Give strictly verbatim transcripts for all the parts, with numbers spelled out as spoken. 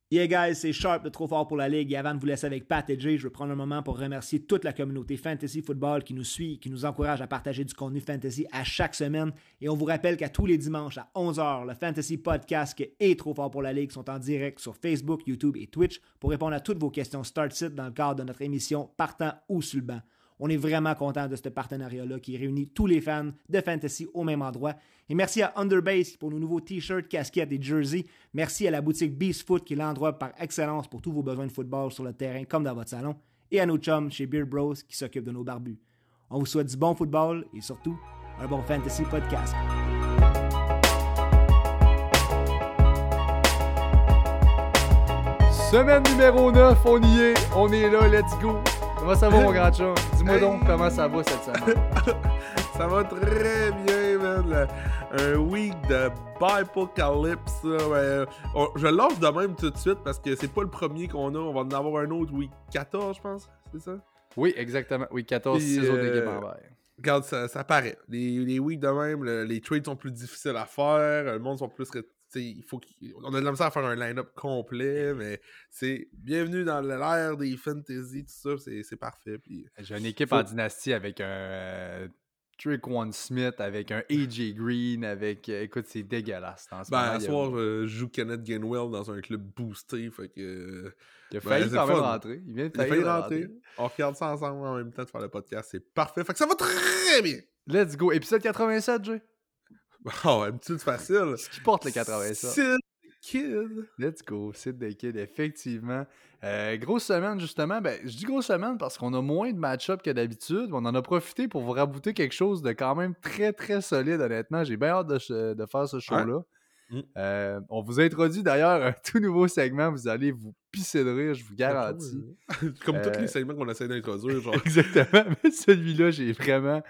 Yeah guys, c'est Sharp de Trop Fort pour la Ligue et avant de vous laisser avec Pat et Jay, je veux prendre un moment pour remercier toute la communauté Fantasy Football qui nous suit, qui nous encourage à partager du contenu Fantasy à chaque semaine et on vous rappelle qu'à tous les dimanches à onze heures, le Fantasy Podcast et Trop Fort pour la Ligue sont en direct sur Facebook, YouTube et Twitch pour répondre à toutes vos questions Start-Sit dans le cadre de notre émission Partant ou sur le banc. On est vraiment content de ce partenariat-là qui réunit tous les fans de Fantasy au même endroit. Et merci à Underbase pour nos nouveaux t-shirts, casquettes et jerseys. Merci à la boutique Beast Foot qui est l'endroit par excellence pour tous vos besoins de football sur le terrain comme dans votre salon. Et à nos chums chez Beard Bros qui s'occupent de nos barbus. On vous souhaite du bon football et surtout un bon Fantasy Podcast. Semaine numéro neuf, on y est, on est là, let's go. Comment ça va mon grand chum? Dis-moi hey. donc comment ça va cette semaine. Ça va très bien, man. Un week de Bipocalypse. Ouais. On, je lance de même tout de suite parce que c'est pas le premier qu'on a. On va en avoir un autre week quatorze, je pense. C'est ça? Oui, exactement. Oui, quatorze, six euh, autres équipes en vert. Regarde, ça, ça paraît. Les, les weeks de même, le, les trades sont plus difficiles à faire. Le monde sont plus... Il faut qu'il... On a de la misère à faire un line-up complet, mais c'est bienvenue dans l'ère des fantasy, tout ça, c'est, c'est parfait. Puis, j'ai une équipe faut... en dynastie avec un euh, Traquan Smith, avec un A J Green, avec... Euh, écoute, c'est dégueulasse. En ce ben, moment, à soir, a... euh, je joue Kenneth Gainwell dans un club boosté, fait que... Il a failli ben, quand même fun. rentrer. Il vient de Il a faillir failli rentrer. rentrer. On regarde ça ensemble en même temps de faire le podcast, c'est parfait. Fait que ça va très bien! Let's go. Épisode quatre-vingt-sept, Jay. Oh, une petite facile. Ce qui porte le quatre-vingt-sept. Sid Kid. Let's go, Sid the Kid, effectivement. Euh, grosse semaine, justement. Ben, je dis grosse semaine parce qu'on a moins de match-up que d'habitude. On en a profité pour vous rabouter quelque chose de quand même très, très solide, honnêtement. J'ai bien hâte de, de faire ce show-là. Ouais. Mm. Euh, on vous introduit d'ailleurs un tout nouveau segment. Vous allez vous pisser de rire, je vous garantis. Comme euh... tous les segments qu'on essaie d'introduire. Genre. Exactement. Mais celui-là, j'ai vraiment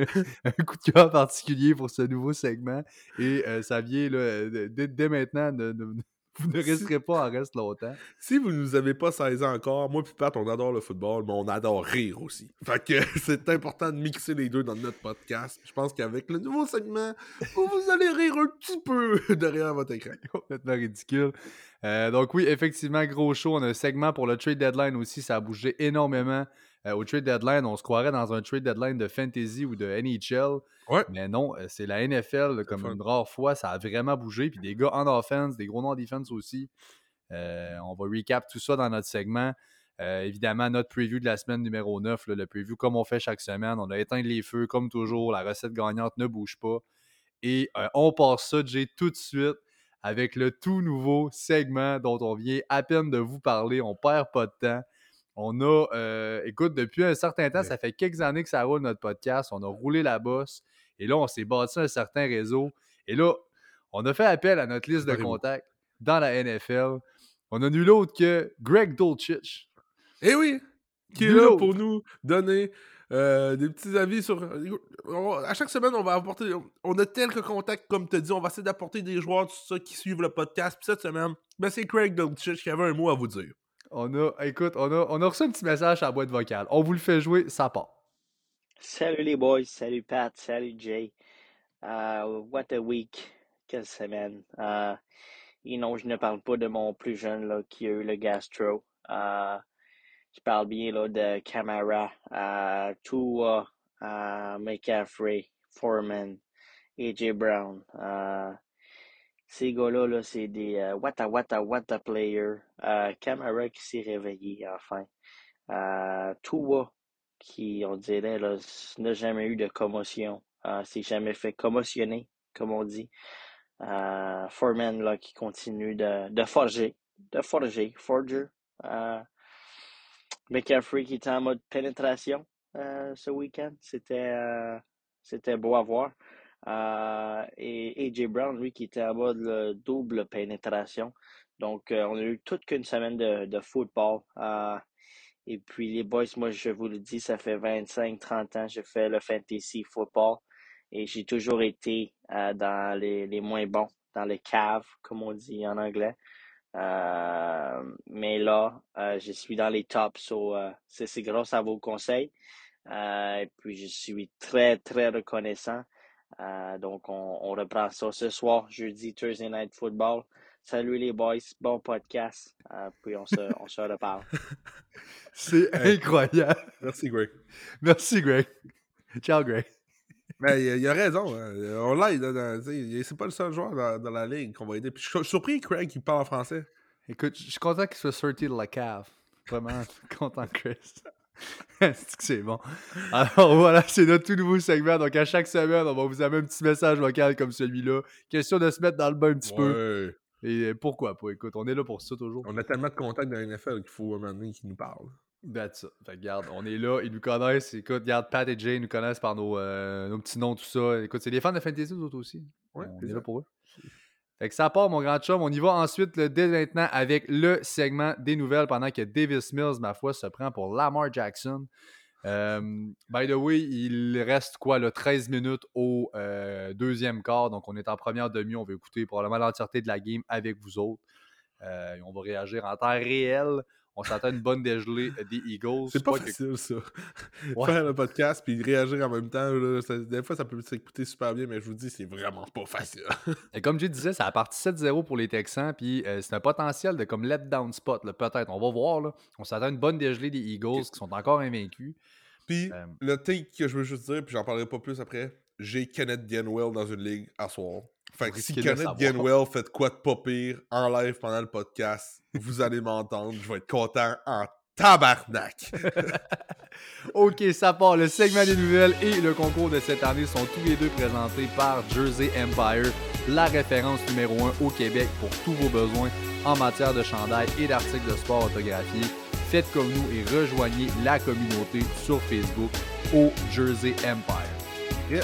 un coup de cœur particulier pour ce nouveau segment. Et euh, ça vient là, dès, dès maintenant, de, de, vous ne resterez si... pas en reste longtemps. Si vous ne nous avez pas saisi encore, moi puis Pat, on adore le football, mais on adore rire aussi. Fait que c'est important de mixer les deux dans notre podcast. Je pense qu'avec le nouveau segment, vous allez rire un petit peu derrière votre écran. Complètement ridicule. Euh, donc oui, effectivement, gros show. On a un segment pour le trade deadline aussi. Ça a bougé énormément. Euh, au trade deadline, on se croirait dans un trade deadline de fantasy ou de N H L. Ouais. Mais non, c'est la N F L, comme une rare fois. Ça a vraiment bougé. Puis des gars en offense, des gros noms en defense aussi. Euh, on va recap tout ça dans notre segment. Euh, évidemment, notre preview de la semaine numéro neuf, là, le preview comme on fait chaque semaine. On a éteint les feux, comme toujours. La recette gagnante ne bouge pas. Et euh, on passe ça, Jay, tout de suite avec le tout nouveau segment dont on vient à peine de vous parler. On perd pas de temps. On a, euh, écoute, depuis un certain temps, ça fait quelques années que ça roule notre podcast. On a roulé la bosse. Et là, on s'est bâti un certain réseau. Et là, on a fait appel à notre liste de contacts dans la N F L. On a nul autre que Greg Dulcich. Eh oui! Qui est là pour nous donner euh, des petits avis sur... On, à chaque semaine, on va apporter... On a quelques contacts, comme tu as dit. On va essayer d'apporter des joueurs, tout ça, qui suivent le podcast. Puis cette semaine, ben c'est Greg Dulcich qui avait un mot à vous dire. On a, écoute, on a, on a reçu un petit message à la boîte vocale. On vous le fait jouer, ça part. Salut les boys, salut Pat, salut Jay. Uh, what a week. Quelle semaine. Uh, you know, je ne parle pas de mon plus jeune là, qui a eu le gastro. Uh, je parle bien là, de Kamara, uh, Tua, uh, McCaffrey, Foreman, A J Brown. Uh, ces gars-là, là, c'est des uh, what a what a what a player. Uh, Kamara qui s'est réveillé enfin. Uh, Tua qui, on dirait, là, n'a jamais eu de commotion. Uh, s'est jamais fait commotionner, comme on dit. Uh, Foreman, là, qui continue de, de forger. De forger. Forger. Uh, McCaffrey qui était en mode pénétration uh, ce week-end. C'était, uh, c'était beau à voir. Uh, et A J Brown, lui, qui était en mode là, double pénétration. Donc, uh, on a eu toute qu'une semaine de, de football. Uh, Et puis, les boys, moi, je vous le dis, ça fait vingt-cinq trente ans que je fais le fantasy football et j'ai toujours été euh, dans les, les moins bons, dans les caves, comme on dit en anglais. Euh, mais là, euh, je suis dans les tops, so, euh, c'est, c'est grâce à vos conseils. Euh, et puis, je suis très, très reconnaissant. Euh, donc, on, on reprend ça ce soir, jeudi, Thursday Night Football. Salut les boys, bon podcast. Euh, puis on se, on se reparle. C'est incroyable. Merci, Greg. Merci, Greg. Ciao, Greg. Mais il, il a raison. Hein. On l'aide. Dans, c'est pas le seul joueur dans, dans la ligue qu'on va aider. Puis je suis surpris, Craig, qui parle en français. Écoute, je suis content qu'il soit sorti de la cave. Vraiment content, Chris. C'est que c'est bon. Alors voilà, c'est notre tout nouveau segment. Donc à chaque semaine, on va vous amener un petit message vocal comme celui-là. Question de se mettre dans le bain un petit Ouais. peu. Et pourquoi pas? Écoute, on est là pour ça toujours. On a tellement de contacts dans la N F L qu'il faut un moment donné qu'ils nous parlent. That's it. Fait que, regarde, on est là, ils nous connaissent. Écoute, regarde, Pat et Jay nous connaissent par nos, euh, nos petits noms, tout ça. Écoute, c'est des fans de fantasy, vous autres aussi. Ouais, on c'est est ça. là pour eux. Fait que ça part, mon grand chum. On y va ensuite, là, dès maintenant, avec le segment des nouvelles pendant que Davis Mills, ma foi, se prend pour Lamar Jackson. Euh, by the way, il reste quoi, là, treize minutes au euh, deuxième quart. Donc, on est en première demi. On va écouter probablement l'entièreté de la game avec vous autres. Euh, et on va réagir en temps réel. On s'attend une bonne dégelée des Eagles. C'est pas facile, que... ça. Ouais. Faire le podcast puis réagir en même temps, là, ça, des fois, ça peut s'écouter super bien, mais je vous dis, c'est vraiment pas facile. Et comme je disais, ça a parti sept zéro pour les Texans, puis euh, c'est un potentiel de comme let-down spot, là, peut-être. On va voir, là. On s'attend à une bonne dégelée des Eagles okay. qui sont encore invaincus. Puis, euh... le take que je veux juste dire, puis j'en parlerai pas plus après, j'ai Kenneth Gainwell dans une ligue à soir. Fait que si Kenneth Gainwell fait quoi de pas pire en live pendant le podcast, vous allez m'entendre, je vais être content en tabarnak. OK, ça part. Le segment des nouvelles et le concours de cette année sont tous les deux présentés par Jersey Empire, la référence numéro un au Québec pour tous vos besoins en matière de chandail et d'articles de sport autographiés. Faites comme nous et rejoignez la communauté sur Facebook au Jersey Empire. Yeah.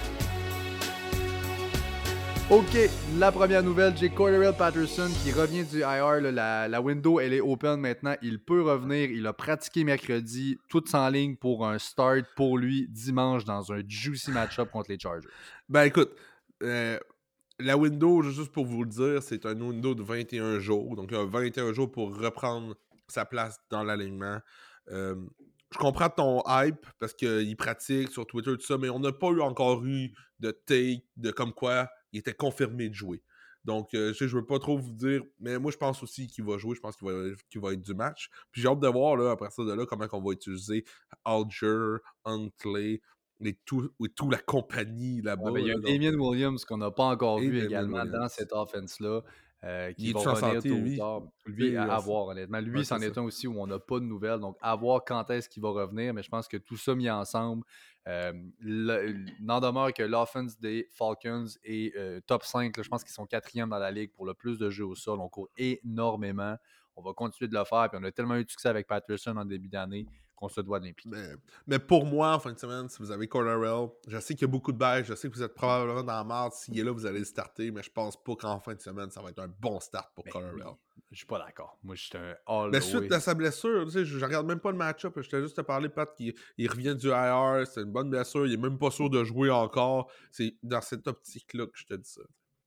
OK, la première nouvelle, j'ai Cordarrelle Patterson qui revient du I R. Là, la, la window, elle est open maintenant. Il peut revenir. Il a pratiqué mercredi, tout en ligne pour un start pour lui dimanche dans un juicy match-up contre les Chargers. Ben écoute, euh, la window, juste pour vous le dire, c'est un window de vingt et un jours. Donc, il y a vingt et un jours pour reprendre sa place dans l'alignement. Euh, je comprends ton hype parce qu'il pratique sur Twitter, tout ça, mais on n'a pas eu encore eu de take de comme quoi il était confirmé de jouer. Donc, euh, je ne veux pas trop vous dire, mais moi, je pense aussi qu'il va jouer. Je pense qu'il va, qu'il va être du match. Puis j'ai hâte de voir, là, après ça, de là, comment on va utiliser Alger, Huntley, et tout, et tout la compagnie là-bas. Ouais, ben, il y a là, Damien donc... Williams qu'on n'a pas encore et vu Damien également Williams. dans cette offense-là. Euh, qui il va revenir santé, tôt ou tard. Lui, lui à, à voir, honnêtement. Lui, ouais, c'en est, est un aussi où on n'a pas de nouvelles. Donc, à voir quand est-ce qu'il va revenir. Mais je pense que tout ça mis ensemble, euh, le, n'en demeure que l'offense des Falcons est euh, top cinq. Là, je pense qu'ils sont quatrième dans la ligue pour le plus de jeux au sol. On court énormément. On va continuer de le faire. Puis on a tellement eu de succès avec Patterson en début d'année qu'on se doit de l'impliquer. Mais, mais pour moi, en fin de semaine, si vous avez Cordarrelle, je sais qu'il y a beaucoup de bails, je sais que vous êtes probablement dans la marde. S'il est là, vous allez le starter, mais je pense pas qu'en fin de semaine, ça va être un bon start pour Cordarrelle. Oui, je suis pas d'accord. Moi, je suis un all Mais suite à sa blessure, tu sais, je, je regarde même pas le match-up. Je t'ai juste te parler, Pat, qu'il il revient du I R, c'est une bonne blessure, il est même pas sûr de jouer encore. C'est dans cette optique-là que je te dis ça.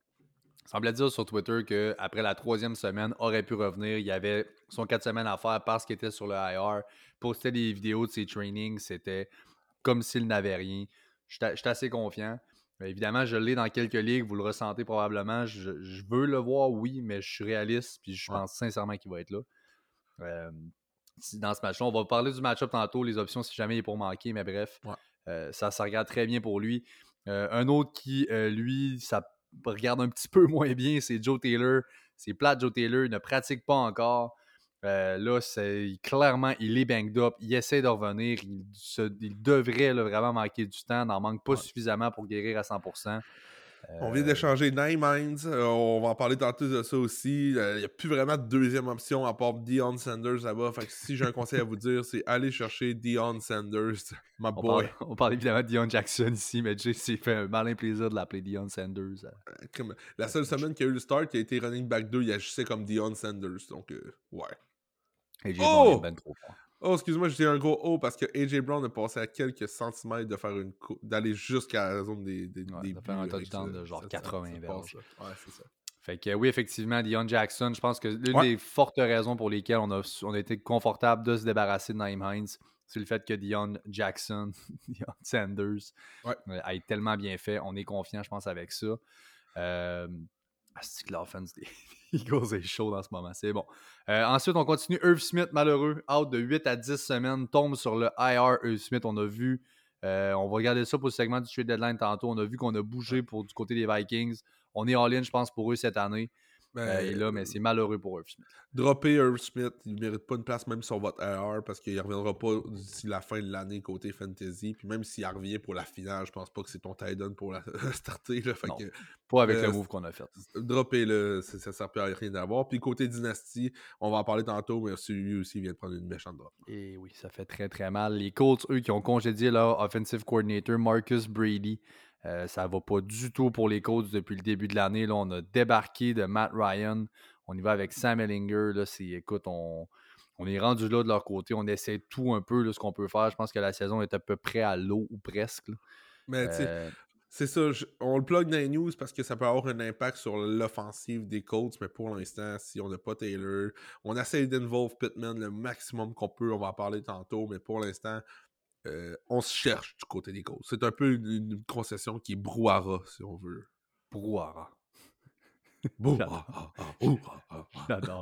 Il semblait dire sur Twitter qu'après la troisième semaine, aurait pu revenir. Il y avait son quatre semaines à faire parce qu'il était sur le I R. Postait des vidéos de ses trainings. C'était comme s'il n'avait rien. Je suis assez confiant. Mais évidemment, je l'ai dans quelques ligues. Vous le ressentez probablement. Je, je veux le voir, oui, mais je suis réaliste. Puis je pense ouais. sincèrement qu'il va être là. Euh, dans ce match-là, on va parler du match-up tantôt, les options si jamais il est pour manquer. Mais bref, ouais. euh, ça, ça regarde très bien pour lui. Euh, un autre qui, euh, lui, ça regarde un petit peu moins bien, c'est Joe Taylor. C'est plate, Joe Taylor. Il ne pratique pas encore. Euh, là, c'est, clairement, il est banged up. Il essaie de revenir. Il, se, il devrait là, vraiment manquer du temps. Il n'en manque pas ouais. suffisamment pour guérir à cent pour cent. Euh... On vient d'échanger Nine Minds. Euh, on va en parler tantôt de ça aussi. Il euh, n'y a plus vraiment de deuxième option à part Deion Sanders là-bas. Fait que si j'ai un conseil à vous dire, c'est aller chercher Deion Sanders, my on boy. Parle, on parle évidemment de Deion Jackson ici, mais Jay s'est fait un malin plaisir de l'appeler Deion Sanders. Euh, comme la seule semaine qu'il y a eu le start, qui a été running back deux, il agissait comme Deion Sanders. Donc, euh, ouais. A J Brown est ben trop fort. Oh, excuse-moi, j'ai un gros O parce que A J Brown est passé à quelques centimètres de faire une cou- d'aller jusqu'à la zone des, des, ouais, des de faire un touchdown de genre ça, quatre-vingts verges. Ouais, c'est ça. Fait que oui, effectivement, Deion Jackson, je pense que l'une ouais. des fortes raisons pour lesquelles on a, on a été confortable de se débarrasser de Nyheim Hines, c'est le fait que Deion Jackson, Deion Sanders, ouais. a tellement bien fait. On est confiant, je pense, avec ça. Euh, Ah, c'est que l'offense des Eagles est chaud en ce moment. C'est bon. Euh, ensuite, on continue. Irv Smith, malheureux, out de huit à dix semaines, tombe sur le I R. Irv Smith, on a vu. Euh, on va regarder ça pour le segment du trade deadline tantôt. On a vu qu'on a bougé pour du côté des Vikings. On est all-in, je pense, pour eux cette année. Ben, euh, et là, mais c'est malheureux pour Irv Smith. Dropper Irv Smith, il ne mérite pas une place même sur votre I R parce qu'il ne reviendra pas d'ici la fin de l'année côté fantasy. Puis même s'il revient pour la finale, je pense pas que c'est ton tight end pour la starter. Là, fait non, que, pas avec euh, le move qu'on a fait. Dropper-le, ça ne sert plus à rien d'avoir. Puis côté dynastie, on va en parler tantôt, mais lui aussi vient de prendre une méchante drop. Et oui, ça fait très très mal. Les Colts, eux, qui ont congédié leur offensive coordinator, Marcus Brady. Euh, ça va pas du tout pour les Colts depuis le début de l'année. Là, on a débarqué de Matt Ryan. On y va avec Sam Ehlinger. Là, c'est, écoute, on, on est rendu là de leur côté. On essaie tout un peu là, ce qu'on peut faire. Je pense que la saison est à peu près à l'eau ou presque. Là. Mais tu sais, Euh, c'est ça. Je- on le plug dans les news parce que ça peut avoir un impact sur l'offensive des Colts. Mais pour l'instant, si on n'a pas Taylor, on essaie d'involve Pittman le maximum qu'on peut. On va en parler tantôt. Mais pour l'instant, Euh, on se cherche du côté des Colts. C'est un peu une, une concession qui est brouhaha, si on veut. Brouhaha. Brouhaha. Brouhaha. J'adore.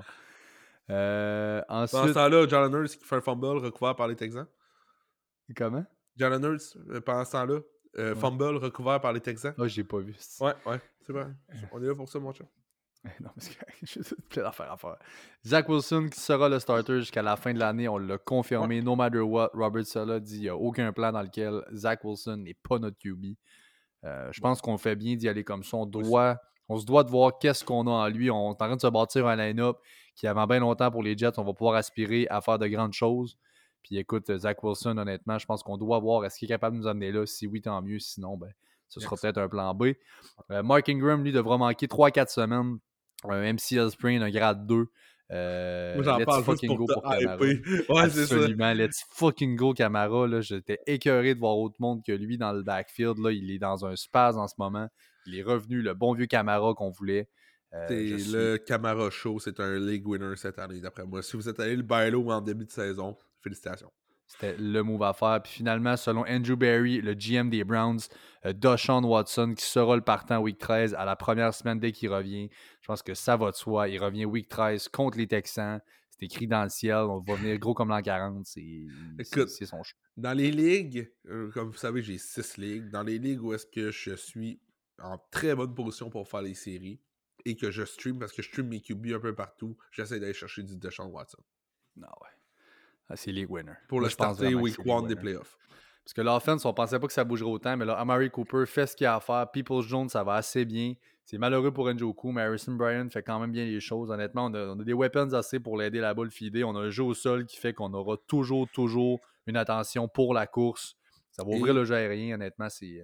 Euh, Pendant ce ensuite, temps-là, Jalen Hurts qui fait un fumble recouvert par les Texans. comment? Jalen Hurts, euh, pendant ce temps-là, euh, Ouais. fumble recouvert par les Texans. Ah, j'ai pas vu. Ouais, ouais, c'est vrai. On est là pour ça, mon chat. Non, parce que j'ai plein d'affaires à faire. Zach Wilson qui sera le starter jusqu'à la fin de l'année, on l'a confirmé. Ouais. No matter what, Robert Saleh dit qu'il n'y a aucun plan dans lequel Zach Wilson n'est pas notre Q B. Euh, je pense qu'on fait bien d'y aller comme ça. On, doit, on se doit de voir qu'est-ce qu'on a en lui. On est en train de se bâtir un line-up qui, avant bien longtemps pour les Jets, on va pouvoir aspirer à faire de grandes choses. Puis écoute, Zach Wilson, honnêtement, je pense qu'on doit voir est-ce qu'il est capable de nous amener là. Si oui, tant mieux. Sinon, ben, ce sera yes. peut-être un plan B. Euh, Mark Ingram, lui, devra manquer trois à quatre semaines. Un M C L sprain, un grade deux. Euh, Moi, j'en let's parle fucking juste pour go pour Camara. Ouais, absolument, let's fucking go Camara. Là, j'étais écœuré de voir autre monde que lui dans le backfield. Là, il est dans un spaz en ce moment. Il est revenu, le bon vieux Camara qu'on voulait. Euh, c'est le suis... Camara Show, c'est un league winner cette année, d'après moi. Si vous êtes allé le bailo en début de saison, félicitations. C'était le move à faire. Puis finalement, selon Andrew Berry, le G M des Browns, euh, Deshaun Watson, qui sera le partant week treize à la première semaine dès qu'il revient. Je pense que ça va de soi. Il revient week treize contre les Texans. C'est écrit dans le ciel. On va venir gros comme l'an quarante. C'est, Écoute, c'est, c'est son choix. Dans les ligues, euh, comme vous savez, j'ai six ligues. Dans les ligues où est-ce que je suis en très bonne position pour faire les séries et que je stream, parce que je stream mes Q B un peu partout, j'essaie d'aller chercher du Deshaun Watson. Non, ouais. Ah, c'est League Winner. Pour Moi, le starter week one des playoffs. Parce que l'offense, on pensait pas que ça bougerait autant, mais là, Amari Cooper fait ce qu'il a à faire. Peoples Jones, ça va assez bien. C'est malheureux pour Njoku, mais Harrison Bryant fait quand même bien les choses. Honnêtement, on a, on a des weapons assez pour l'aider là-bas, le fider. On a un jeu au sol qui fait qu'on aura toujours, toujours une attention pour la course. Ça va ouvrir Et... le jeu aérien, honnêtement, c'est...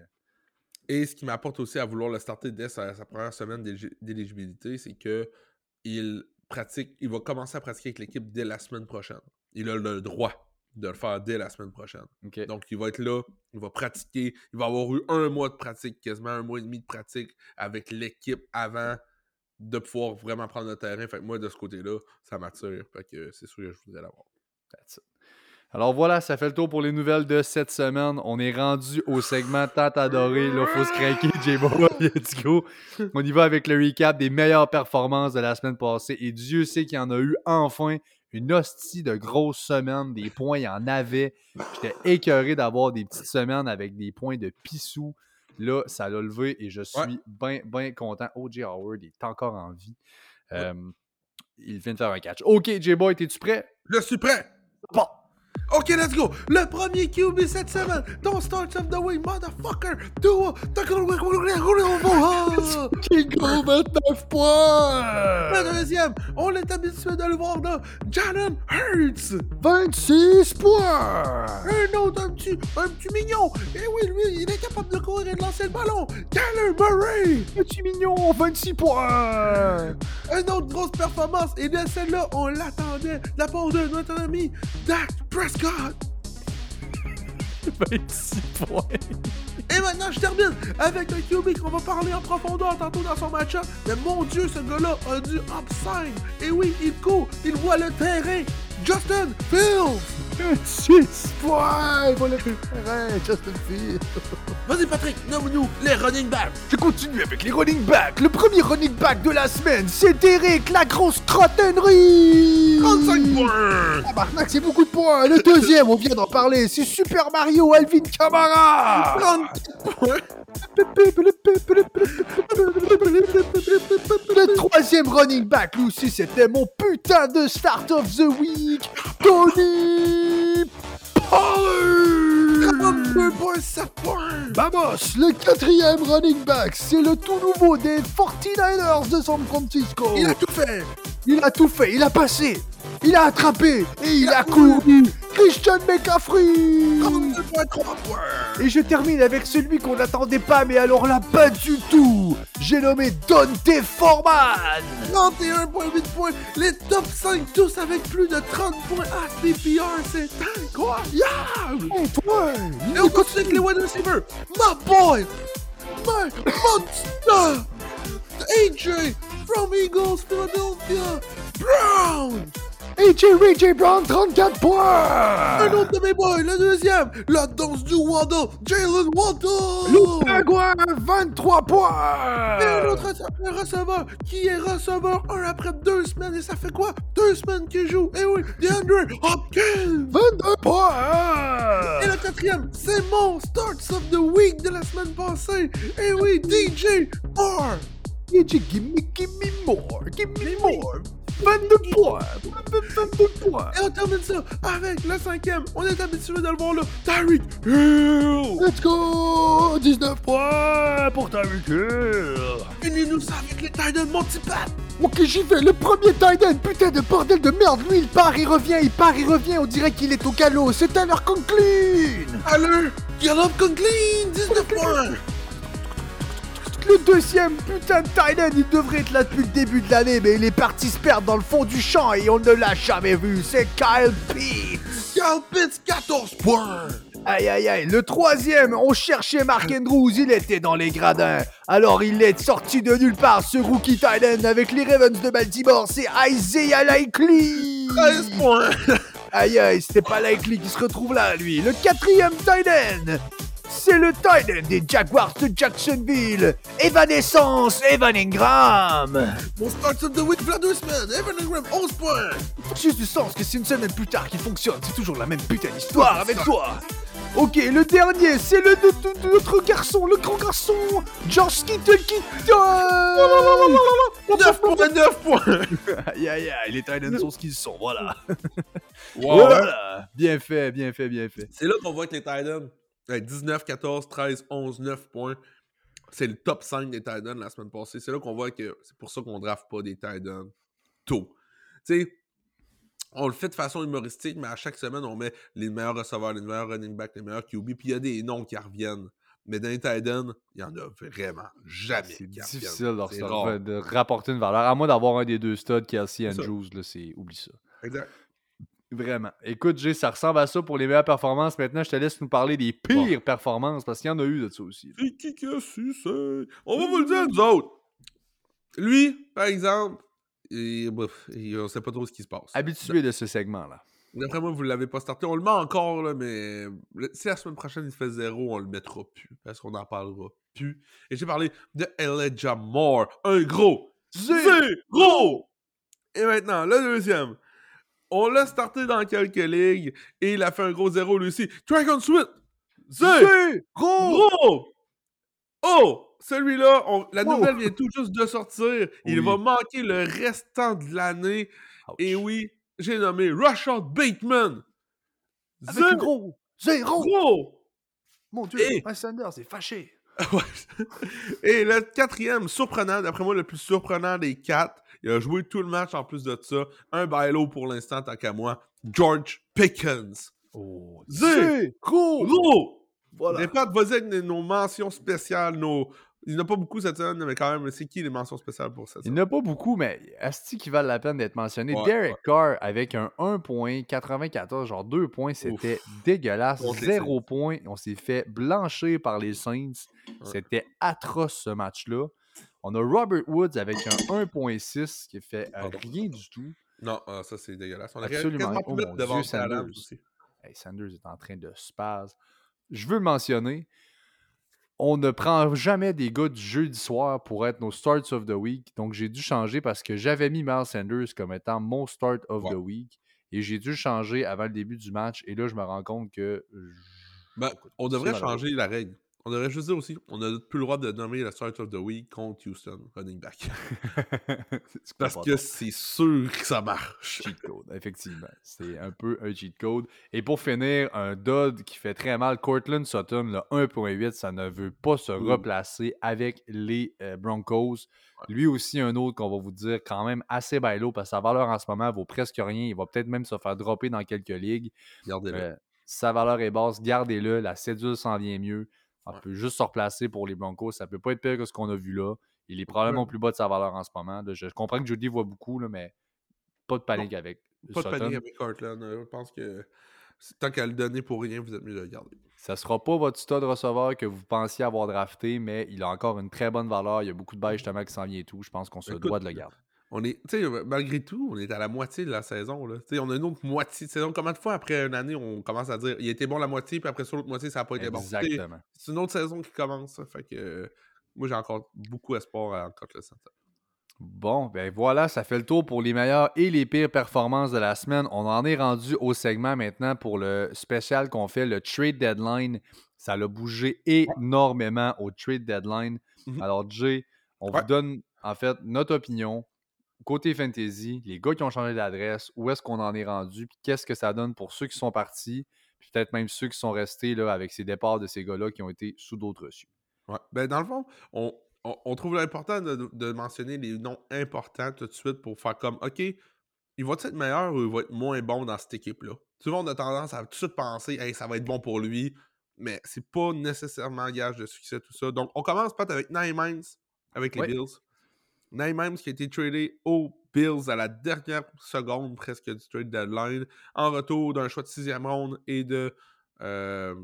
Et ce qui m'apporte aussi à vouloir le starter dès sa, sa première semaine d'éligibilité, c'est que il pratique, il va commencer à pratiquer avec l'équipe dès la semaine prochaine. Il a le droit de le faire dès la semaine prochaine. Okay. Donc, il va être là, il va pratiquer, il va avoir eu un mois de pratique, quasiment un mois et demi de pratique avec l'équipe avant de pouvoir vraiment prendre le terrain. Fait que moi, de ce côté-là, ça m'attire. Fait que c'est sûr que je voudrais l'avoir. That's it. Alors voilà, ça fait le tour pour les nouvelles de cette semaine. On est rendu au segment tant adoré. Là, faut se craquer, J-Bo. Let's go. On y va avec le recap des meilleures performances de la semaine passée. Et Dieu sait qu'il y en a eu enfin une hostie de grosse semaine. Des points, il y en avait. J'étais écœuré d'avoir des petites semaines avec des points de pissou. Là, ça l'a levé et je suis bien, bien content. O J Howard est encore en vie. Ouais. Euh, il vient de faire un catch. OK, J-Boy, es-tu prêt? Je suis prêt. Bon. OK, let's go! Le premier Q B cette semaine! Don't start of the way, motherfucker! Tua! Kingo, vingt-neuf points! Le deuxième, on est habitué de le voir là! Jalen Hurts! vingt-six points! Un autre, un petit, un petit mignon! Et oui, lui, il est capable de courir et de lancer le ballon! Kyler Murray! Petit mignon, vingt-six points! Une autre grosse performance! Et bien celle-là, on l'attendait de la part de notre ami Dak Prescott! vingt-six points. Et maintenant, je termine avec un Q B qu'on va parler en profondeur tantôt dans son match-up. Mais mon Dieu, ce gars-là a du upside. Et oui, il court, il voit le terrain. Justin Fields. six points pour le terrain, Justin Fields. Vas-y, Patrick, nomme-nous les running backs. Je continue avec les running backs. Le premier running back de la semaine, c'est Derek, la grosse crottenerie. trente-cinq points. Ah, Barnac, c'est beaucoup de points. Le deuxième, on vient d'en parler, c'est Super Mario Alvin Kamara. trente-quatre points. Le troisième running back, lui aussi, c'était mon putain de start of the week, Tony Pollard. trente-deux points, sept points. Vamos, le quatrième running back, c'est le tout nouveau des forty-niners de San Francisco. Il a tout fait. Il a tout fait, il a passé, il a attrapé et il, il a, a couru. Christian McCaffrey. trente-deux points, trois points. Et je termine avec celui qu'on n'attendait pas, mais alors là, pas du tout. J'ai nommé Dante Foreman. trente et un virgule huit points. Les top cinq tous avec plus de trente points à P P R. C'est incroyable. Oh, toi. Et on continue avec les wide receivers. My boy. My monster. A J from Eagles, Philadelphia. Brown. A J Ray J Brown, trente-quatre points! Un autre de mes boys, le deuxième, la danse du Waddle, Jalen Waddle! Le Jaguar, vingt-trois points! Et un autre rece- receveur, qui est receveur un après deux semaines, et ça fait quoi? Deux semaines qu'il joue, et oui, DeAndre Hopkins! vingt-deux points! Et le quatrième, c'est mon Starts of the Week de la semaine passée, et oui, D J Moore! D J, give me, give me more, give me more! vingt-deux points! vingt-deux points! Et on termine ça avec le cinquième. On est habitué de le voir là. Tyreek Hill! Let's go! dix-neuf points pour Tyreek Hill! Unis-nous ça avec les Titans, mon petit Pat! Ok, j'y vais. Le premier Titan, putain de bordel de merde. Lui, il part, il revient, il part, il revient. On dirait qu'il est au galop. C'est Tyler Conklin! Alors, Gallup Conklin, dix-neuf points! Le deuxième putain de Titan, il devrait être là depuis le début de l'année, mais il est parti se perdre dans le fond du champ et on ne l'a jamais vu. C'est Kyle Pitts! Kyle Pitts, quatorze points! Aïe aïe aïe, le troisième, on cherchait Mark Andrews, il était dans les gradins. Alors il est sorti de nulle part, ce rookie Titan avec les Ravens de Baltimore, c'est Isaiah Likely! treize points! Aïe aïe, c'était pas Likely qui se retrouve là, lui. Le quatrième Titan, c'est le Titan des Jaguars de Jacksonville, Evanescence, Evan Ingram. Mon Start of the Week, voilà deux semaines, Evan Ingram, onze points! Juste du sens que c'est une semaine plus tard qu'il fonctionne, c'est toujours la même putain d'histoire avec toi. Ok, le dernier, c'est le de, de, de notre garçon, le grand garçon, George Kittle Kittle. neuf points, neuf points! Aïe aïe aïe, les Titans sont ce qu'ils sont, voilà. Wow. Voilà. Bien fait, bien fait, bien fait. C'est là qu'on voit que les Titans, avec dix-neuf, quatorze, treize, onze, neuf points, c'est le top cinq des Titans la semaine passée. C'est là qu'on voit que c'est pour ça qu'on draft pas des Titans tôt. Tu sais, on le fait de façon humoristique, mais à chaque semaine, on met les meilleurs receveurs, les meilleurs running backs, les meilleurs Q B, puis il y a des noms qui reviennent. Mais dans les Titans, il y en a vraiment jamais. C'est qui difficile reviennent. de, C'est recevoir- rare. de rapporter une valeur. À moins d'avoir un des deux studs, Kelsey C'est ça. Andrews, là, c'est... oublie ça. Exact. Vraiment. Écoute, Jay, ça ressemble à ça pour les meilleures performances. Maintenant, je te laisse nous parler des pires performances, parce qu'il y en a eu de ça aussi. là. C'est qui qui a su ça? On va vous le dire, nous autres. Lui, par exemple, et, bref, et on sait pas trop ce qui se passe. Habitué de ce segment-là. D'après moi, vous l'avez pas starté. On le met encore, là, mais le- si la semaine prochaine il fait zéro, on le mettra plus. Parce qu'on n'en parlera plus. Et j'ai parlé de Elijah Moore. Un gros zéro! Et maintenant, le deuxième. On l'a starté dans quelques ligues et il a fait un gros zéro lui aussi. Dragon Sweet! Zéro! Gros! Oh! Celui-là, on- la Wow. nouvelle vient tout juste de sortir. Il Oui. va manquer le restant de l'année. Ouch. Et oui, j'ai nommé Rashad Bateman. Avec un gros zéro. Gros! Mon Dieu, Et- Miles Sanders est fâché. Ouais. Et le quatrième, surprenant, d'après moi, le plus surprenant des quatre, il a joué tout le match en plus de ça. Un bailo pour l'instant, tant qu'à moi. George Pickens. Oh, Zéro! Gros. Voilà. Les Pat, vas-y avec nos mentions spéciales, nos... Il n'y en a pas beaucoup cette semaine, mais quand même, c'est qui les mentions spéciales pour cette il semaine? n'y en a pas beaucoup, mais asti qui valent la peine d'être mentionné. Ouais, Derek ouais. Carr avec un un virgule quatre-vingt-quatorze, genre deux points, c'était dégueulasse. Contre les Zéro Saints. point. On s'est fait blanchir par les Saints. C'était atroce ce match-là. On a Robert Woods avec un un virgule six qui fait euh, Pardon. rien du tout. Non, ah, ça c'est dégueulasse. On a Absolument. quasiment pu Oh mettre mon devant Dieu, Adams Sanders. aussi. Hey, Sanders est en train de spaz. Je veux le mentionner. On ne prend jamais des gars du jeudi soir pour être nos starts of the week. Donc, j'ai dû changer parce que j'avais mis Miles Sanders comme étant mon start of Ouais. the week. Et j'ai dû le changer avant le début du match. Et là, je me rends compte que... Ben, Écoute, on c'est devrait malheureux. changer la règle. On devrait juste dire aussi, on n'a plus le droit de nommer le start of the week contre Houston, running back. C'est Parce pas que tort. c'est sûr que ça marche. Cheat code, effectivement. C'est un peu un cheat code. Et pour finir, un dud qui fait très mal. Courtland Sutton, le un virgule huit, ça ne veut pas se Ouh. replacer avec les euh, Broncos. Lui aussi, un autre qu'on va vous dire quand même assez bailo parce que sa valeur en ce moment vaut presque rien. Il va peut-être même se faire dropper dans quelques ligues. Gardez-le. Euh, sa valeur est basse. Gardez-le. La cédule s'en vient mieux. On Ouais. peut juste se replacer pour les Broncos. Ça peut pas être pire que ce qu'on a vu là. Il est probablement Ouais. au plus bas de sa valeur en ce moment. Là, je comprends que Judy voit beaucoup, là, mais pas de panique Non, avec Pas de Sutton. panique avec Cortland. Euh, Je pense que c'est- tant qu'à le donner pour rien, vous êtes mieux de le garder. Ça ne sera pas votre stud receveur que vous pensiez avoir drafté, mais il a encore une très bonne valeur. Il y a beaucoup de bails justement qui s'en vient et tout. Je pense qu'on se Écoute, doit de le garder. On est, tu sais, malgré tout, on est à la moitié de la saison. Là. Tu sais, on a une autre moitié de saison. Combien de fois après une année, on commence à dire il était bon la moitié, puis après ça, l'autre moitié, ça n'a pas été bon. Tu sais, Exactement. c'est une autre saison qui commence. Ça fait que euh, moi, j'ai encore beaucoup espoir en Courtland Sutton. Bon, ben voilà, ça fait le tour pour les meilleures et les pires performances de la semaine. On en est rendu au segment maintenant pour le spécial qu'on fait, le trade deadline. Ça a bougé énormément au trade deadline. Mhm. Alors, Jay, on Ouais. vous donne en fait notre opinion. Côté fantasy, les gars qui ont changé d'adresse, où est-ce qu'on en est rendu, puis qu'est-ce que ça donne pour ceux qui sont partis, puis peut-être même ceux qui sont restés là, avec ces départs de ces gars-là qui ont été sous d'autres cieux. Ouais. Ben, dans le fond, on, on, on trouve l'important de, de mentionner les noms importants tout de suite pour faire comme OK, il va être meilleur ou il va être moins bon dans cette équipe-là? Tout le monde a tendance à tout de suite penser hey, ça va être bon pour lui, mais c'est pas nécessairement gage de succès, tout ça. Donc, on commence peut-être avec Nine Mimes, avec les Ouais. Bills. Nine Mimes qui a été tradé aux Bills à la dernière seconde presque du trade deadline, en retour d'un choix de sixième ronde et de euh,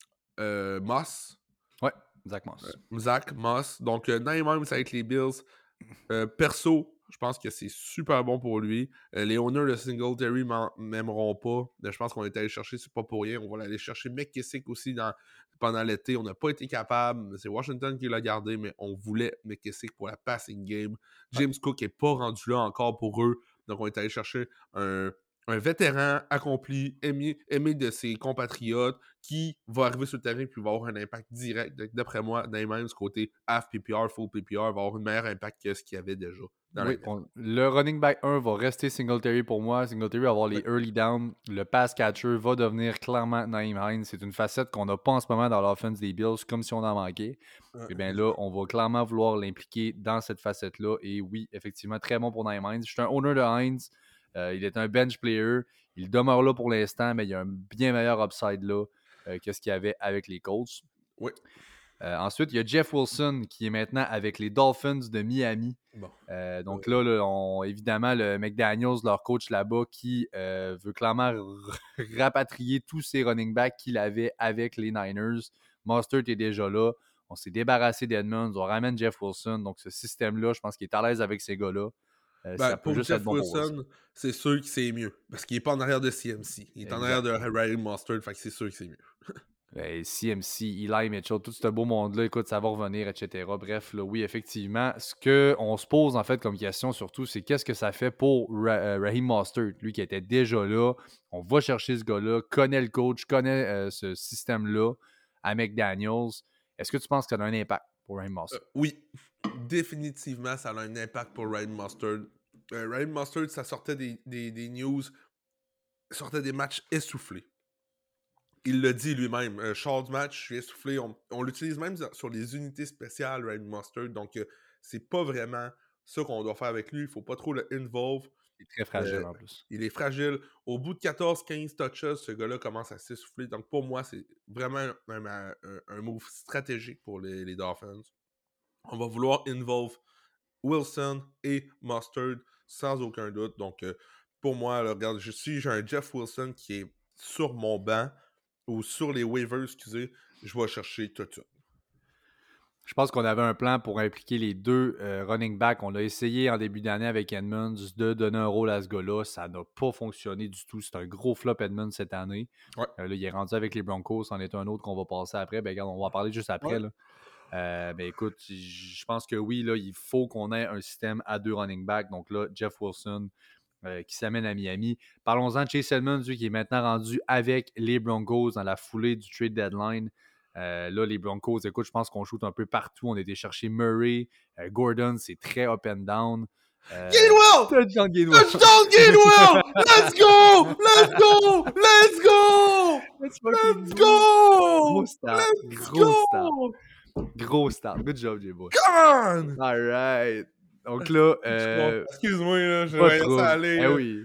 euh, Moss. Ouais, Zach Moss. Euh, Zach Moss. Donc, euh, Nine Mimes avec les Bills. Euh, perso, je pense que c'est super bon pour lui. Euh, les owners de Singletary m'aimeront pas. Je pense qu'on est allé chercher, c'est pas pour rien. On va aller chercher McKissick aussi dans, pendant l'été. On n'a pas été capable. C'est Washington qui l'a gardé, mais on voulait McKissick pour la passing game. James Cook n'est pas rendu là encore pour eux. Donc, on est allé chercher un, un vétéran accompli, aimé, aimé de ses compatriotes, qui va arriver sur le terrain et va avoir un impact direct. D'après moi, dans les mêmes côté half P P R, full P P R, va avoir un meilleur impact que ce qu'il y avait déjà. Dans Oui, on, le running back un va rester Singletary pour moi. Singletary va avoir les Oui. early downs. Le pass catcher va devenir clairement Nyheim Hines. C'est une facette qu'on n'a pas en ce moment dans l'offense des Bills, comme si on en manquait. Ouais, Et bien là, on va clairement vouloir l'impliquer dans cette facette-là. Et oui, effectivement, très bon pour Nyheim Hines. Je suis un owner de Hines. Euh, il est un bench player. Il demeure là pour l'instant, mais il y a un bien meilleur upside là euh, que ce qu'il y avait avec les Colts. Oui. Euh, ensuite, il y a Jeff Wilson qui est maintenant avec les Dolphins de Miami. Bon. Euh, donc Ouais. là, là on, évidemment, le McDaniels, leur coach là-bas, qui euh, veut clairement r- rapatrier tous ses running backs qu'il avait avec les Niners. Mostert est déjà là. On s'est débarrassé d'Edmonds. On ramène Jeff Wilson. Donc ce système-là, je pense qu'il est à l'aise avec ces gars-là. Euh, Ben, ça peut pour juste Jeff être bon pour Wilson. Wilson, c'est sûr que c'est mieux. Parce qu'il n'est pas en arrière de C M C. Il est Exact. en arrière de Riley Mustard, fait que c'est sûr que c'est mieux. Ben, C M C, Eli Mitchell, tout ce beau monde-là, écoute, ça va revenir, et cetera. Bref, là, oui, effectivement. Ce qu'on se pose, en fait, comme question, surtout, c'est qu'est-ce que ça fait pour Ra- euh, Raheem Mostert, lui qui était déjà là. On va chercher ce gars-là, connaît le coach, connaît euh, ce système-là à McDaniels. Est-ce que tu penses que ça a un impact pour Raheem Mostert? Euh, oui, définitivement, ça a un impact pour Ryan Mustard. Euh, Ryan Mustard, ça sortait des, des, des news, sortait des matchs essoufflés. Il le dit lui-même, un short match, je suis essoufflé. On, on l'utilise même sur les unités spéciales, Ryan Mustard. Donc, euh, c'est pas vraiment ça qu'on doit faire avec lui. Il faut pas trop le involve. Il est très fragile Euh, en plus. Il est fragile. Au bout de quatorze quinze touches, ce gars-là commence à s'essouffler. Donc, pour moi, c'est vraiment un, un, un move stratégique pour les, les Dolphins. On va vouloir involve Wilson et Mustard sans aucun doute. Donc, euh, pour moi, là, regarde, je, si j'ai un Jeff Wilson qui est sur mon banc ou sur les waivers, excusez, je vais chercher tout ça. Je pense qu'on avait un plan pour impliquer les deux euh, running backs. On l'a essayé en début d'année avec Edmonds de donner un rôle à ce gars-là. Ça n'a pas fonctionné du tout. C'est un gros flop Edmonds cette année. Ouais. Euh, là, il est rendu avec les Broncos. C'en est un autre qu'on va passer après. Ben, regarde, on va en parler juste après. Ouais. Là. Euh, ben, écoute, je pense que oui, là, il faut qu'on ait un système à deux running backs. Donc là, Jeff Wilson euh, qui s'amène à Miami. Parlons-en de Chase Edmonds, lui, qui est maintenant rendu avec les Broncos dans la foulée du trade deadline. Euh, là, les Broncos, écoute, je pense qu'on shoot un peu partout. On a été chercher Murray, euh, Gordon, c'est très up and down. Euh, Gainwell! Touchdown Gainwell! Touchdown Gainwell! Let's go! Let's go! Let's go! Let's, Let's go! Gros start. Let's Gros go! start. Gros start. Good job, J-Boy. Come on! All right. Donc là... Euh... Excuse-moi, là, je voyais ça aller. Eh oui.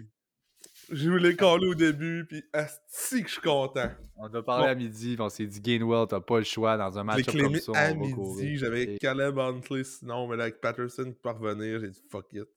Je voulais caler au début, puis asti que je suis content. On a parlé bon. à midi, on s'est dit Gainwell, t'as pas le choix dans un match comme ça. À midi, j'avais Et... Caleb Huntley, sinon, mais là, avec Patterson qui peut revenir, j'ai dit fuck it.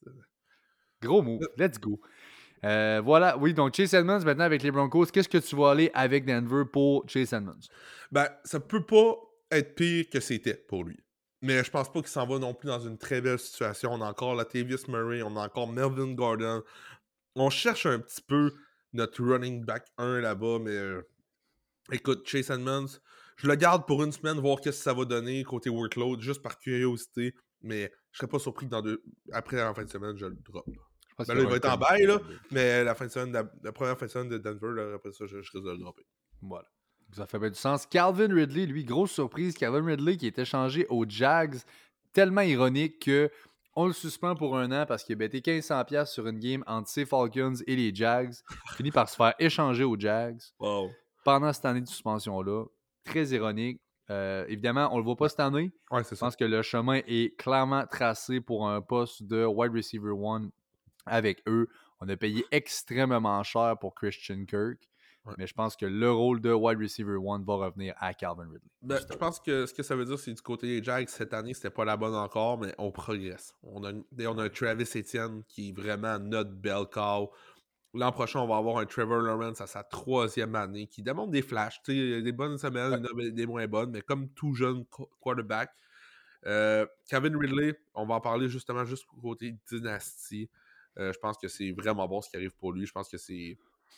Gros move, let's go. Euh, voilà, oui, donc Chase Edmonds maintenant avec les Broncos. Qu'est-ce que tu vas aller avec Denver pour Chase Edmonds? Ben, ça peut pas être pire que c'était pour lui. Mais je pense pas qu'il s'en va non plus dans une très belle situation. On a encore Latavius Murray, on a encore Melvin Gordon. On cherche un petit peu notre running back un là-bas, mais euh, écoute, Chase Edmonds, je le garde pour une semaine, voir qu'est-ce que ça va donner côté workload, juste par curiosité, mais je serais pas surpris que dans deux... après la fin de semaine, je le drop. Ben là, il va être en bail, là, mais la fin de semaine, la, la première fin de semaine de Denver, là, après ça, je, je risque de le dropper. Voilà. Ça fait bien du sens. Calvin Ridley, lui, grosse surprise. Calvin Ridley qui est échangé aux Jags, tellement ironique que on le suspend pour un an parce qu'il a bêté quinze cents dollars sur une game entre ses Falcons et les Jags. Il finit par se faire échanger aux Jags wow. pendant cette année de suspension-là. Très ironique. Euh, évidemment, on ne le voit pas cette année. Ouais, c'est Je pense ça. que le chemin est clairement tracé pour un poste de wide receiver one avec eux. On a payé extrêmement cher pour Christian Kirk. Ouais. Mais je pense que le rôle de wide receiver one va revenir à Calvin Ridley. Ben, je pense que ce que ça veut dire, c'est du côté des Jags, cette année, c'était pas la bonne encore, mais on progresse. On a, on a un Travis Etienne qui est vraiment notre bel cow. L'an prochain, on va avoir un Trevor Lawrence à sa troisième année qui démontre des flashs. Il y a des bonnes semaines, ouais. des moins bonnes, mais comme tout jeune quarterback. Euh, Calvin Ridley, on va en parler justement juste pour côté dynastie. Euh, je pense que c'est vraiment bon ce qui arrive pour lui. Je pense que c'est...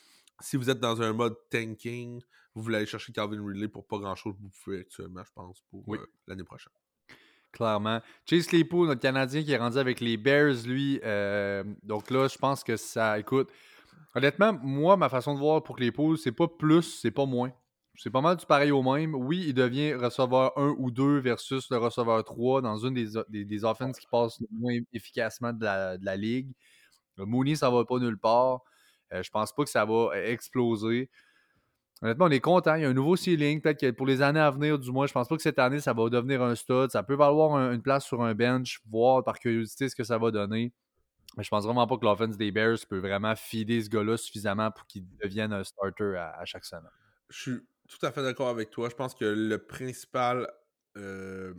Si vous êtes dans un mode tanking, vous voulez aller chercher Calvin Ridley pour pas grand-chose que vous pouvez actuellement, je pense, pour oui. euh, l'année prochaine. Clairement. Chase Claypool, notre Canadien qui est rendu avec les Bears, lui. Euh, donc là, je pense que ça... Écoute, honnêtement, moi, ma façon de voir pour Claypool, c'est pas plus, c'est pas moins. C'est pas mal du pareil au même. Oui, il devient receveur un ou deux versus le receveur trois dans une des, des, des offenses qui passent le moins efficacement de la, de la ligue. Le Mooney, ça va pas nulle part. Euh, je pense pas que ça va exploser. Honnêtement, on est content. Il y a un nouveau ceiling. Peut-être que pour les années à venir, du moins, je pense pas que cette année, ça va devenir un stud. Ça peut valoir un, une place sur un bench, voir par curiosité ce que ça va donner. Mais je pense vraiment pas que l'offense des Bears peut vraiment feeder ce gars-là suffisamment pour qu'il devienne un starter à, à chaque semaine. Je suis tout à fait d'accord avec toi. Je pense que le principal... Euh,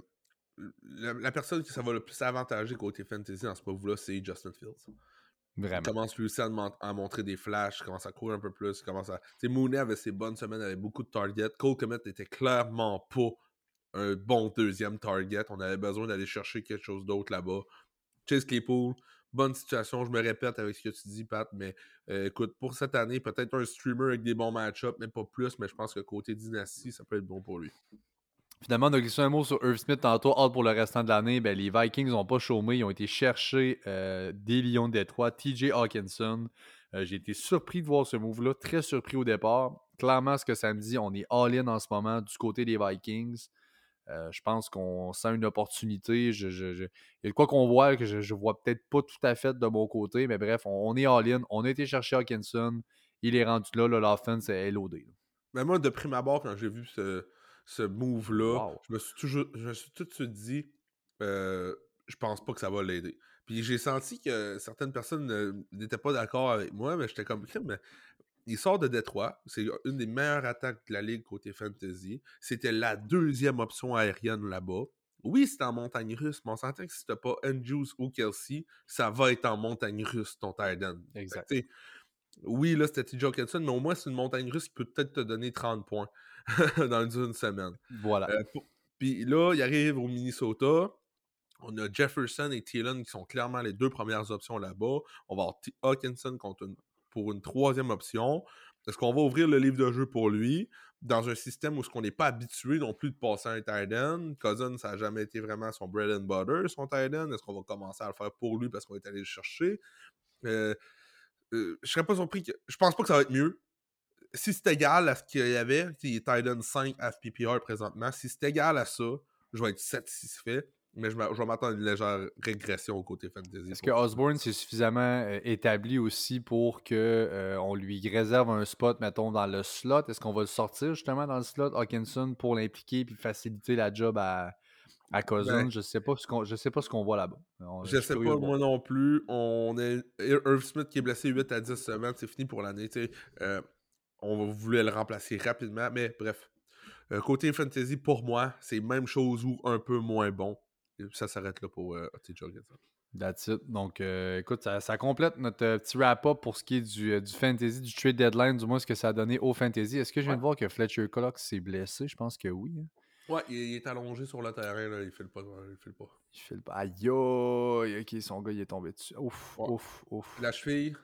la, la personne qui ça va le plus avantager côté fantasy dans ce move-là, c'est Justin Fields. Vraiment. Il commence lui aussi à, à montrer des flashs, il commence à courir un peu plus, il commence à... Tu sais, Mooney avait ses bonnes semaines, avait beaucoup de targets. Cole Kmet n'était clairement pas un bon deuxième target. On avait besoin d'aller chercher quelque chose d'autre là-bas. Chase Claypool, bonne situation, je me répète avec ce que tu dis, Pat, mais euh, écoute, pour cette année, peut-être un streamer avec des bons match-ups, mais pas plus, mais je pense que côté dynastie, ça peut être bon pour lui. Finalement, on a glissé un mot sur Irv Smith tantôt, hâte pour le restant de l'année. Ben, les Vikings n'ont pas chômé, ils ont été chercher euh, des Lions de Détroit, T J Hawkinson. Euh, j'ai été surpris de voir ce move-là, très surpris au départ. Clairement, ce que ça me dit, on est all-in en ce moment du côté des Vikings. Euh, je pense qu'on sent une opportunité. Je, je, je... Il y a quoi qu'on voit que je, je vois peut-être pas tout à fait de mon côté, mais bref, on, on est all-in. On a été chercher Hawkinson. Il est rendu là, là l'offense est loadée. Mais moi, de prime abord, quand j'ai vu ce... ce move-là, wow. je me suis toujours, je me suis tout de suite dit, euh, je pense pas que ça va l'aider. Puis j'ai senti que certaines personnes euh, n'étaient pas d'accord avec moi, mais j'étais comme, mais il sort de Détroit, c'est une des meilleures attaques de la ligue côté fantasy. C'était la deuxième option aérienne là-bas. Oui, c'est en montagne russe, mais on s'entend que si t'as pas Andrews ou Kelsey, ça va être en montagne russe ton tight end. Exact. Fait, oui, là, c'était T J Hawkinson, mais au moins, c'est une montagne russe qui peut peut-être te donner trente points dans une semaine. Voilà. Euh, Puis là, il arrive au Minnesota. On a Jefferson et Thielen qui sont clairement les deux premières options là-bas. On va avoir T- Hawkinson contre une, pour une troisième option. Est-ce qu'on va ouvrir le livre de jeu pour lui dans un système où ce qu'on n'est pas habitué non plus de passer un tight end? Cousins, ça n'a jamais été vraiment son bread and butter, son tight end. Est-ce qu'on va commencer à le faire pour lui parce qu'on est allé le chercher? Euh, euh, je serais pas surpris que... Je pense pas que ça va être mieux. Si c'est égal à ce qu'il y avait, il est tight end cinq F P P R présentement, si c'est égal à ça, je vais être satisfait. Mais je, je vais m'attendre à une légère régression au côté fantasy. Est-ce que Osborne c'est suffisamment euh, établi aussi pour qu'on euh, lui réserve un spot, mettons, dans le slot? Est-ce qu'on va le sortir justement dans le slot, Hawkinson, pour l'impliquer et faciliter la job à, à Cousins? Ben, je sais pas ce qu'on, je sais pas ce qu'on voit là-bas. On, je, je sais pas, moi non plus. On est Irv Smith qui est blessé huit à dix semaines, c'est fini pour l'année. Euh, on voulait le remplacer rapidement, mais bref. Euh, côté fantasy, pour moi, c'est même chose ou un peu moins bon. Ça s'arrête là pour euh, T J Hawkinson. That's it. Donc, euh, écoute, ça, ça complète notre euh, petit wrap-up pour ce qui est du, euh, du fantasy, du trade deadline, du moins ce que ça a donné au fantasy. Est-ce que je viens ouais. de voir que Fletcher Cox s'est blessé? Je pense que oui. Hein? Ouais, il, il est allongé sur le terrain, là. Il file pas. Il file pas. Il file pas. Aïe, aïe, ok, son gars, il est tombé dessus. Ouf, ouais. ouf, ouf. La cheville.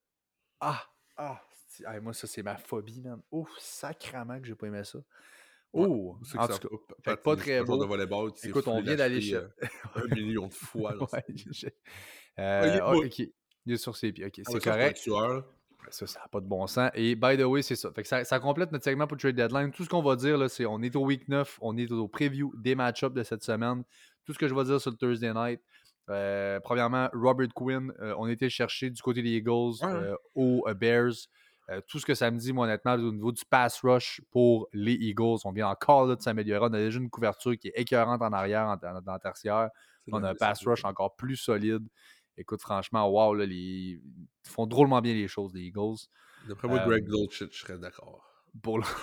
Ah, ah. Aïe, moi, ça, c'est ma phobie, man. Ouf, sacrament que j'ai pas aimé ça. Oh, ouais, en tout cas, pas très beau. De volleyball, écoute, on vient d'aller chez... Euh, un million de fois. Là, ouais, euh, il, est oh, okay. il est sur ses pieds. Ok, ah, c'est correct. Ça, ça n'a pas de bon sens. Et by the way, c'est ça. Fait que ça. Ça complète notre segment pour Trade Deadline. Tout ce qu'on va dire, là, c'est on est au week neuf, on est au preview des match-ups de cette semaine. Tout ce que je vais dire sur le Thursday night. Euh, premièrement, Robert Quinn, euh, on était chercher du côté des Eagles ouais. euh, aux uh, Bears. Euh, tout ce que ça me dit, moi, honnêtement, au niveau du pass rush pour les Eagles, on vient encore là, de s'améliorer. On a déjà une couverture qui est écœurante en arrière, en, en, dans la tertiaire. C'est on a un pass rush encore plus solide. Écoute, franchement, wow, là, les... ils font drôlement bien les choses, les Eagles. D'après moi, euh, Greg Goldshit, je serais d'accord. Pour le...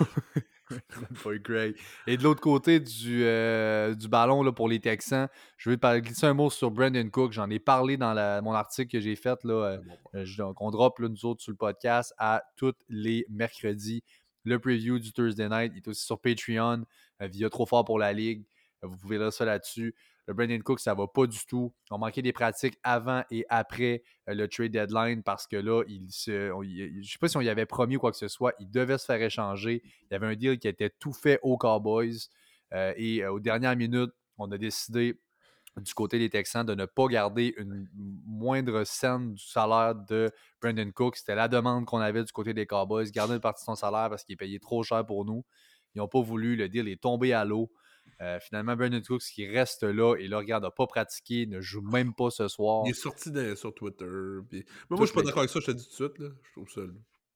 Greg. Et de l'autre côté du, euh, du ballon là, pour les Texans, je vais glisser un mot sur Brandon Cook. J'en ai parlé dans la, mon article que j'ai fait. Là, euh, je, qu'on drop là, nous autres sur le podcast à tous les mercredis. Le preview du Thursday night. Il est aussi sur Patreon euh, via Trop Fort pour la Ligue. Vous pouvez lire ça là-dessus. Le Brandon Cook, ça ne va pas du tout. On manquait des pratiques avant et après euh, le trade deadline parce que là, il se, on, il, je ne sais pas si on y avait promis ou quoi que ce soit. Il devait se faire échanger. Il y avait un deal qui était tout fait aux Cowboys. Euh, et euh, aux dernières minutes, on a décidé du côté des Texans de ne pas garder une moindre scène du salaire de Brandon Cook. C'était la demande qu'on avait du côté des Cowboys. Garder une partie de son salaire parce qu'il est payé trop cher pour nous. Ils n'ont pas voulu. Le deal est tombé à l'eau. Euh, finalement, Brandon Cooks qui reste là et là, regarde, n'a pas pratiqué, ne joue même pas ce soir. Il est sorti de, sur Twitter. Puis... Mais moi, je suis pas d'accord avec ça, je te dis tout de suite. Là. Je trouve ça.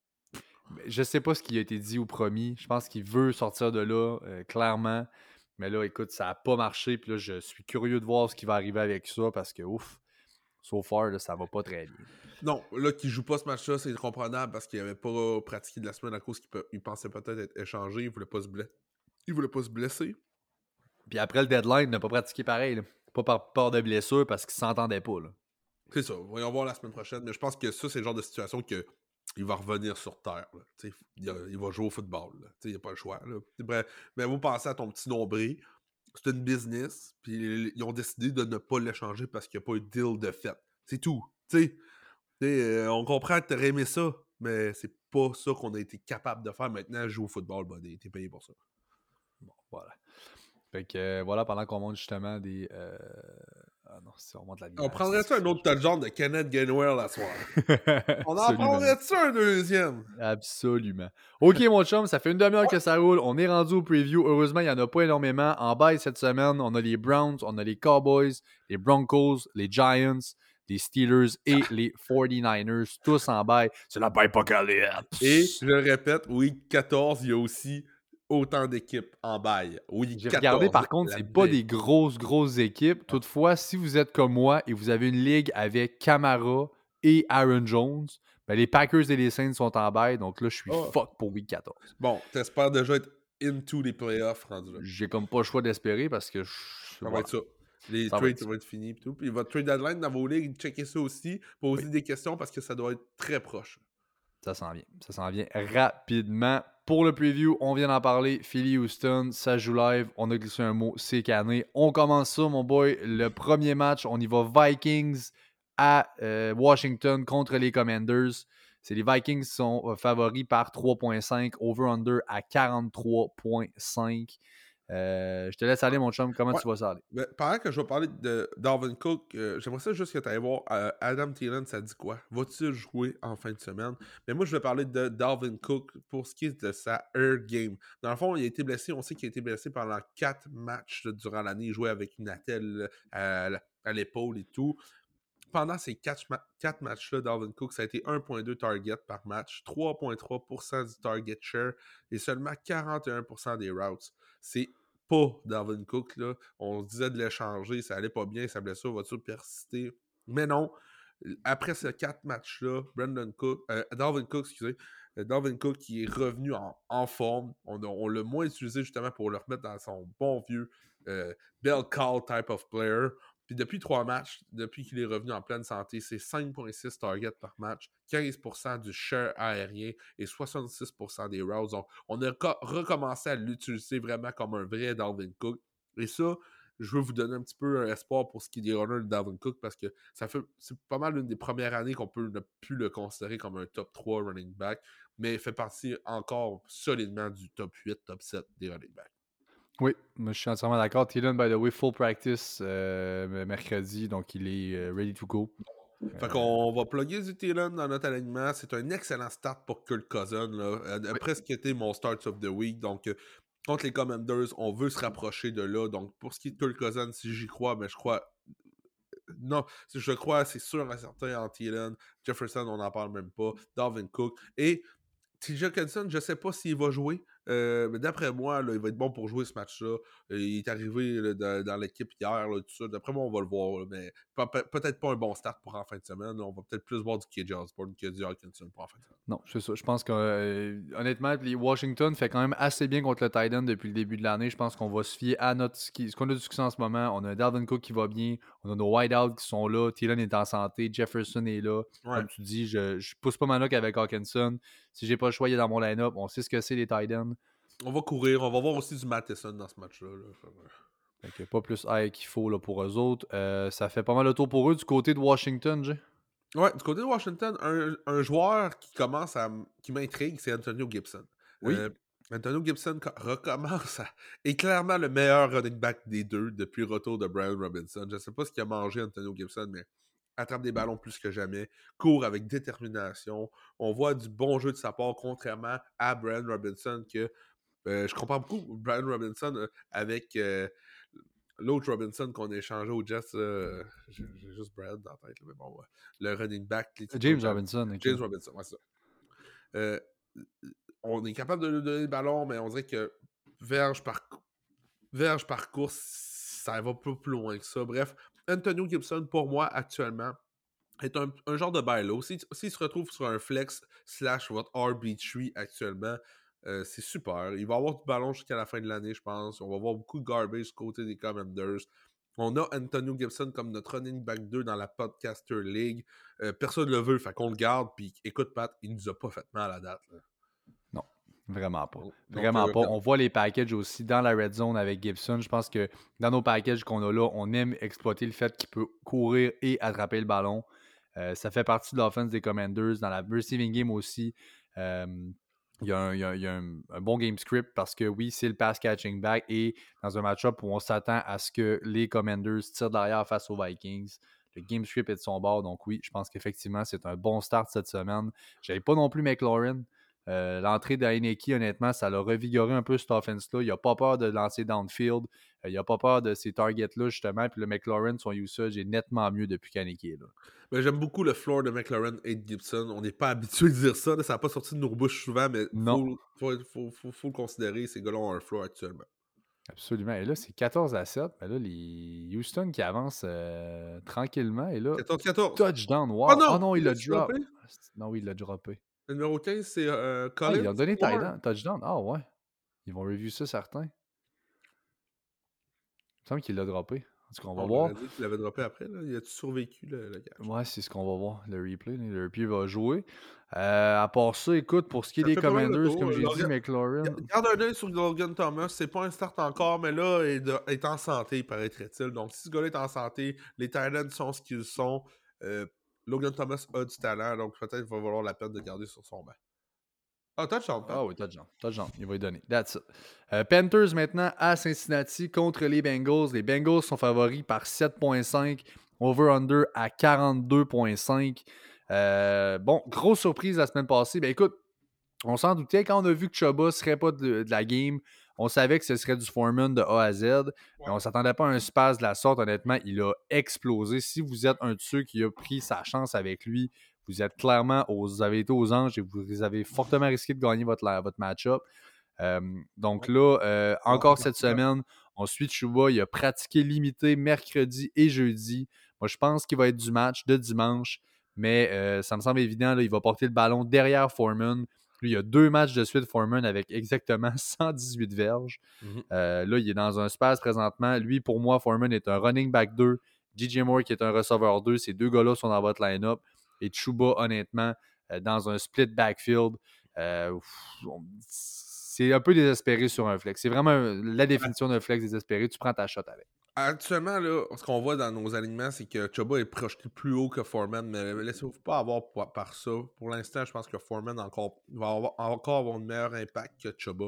Je sais pas ce qui a été dit ou promis. Je pense qu'il veut sortir de là, euh, clairement. Mais là, écoute, ça n'a pas marché. Puis là, je suis curieux de voir ce qui va arriver avec ça parce que, ouf, so far, là, ça va pas très bien. Non, là, qu'il joue pas ce match-là, c'est comprenable parce qu'il n'avait pas pratiqué de la semaine à cause qu'il peut... il pensait peut-être être échangé. Il voulait pas se blesser. Il voulait pas se blesser. Puis après le deadline, il n'a pas pratiqué pareil. Là. Pas par peur de blessure parce qu'il s'entendait pas. Là. C'est ça. Voyons voir la semaine prochaine. Mais je pense que ça, c'est le genre de situation que il va revenir sur terre. Là. Il, a, il va jouer au football. Là. Il n'y a pas le choix. Là. Bref, mais vous pensez à ton petit nombril. C'est une business. Puis ils ont décidé de ne pas l'échanger parce qu'il n'y a pas eu de deal de fait. C'est tout. T'sais, t'sais, euh, on comprend que tu aurais aimé ça, mais c'est pas ça qu'on a été capable de faire. Maintenant, joue au football, buddy. T'es payé pour ça. Bon, voilà. Fait que euh, voilà, pendant qu'on monte justement des. Euh... Ah non, c'est vraiment de la vie. On prendrait-tu un autre touchdown de Kenneth Gainwell la soir? On en prendrait-tu un deuxième? Absolument. Ok, mon chum, ça fait une demi-heure que ça roule. On est rendu au preview. Heureusement, il n'y en a pas énormément. En bail cette semaine, on a les Browns, on a les Cowboys, les Broncos, les Giants, les Steelers et les forty-niners, tous en bail. C'est la bail apocalypse. Et je le répète, week quatorze, il y a aussi autant d'équipes en bail. Oui, j'ai regardé, par contre, c'est pas des grosses, grosses équipes. Toutefois, si vous êtes comme moi et vous avez une ligue avec Kamara et Aaron Jones, ben les Packers et les Saints sont en bail. Donc là, je suis oh. fuck pour week quatorze. Bon, t'espères déjà être into les playoffs rendu là. J'ai comme pas le choix d'espérer parce que... Je... Ça voilà. va être ça. Les ça trades vont être finis et tout. Puis votre trade deadline dans vos ligues, checkez ça aussi. Posez oui. des questions parce que ça doit être très proche. Ça s'en vient. Ça s'en vient rapidement. pour le preview, on vient d'en parler. Philly-Houston, ça joue live. On a glissé un mot, c'est cané. On commence ça, mon boy. Le premier match, on y va Vikings à euh, Washington contre les Commanders. C'est les Vikings qui sont euh, favoris par trois virgule cinq, over-under à quarante-trois virgule cinq. Euh, je te laisse aller, mon chum. Comment Ouais. tu vas ça aller? Ben, pendant que je vais parler de Dalvin Cook, euh, j'aimerais ça juste que tu ailles voir euh, Adam Thielen, ça dit quoi? Va-t-il jouer en fin de semaine? Mais moi, je vais parler de Dalvin Cook pour ce qui est de sa Air Game. Dans le fond, il a été blessé. On sait qu'il a été blessé pendant quatre matchs là, durant l'année. Il jouait avec une attelle à, à l'épaule et tout. Pendant ces quatre, ma- quatre matchs-là, Dalvin Cook, ça a été un virgule deux targets par match, trois virgule trois pour cent du target share et seulement quarante et un pour cent des routes. C'est pas Dalvin Cook, là. On se disait de l'échanger, ça allait pas bien, sa blessure va-t-il persister? Mais non. Après ces quatre matchs-là, Brandon Cook, euh, Dalvin Cook, excusez, euh, Dalvin Cook qui est revenu en, en forme. On, a, on l'a moins utilisé justement pour le remettre dans son bon vieux euh, bell call type of player. Puis depuis trois matchs, depuis qu'il est revenu en pleine santé, c'est cinq virgule six targets par match, quinze pour cent du share aérien et soixante-six pour cent des routes. Donc, on a co- recommencé à l'utiliser vraiment comme un vrai Dalvin Cook. Et ça, je veux vous donner un petit peu un espoir pour ce qui est des runners de Dalvin Cook parce que ça fait c'est pas mal une des premières années qu'on peut ne plus le considérer comme un top trois running back, mais il fait partie encore solidement du top huit, top sept des running backs. Oui, moi je suis entièrement d'accord. Thielen, by the way, full practice euh, mercredi, donc il est euh, ready to go. Fait qu'on va plugger du Thielen dans notre alignement. C'est un excellent start pour Kirk Cousin. Là. Euh, Oui. Presque été mon start of the week. Donc, euh, contre les Commanders, on veut se rapprocher de là. Donc, pour ce qui est de Kirk Cousin, si j'y crois, mais je crois. Non, je crois, c'est sûr et certain en Thielen. Jefferson, on n'en parle même pas. Dalvin Cook. Et T J Hawkinson, je ne sais pas s'il va jouer, euh, mais d'après moi, là, il va être bon pour jouer ce match-là. Euh, il est arrivé là, dans, dans l'équipe hier, là, tout ça. D'après moi, on va le voir, là, mais pe- pe- peut-être pas un bon start pour en fin de semaine. Là. On va peut-être plus voir du K J Osborne que du Hawkinson pour en fin de semaine. Non, c'est ça. Je pense que euh, honnêtement, les Washington fait quand même assez bien contre le Titan depuis le début de l'année. Je pense qu'on va se fier à notre ce qu'on a du succès en ce moment. On a un Dalvin Cook qui va bien. On a nos wideouts qui sont là. Thielen est en santé. Jefferson est là. Ouais. Comme tu dis, je, je pousse pas ma note avec Hawkinson. Si j'ai pas le choix, il est dans mon line-up. On sait ce que c'est les Titans. On va courir. On va voir aussi du Matheson dans ce match-là. Là. Fait que pas plus high qu'il faut là, pour eux autres. Euh, ça fait pas mal le tour pour eux du côté de Washington, Jay. Ouais, du côté de Washington, un, un joueur qui commence à m- qui m'intrigue, c'est Antonio Gibson. Oui. Euh, Antonio Gibson co- recommence à est clairement le meilleur running back des deux depuis le retour de Brian Robinson. Je ne sais pas ce qu'il a mangé Antonio Gibson, mais attrape des ballons plus que jamais, court avec détermination. On voit du bon jeu de sa part, contrairement à Brian Robinson, que euh, je compare beaucoup Brian Robinson euh, avec euh, l'autre Robinson qu'on a échangé aux Jets. Euh, j'ai j'ai juste Brad dans la tête, là, mais bon, ouais. Le running back. les petits James coachs, Robinson. ok. James Robinson, ouais, c'est ça. Euh, on est capable de lui donner le ballon, mais on dirait que verge par, verge par course, ça va pas plus loin que ça. Bref, Antonio Gibson, pour moi, actuellement, est un, un genre de bailo. S'il s'il se retrouve sur un flex slash votre R B trois actuellement, euh, c'est super. Il va avoir du ballon jusqu'à la fin de l'année, je pense. On va voir beaucoup de garbage du côté des Commanders. On a Antonio Gibson comme notre running back deux dans la Podcaster League. Euh, personne ne le veut, fait qu'on le garde. Puis écoute, Pat, il nous a pas fait mal à la date. Là. Non, vraiment pas. Donc, Vraiment euh, pas. On voit les packages aussi dans la red zone avec Gibson. Je pense que dans nos packages qu'on a là, on aime exploiter le fait qu'il peut courir et attraper le ballon. Euh, ça fait partie de l'offense des Commanders. Dans la receiving game aussi, euh, il y a, un, il y a, il y a un, un bon game script parce que oui, c'est le pass catching back et dans un match-up où on s'attend à ce que les Commanders tirent derrière face aux Vikings. Le game script est de son bord. Donc oui, je pense qu'effectivement, c'est un bon start cette semaine. J'avais pas non plus McLaurin. Euh, l'entrée d'Heineke, honnêtement, ça l'a revigoré un peu cette offense-là. Il n'a pas peur de lancer downfield. Euh, il n'a pas peur de ces targets-là, justement. Puis le McLaurin, son usage est nettement mieux depuis qu'Heineke est là. Ben, j'aime beaucoup le floor de McLaurin et de Gibson. On n'est pas habitué de dire ça. Là. Ça n'a pas sorti de nos bouches souvent, mais il faut, faut, faut, faut, faut le considérer. Ces gars-là ont un floor actuellement. Absolument. Et là, c'est quatorze à sept. Mais là, les Houston qui avancent euh, tranquillement. Et là, quatorze quatorze. touchdown. Wow. Oh non! Oh non, il l'a l'a-tu drop. droppé? Non, oui, il l'a droppé. Le numéro quinze, c'est euh, Ah, Collins. ils ont donné Moore. touchdown. touchdown. Ah ouais. Ils vont review ça, certains. Il me semble qu'il l'a droppé. C'est ce qu'on va On voir. aurait dit qu'il l'avait droppé après. Là. Il a-tu survécu le, le catch? Ouais, c'est ce qu'on va voir. Le replay, là, le replay va jouer. Euh, à part ça, écoute, pour ce qui est Ça des fait pas mal le Commanders, tour. comme j'ai Logan- dit, McLaurin. Garde un œil sur Logan Thomas. C'est pas un start encore, mais là, il do- est en santé, paraîtrait-il. Donc, si ce gars-là est en santé, les Titans sont ce qu'ils sont. Euh, Logan Thomas a du talent, donc peut-être qu'il va valoir la peine de garder sur son banc. Ah, touchdown, Pat. Ah oui, touchdown. Touchdown. Il va y donner. That's it. Euh, Panthers maintenant à Cincinnati contre les Bengals. Les Bengals sont favoris par sept virgule cinq. Over-under à quarante-deux virgule cinq. Euh, bon, grosse surprise la semaine passée. Ben écoute, on s'en doutait quand on a vu que Chuba ne serait pas de, de la game. On savait que ce serait du Foreman de A à Z. Ouais. Mais on ne s'attendait pas à un space de la sorte. Honnêtement, il a explosé. Si vous êtes un de ceux qui a pris sa chance avec lui, vous êtes clairement, aux, vous avez été aux anges et vous avez fortement risqué de gagner votre, votre match-up. Euh, donc là, euh, encore cette semaine, on suit Chuba. Il a pratiqué limité mercredi et jeudi. Moi, je pense qu'il va être du match de dimanche. Mais euh, ça me semble évident, là, il va porter le ballon derrière Foreman. Lui, il y a deux matchs de suite Foreman avec exactement cent dix-huit verges. Mm-hmm. Euh, là, il est dans un space présentement. Lui, pour moi, Foreman est un running back deux. D J Moore qui est un receveur deux. Ces deux gars-là sont dans votre line-up. Et Chuba, honnêtement, euh, dans un split backfield, euh, c'est un peu désespéré sur un flex. C'est vraiment la définition d'un flex désespéré. Tu prends ta shot avec. Actuellement, là, ce qu'on voit dans nos alignements, c'est que Chuba est projeté plus haut que Foreman, mais laissez-vous pas avoir par, par ça. Pour l'instant, je pense que Foreman encore, va avoir, encore avoir un meilleur impact que Chuba.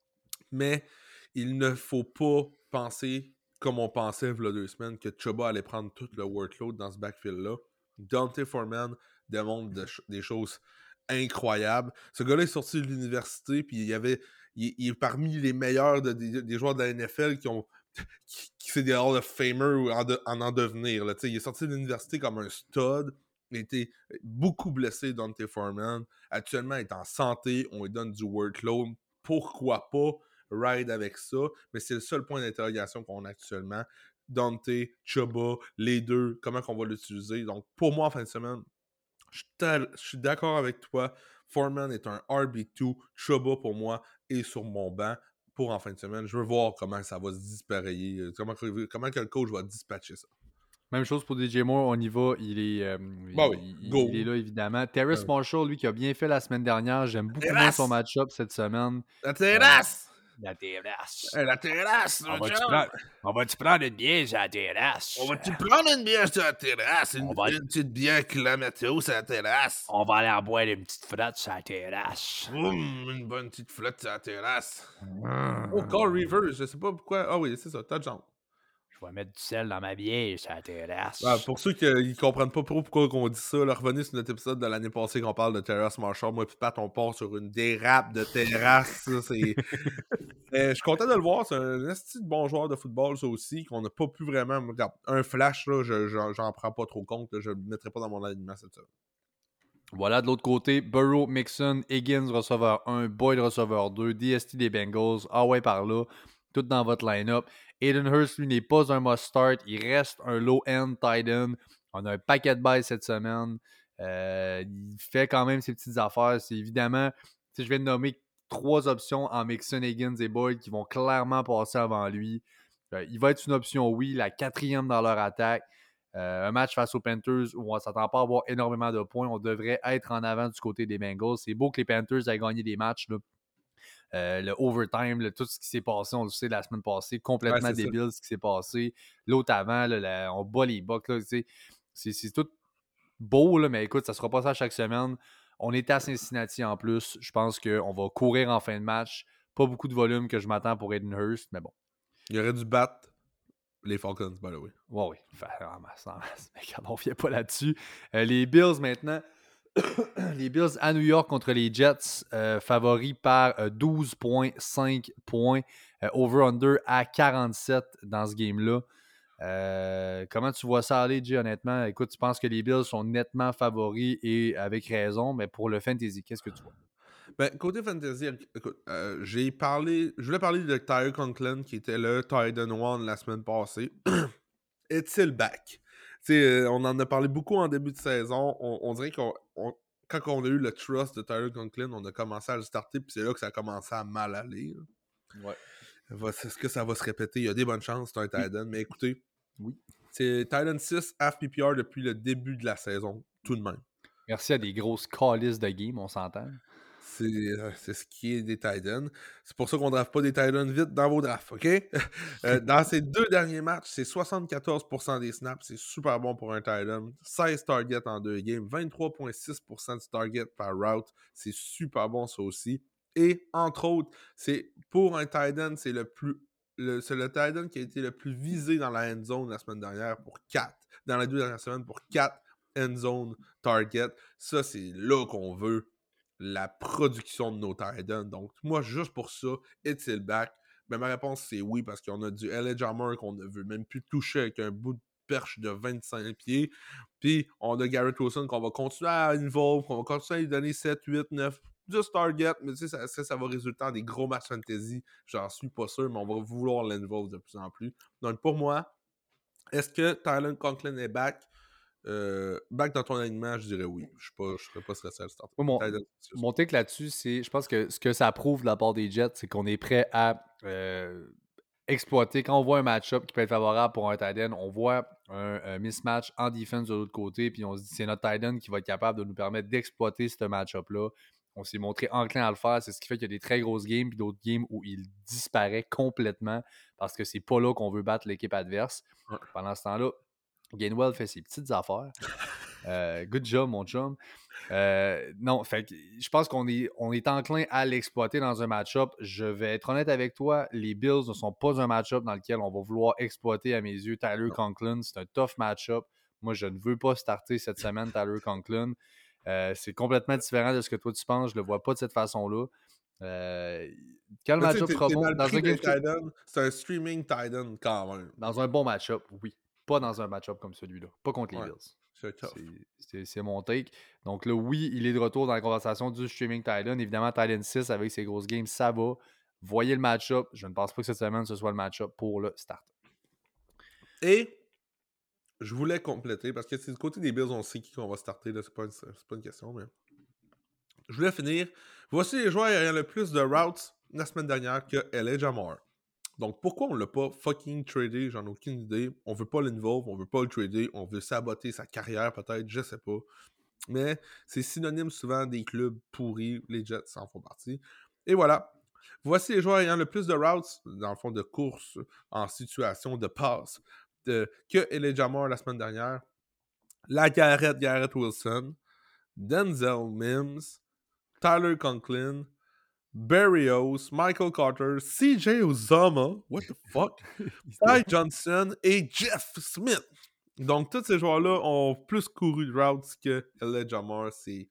Mais il ne faut pas penser, comme on pensait il y a deux semaines, que Chuba allait prendre tout le workload dans ce backfield-là. Dante Foreman démontre de, des choses incroyables. Ce gars-là est sorti de l'université, puis il, y avait, il, il est parmi les meilleurs de, des, des joueurs de la N F L qui ont qui, qui c'est des Hall of Famer ou en, de, en en devenir. Là. Il est sorti de l'université comme un stud. Il a été beaucoup blessé, Dante Foreman. Actuellement, il est en santé. On lui donne du workload. Pourquoi pas ride avec ça? Mais c'est le seul point d'interrogation qu'on a actuellement. Dante, Chuba, les deux, comment on va l'utiliser? Donc, pour moi, en fin de semaine, je suis d'accord avec toi. Foreman est un R B deux. Chuba, pour moi, est sur mon banc. Pour en fin de semaine, je veux voir comment ça va se disparailler, comment, comment que le coach va dispatcher ça. Même chose pour D J Moore, on y va, il est, euh, bah il, oui, il, il est là évidemment. Terrace ouais. Marshall, lui qui a bien fait la semaine dernière, j'aime beaucoup moins son match-up cette semaine. La terrasse! Euh, la terrasse! Hey, la terrasse! On va-tu prendre, on va prendre une bière sur la terrasse? On va-tu prendre une bière sur la terrasse? Une, va... une petite bière kilométro sur la terrasse? On va aller en boire une petite flotte sur la terrasse. Mmh, une bonne petite flotte sur la terrasse. Mmh. Oh, Call Reverse, je sais pas pourquoi. Ah oui, c'est ça, touchdown. Je vais mettre du sel dans ma bière sur la terrasse. Ah, pour ceux qui ne comprennent pas trop pourquoi on dit ça, là, revenez sur notre épisode de l'année passée qu'on parle de Terrace Marshall. Moi et Pat, on part sur une dérape de terrasse. Ça, c'est... euh, je suis content de le voir. C'est un esti de bon joueur de football, ça aussi, qu'on n'a pas pu vraiment... Regarde, un flash, là, je, j'en, j'en prends pas trop compte. Là, je ne le mettrai pas dans mon alignement cette semaine. Voilà, de l'autre côté, Burrow, Mixon, Higgins, receveur un, Boyd, receveur deux, D S T des Bengals, ah ouais par là, tout dans votre line-up. Aiden Hurst, lui, n'est pas un must-start. Il reste un low-end tight end. On a un paquet de bails cette semaine. Euh, il fait quand même ses petites affaires. C'est évidemment, je viens de nommer trois options en Mixon, Higgins et Boyd qui vont clairement passer avant lui. Euh, il va être une option, oui, la quatrième dans leur attaque. Euh, un match face aux Panthers où on ne s'attend pas à avoir énormément de points. On devrait être en avant du côté des Bengals. C'est beau que les Panthers aient gagné des matchs, là. Euh, le overtime, le, tout ce qui s'est passé, on le sait la semaine passée, complètement ouais, débile ça. Ce qui s'est passé. L'autre avant, là, la, on bat les Bucks. Là, c'est, c'est tout beau, là, mais écoute, ça ne sera pas ça chaque semaine. On est à Cincinnati en plus. Je pense qu'on va courir en fin de match. Pas beaucoup de volume que je m'attends pour Aiden Hurst, mais bon. Il aurait dû battre les Falcons, by the way. Ouais, oui, enfin, en masse, en masse. Mais on ne vient pas là-dessus. Euh, les Bills maintenant. Les Bills à New York contre les Jets, euh, favoris par euh, douze virgule cinq points. Euh, over-under à quarante-sept dans ce game-là. Euh, comment tu vois ça aller, Jay, honnêtement? Écoute, tu penses que les Bills sont nettement favoris et avec raison, mais pour le fantasy, qu'est-ce que tu vois? Ben, côté fantasy, écoute, euh, j'ai parlé, je voulais parler de Tyler Conklin qui était le Titan One la semaine passée. Est-il back? T'sais, on en a parlé beaucoup en début de saison. On, on dirait qu'on on, quand on a eu le trust de Tyler Conklin, on a commencé à le starter, puis c'est là que ça a commencé à mal aller. Ouais. Est-ce que ça va se répéter? Il y a des bonnes chances, c'est un tight end. Mais écoutez, Oui. C'est Titan six half P P R depuis le début de la saison, tout de même. Merci à des grosses calices de game, on s'entend. C'est, euh, c'est ce qui est des Titans. C'est pour ça qu'on ne draft pas des Titans vite dans vos drafts, OK? euh, dans ces deux derniers matchs, c'est soixante-quatorze pour cent des snaps. C'est super bon pour un Titan. seize targets en deux games. vingt-trois virgule six pour cent du target par route. C'est super bon, ça aussi. Et, entre autres, c'est pour un Titan, c'est le plus... Le, c'est le Titan qui a été le plus visé dans la end zone la semaine dernière pour quatre. Dans les deux dernières semaines, pour quatre end zone targets. Ça, c'est là qu'on veut la production de nos Titans. Donc, moi, juste pour ça, est-il back? Ben, ma réponse, c'est oui, parce qu'on a du L A Jammer qu'on ne veut même plus toucher avec un bout de perche de vingt-cinq pieds. Puis, on a Garrett Wilson qu'on va continuer à involve, qu'on va continuer à lui donner sept, huit, neuf, dix targets. Mais tu sais, ça, ça, ça va résulter en des gros matchs fantasy. J'en suis pas sûr, mais on va vouloir l'involve de plus en plus. Donc, pour moi, est-ce que Tyler Conklin est back? Euh, back dans ton alignement, je dirais oui. Je ne serais pas stressé à le start. Mon, mon take là-dessus, c'est je pense que ce que ça prouve de la part des Jets, c'est qu'on est prêt à euh, exploiter. Quand on voit un match-up qui peut être favorable pour un tight end, on voit un, un mismatch en defense de l'autre côté, puis on se dit c'est notre tight end qui va être capable de nous permettre d'exploiter ce match-up-là. On s'est montré enclin à le faire. C'est ce qui fait qu'il y a des très grosses games puis d'autres games où il disparaît complètement parce que c'est pas là qu'on veut battre l'équipe adverse. Ouais. Pendant ce temps-là, Gainwell fait ses petites affaires. Euh, good job, mon chum. Euh, non, fait que je pense qu'on est, on est enclin à l'exploiter dans un match-up. Je vais être honnête avec toi, les Bills ne sont pas un match-up dans lequel on va vouloir exploiter à mes yeux Tyler Conklin. C'est un tough match-up. Moi, je ne veux pas starter cette semaine Tyler Conklin. Euh, c'est complètement différent de ce que toi tu penses. Je ne le vois pas de cette façon-là. Euh, quand le match-up sera bon, dans un game Titan, c'est un streaming Titan quand même. Dans un bon match-up, oui. Pas dans un match-up comme celui-là. Pas contre les ouais, Bills. C'est, c'est, c'est mon take. Donc là, oui, il est de retour dans la conversation du streaming Titan. Évidemment, Titan six avec ses grosses games, ça va. Voyez le match-up. Je ne pense pas que cette semaine, ce soit le match-up pour le start. Et je voulais compléter, parce que c'est du côté des Bills, on sait qui qu'on va starter. Là, c'est, pas une, c'est pas une question, mais... Je voulais finir. Voici les joueurs ayant le plus de routes la semaine dernière que L A Jamar. Donc, pourquoi on l'a pas fucking tradé? J'en ai aucune idée. On veut pas l'involve, on veut pas le trader, on veut saboter sa carrière peut-être, je sais pas. Mais c'est synonyme souvent des clubs pourris, les Jets en font partie. Et voilà. Voici les joueurs ayant le plus de routes, dans le fond, de course en situation de passe de, que L A Jamar la semaine dernière. La Garrett, Garrett Wilson, Denzel Mims, Tyler Conklin, Berrios, Michael Carter, C J Uzomah, what the fuck, Ty Johnson et Jeff Smith. Donc, tous ces joueurs-là ont plus couru de routes que L A Jamar. C'est...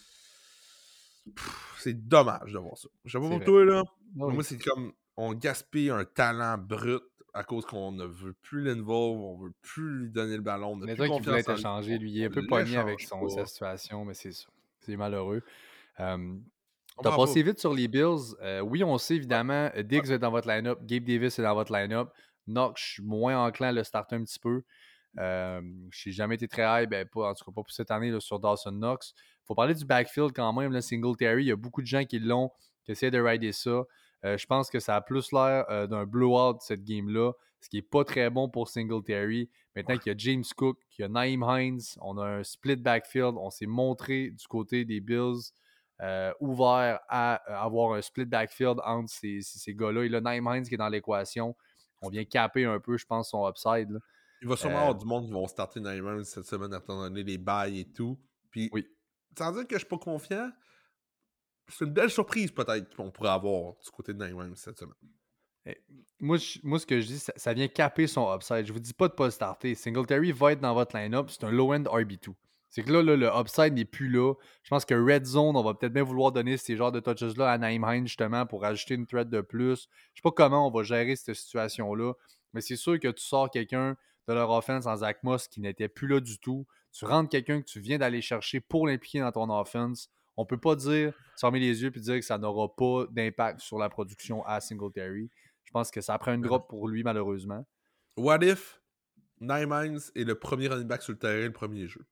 Pff, c'est dommage de voir ça. Je sais pas pour toi, là. Non, moi, c'est comme on gaspille un talent brut à cause qu'on ne veut plus l'involve, on veut plus lui donner le ballon. On mais toi qui voulait être échangé, lui, il est un peu pogné avec son, sa situation, mais c'est ça. C'est malheureux. Euh, T'as passé vite sur les Bills. Euh, oui, on sait évidemment, ouais. Diggs est dans votre line-up, Gabe Davis est dans votre line-up. Knox, je suis moins enclin à le starter un petit peu. Euh, je n'ai jamais été très high, ben, pas, en tout cas pas pour cette année là, sur Dawson Knox. Il faut parler du backfield quand même, le Singletary. Il y a beaucoup de gens qui l'ont, qui essaient de rider ça. Euh, je pense que ça a plus l'air euh, d'un blowout cette game-là, ce qui n'est pas très bon pour Singletary. Maintenant ouais. qu'il y a James Cook, qu'il y a Nyheim Hines, on a un split backfield. On s'est montré du côté des Bills. Euh, ouvert à euh, avoir un split backfield entre ces, ces, ces gars-là. Et là, Nyheim Hines qui est dans l'équation. On vient caper un peu, je pense, son upside. Là. Il va sûrement euh... avoir du monde qui vont starter Nyheim Hines cette semaine, étant donné les bails et tout. Puis, oui. sans dire que je suis pas confiant, c'est une belle surprise peut-être qu'on pourrait avoir du côté de Nyheim Hines cette semaine. Et moi, je, moi, ce que je dis, ça, ça vient caper son upside. Je vous dis pas de pas le starter. Singletary va être dans votre line-up. C'est un low-end R B deux. C'est que là, là, le upside n'est plus là. Je pense que Red Zone, on va peut-être bien vouloir donner ces genres de touches-là à Nyheim Hines, justement, pour ajouter une threat de plus. Je sais pas comment on va gérer cette situation-là, mais c'est sûr que tu sors quelqu'un de leur offense en Zach Moss qui n'était plus là du tout. Tu rentres quelqu'un que tu viens d'aller chercher pour l'impliquer dans ton offense. On peut pas dire, fermer les yeux et dire que ça n'aura pas d'impact sur la production à Singletary. Je pense que ça prend une drop pour lui, malheureusement. What if Nyheim Hines est le premier running back sur le terrain, le premier jeu?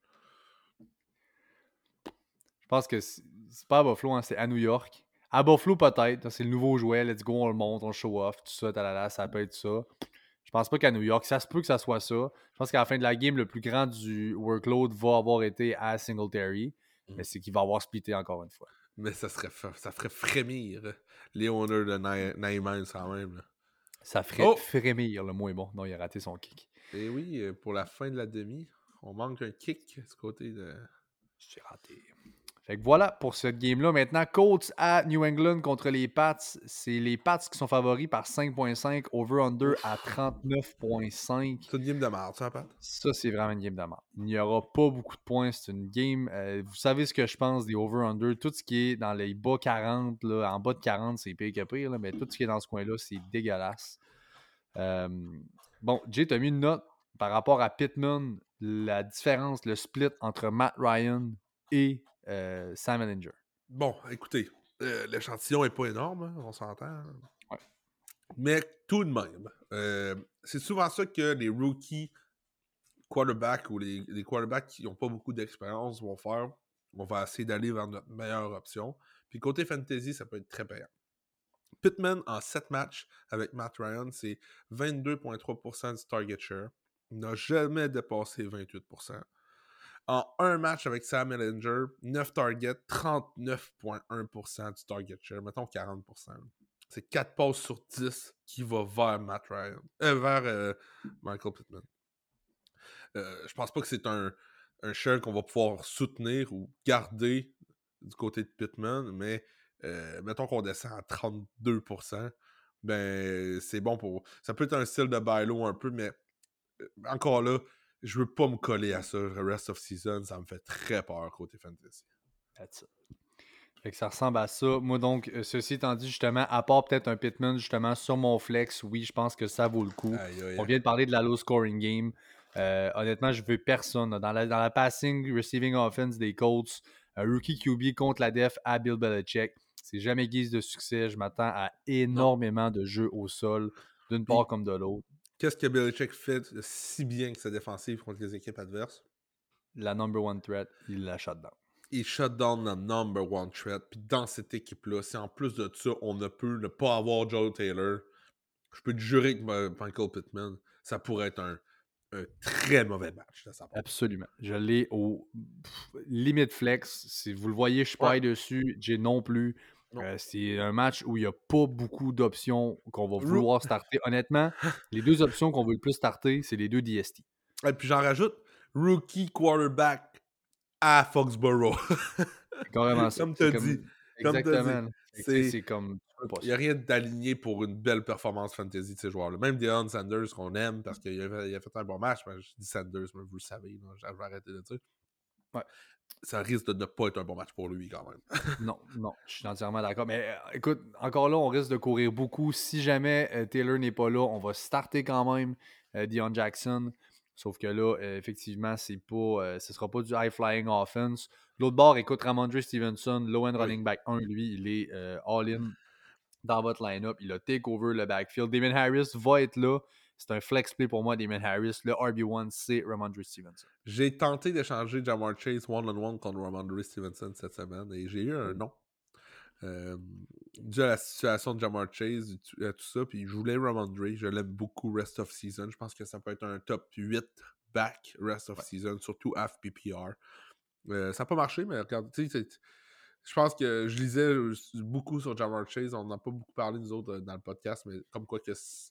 Je pense que c'est, c'est pas à Buffalo, hein, c'est à New York. À Buffalo, peut-être. C'est le nouveau jouet. Let's go, on le monte, on le show off. Tout ça, talala, ça peut être ça. Je pense pas qu'à New York, ça se peut que ça soit ça. Je pense qu'à la fin de la game, le plus grand du workload va avoir été à Singletary, mm. mais c'est qu'il va avoir splitté encore une fois. Mais ça serait ça ferait frémir les owners de Nine quand même. Là. Ça ferait oh! frémir le moins bon. Non, il a raté son kick. Et oui, pour la fin de la demi, on manque un kick du côté de... J'ai raté. Fait que voilà pour cette game-là. Maintenant, Colts à New England contre les Pats. C'est les Pats qui sont favoris par cinq virgule cinq, over-under à trente-neuf virgule cinq. C'est une game de merde, ça, Pat? Ça, c'est vraiment une game de merde. Il n'y aura pas beaucoup de points. C'est une game... Euh, vous savez ce que je pense des over-under. Tout ce qui est dans les bas quarante, là, en bas de quarante, c'est pire que pire, là, mais tout ce qui est dans ce coin-là, c'est dégueulasse. Euh, bon, Jay, tu as mis une note par rapport à Pittman, la différence, le split entre Matt Ryan et euh, Sam Ehlinger. Bon, écoutez, euh, l'échantillon n'est pas énorme, hein, on s'entend. Ouais. Mais tout de même, euh, c'est souvent ça que les rookies quarterbacks ou les, les quarterbacks qui n'ont pas beaucoup d'expérience vont faire. On va essayer d'aller vers notre meilleure option. Puis côté fantasy, ça peut être très payant. Pittman, en sept matchs avec Matt Ryan, c'est vingt-deux virgule trois pour cent du target share. Il n'a jamais dépassé vingt-huit pour cent. En un match avec Sam Ehlinger, neuf targets, trente-neuf virgule un pour cent du target share. Mettons quarante pour cent. C'est quatre passes sur dix qui va vers Matt Ryan. Euh, vers euh, Michael Pittman. Euh, je pense pas que c'est un, un share qu'on va pouvoir soutenir ou garder du côté de Pittman, mais euh, mettons qu'on descend à trente-deux pour cent. Ben, c'est bon pour... Ça peut être un style de buy low un peu, mais euh, encore là, je veux pas me coller à ça. Le rest of season, ça me fait très peur côté fantasy. That's it. Fait que ça ressemble à ça. Moi, donc, euh, ceci étant dit, justement, à part peut-être un Pittman, justement, sur mon flex, oui, je pense que ça vaut le coup. Aïe, aïe, aïe. On vient de parler de la low scoring game. Euh, honnêtement, je veux personne. Dans la, dans la passing, receiving offense des Colts, un rookie Q B contre la def à Bill Belichick, c'est jamais guise de succès. Je m'attends à énormément non. de jeux au sol, d'une part comme de l'autre. Qu'est-ce que Belichick fait si bien que sa défensive contre les équipes adverses? La number one threat, il la shut down. Il shut down la number one threat. Puis dans cette équipe-là, si en plus de ça, on ne peut ne pas avoir Joe Taylor, je peux te jurer que Michael Pittman, ça pourrait être un, un très mauvais match de sa part. Absolument. Je l'ai au pff, limite flex. Si vous le voyez, je paille ouais. dessus. J'ai non plus. Non. Euh, c'est un match où il n'y a pas beaucoup d'options qu'on va vouloir starter. Honnêtement, les deux options qu'on veut le plus starter, c'est les deux D S T. Et puis j'en rajoute, rookie quarterback à Foxborough. C'est carrément ça. Comme tu as dit. Exactement. C'est, c'est comme... Il n'y a rien d'aligné pour une belle performance fantasy de ces joueurs-là. Même Deion Sanders, qu'on aime parce qu'il a fait, il a fait un bon match, mais je dis Sanders, mais vous le savez, là, je vais arrêter de dire. Ouais. Ça risque de ne pas être un bon match pour lui quand même. non, non, je suis entièrement d'accord. Mais euh, écoute, encore là, on risque de courir beaucoup. Si jamais euh, Taylor n'est pas là, on va starter quand même euh, Deion Jackson. Sauf que là, euh, effectivement, c'est pas, euh, ce ne sera pas du high-flying offense. L'autre bord, écoute, Ramondre Stevenson, low-end running oui. back un, lui, il est euh, all-in dans votre line-up. Il a take over le backfield. Damon Harris va être là. C'est un flex play pour moi, Damon Harris. Le R B un, c'est Ramondre Stevenson. J'ai tenté d'échanger Ja'Marr Chase one-on-one contre Ramondre Stevenson cette semaine et j'ai eu un non. Euh, dû à la situation de Ja'Marr Chase, à tout ça, puis je voulais Ramondre. Je l'aime beaucoup rest of season. Je pense que ça peut être un top huit back rest of ouais. season, surtout half P P R. Euh, ça n'a pas marché, mais regarde, tu sais, je pense que je lisais beaucoup sur Ja'Marr Chase. On n'en a pas beaucoup parlé, nous autres, dans le podcast, mais comme quoi que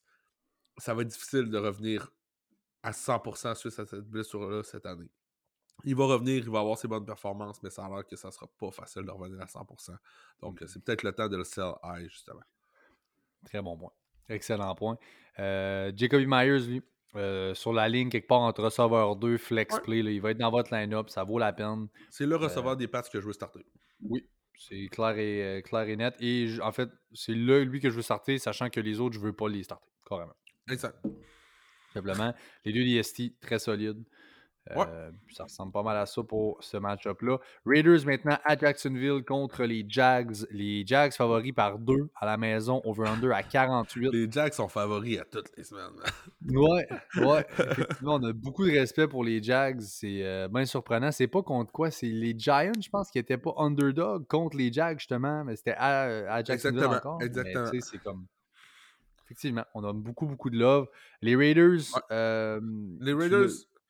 ça va être difficile de revenir à cent pour cent suite à cette blessure-là cette année. Il va revenir, il va avoir ses bonnes performances, mais ça a l'air que ça ne sera pas facile de revenir à cent pour cent. Donc, c'est peut-être le temps de le sell high, justement. Très bon point. Excellent point. Euh, Jacoby Myers, lui, euh, sur la ligne, quelque part entre receveur deux, flex ouais. play, là, il va être dans votre line-up, ça vaut la peine. C'est le receveur euh, des Pats que je veux starter. Oui, c'est clair et, euh, clair et net. Et en fait, c'est là, lui, que je veux starter, sachant que les autres, je ne veux pas les starter, carrément. Exact. Simplement, les deux D S T, très solides. Ouais. Euh, ça ressemble pas mal à ça pour ce match-up-là. Raiders maintenant à Jacksonville contre les Jags. Les Jags favoris par deux à la maison, over-under à quarante-huit. Les Jags sont favoris à toutes les semaines. ouais, ouais. Effectivement, on a beaucoup de respect pour les Jags. C'est euh, bien surprenant. C'est pas contre quoi? C'est les Giants, je pense, qui n'étaient pas underdog contre les Jags, justement. Mais c'était à, à Jacksonville exactement, encore. Exactement. Mais, c'est comme... Effectivement, on a beaucoup, beaucoup de love. Les Raiders... Ouais. Euh, les Raiders,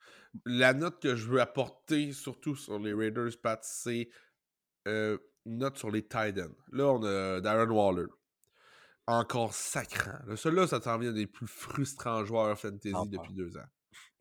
la note que je veux apporter, surtout sur les Raiders, Pat, c'est euh, une note sur les Titans. Là, on a Darren Waller. Encore sacrant. Là, celui-là, ça t'en vient des plus frustrants joueurs fantasy Ah, depuis deux ans.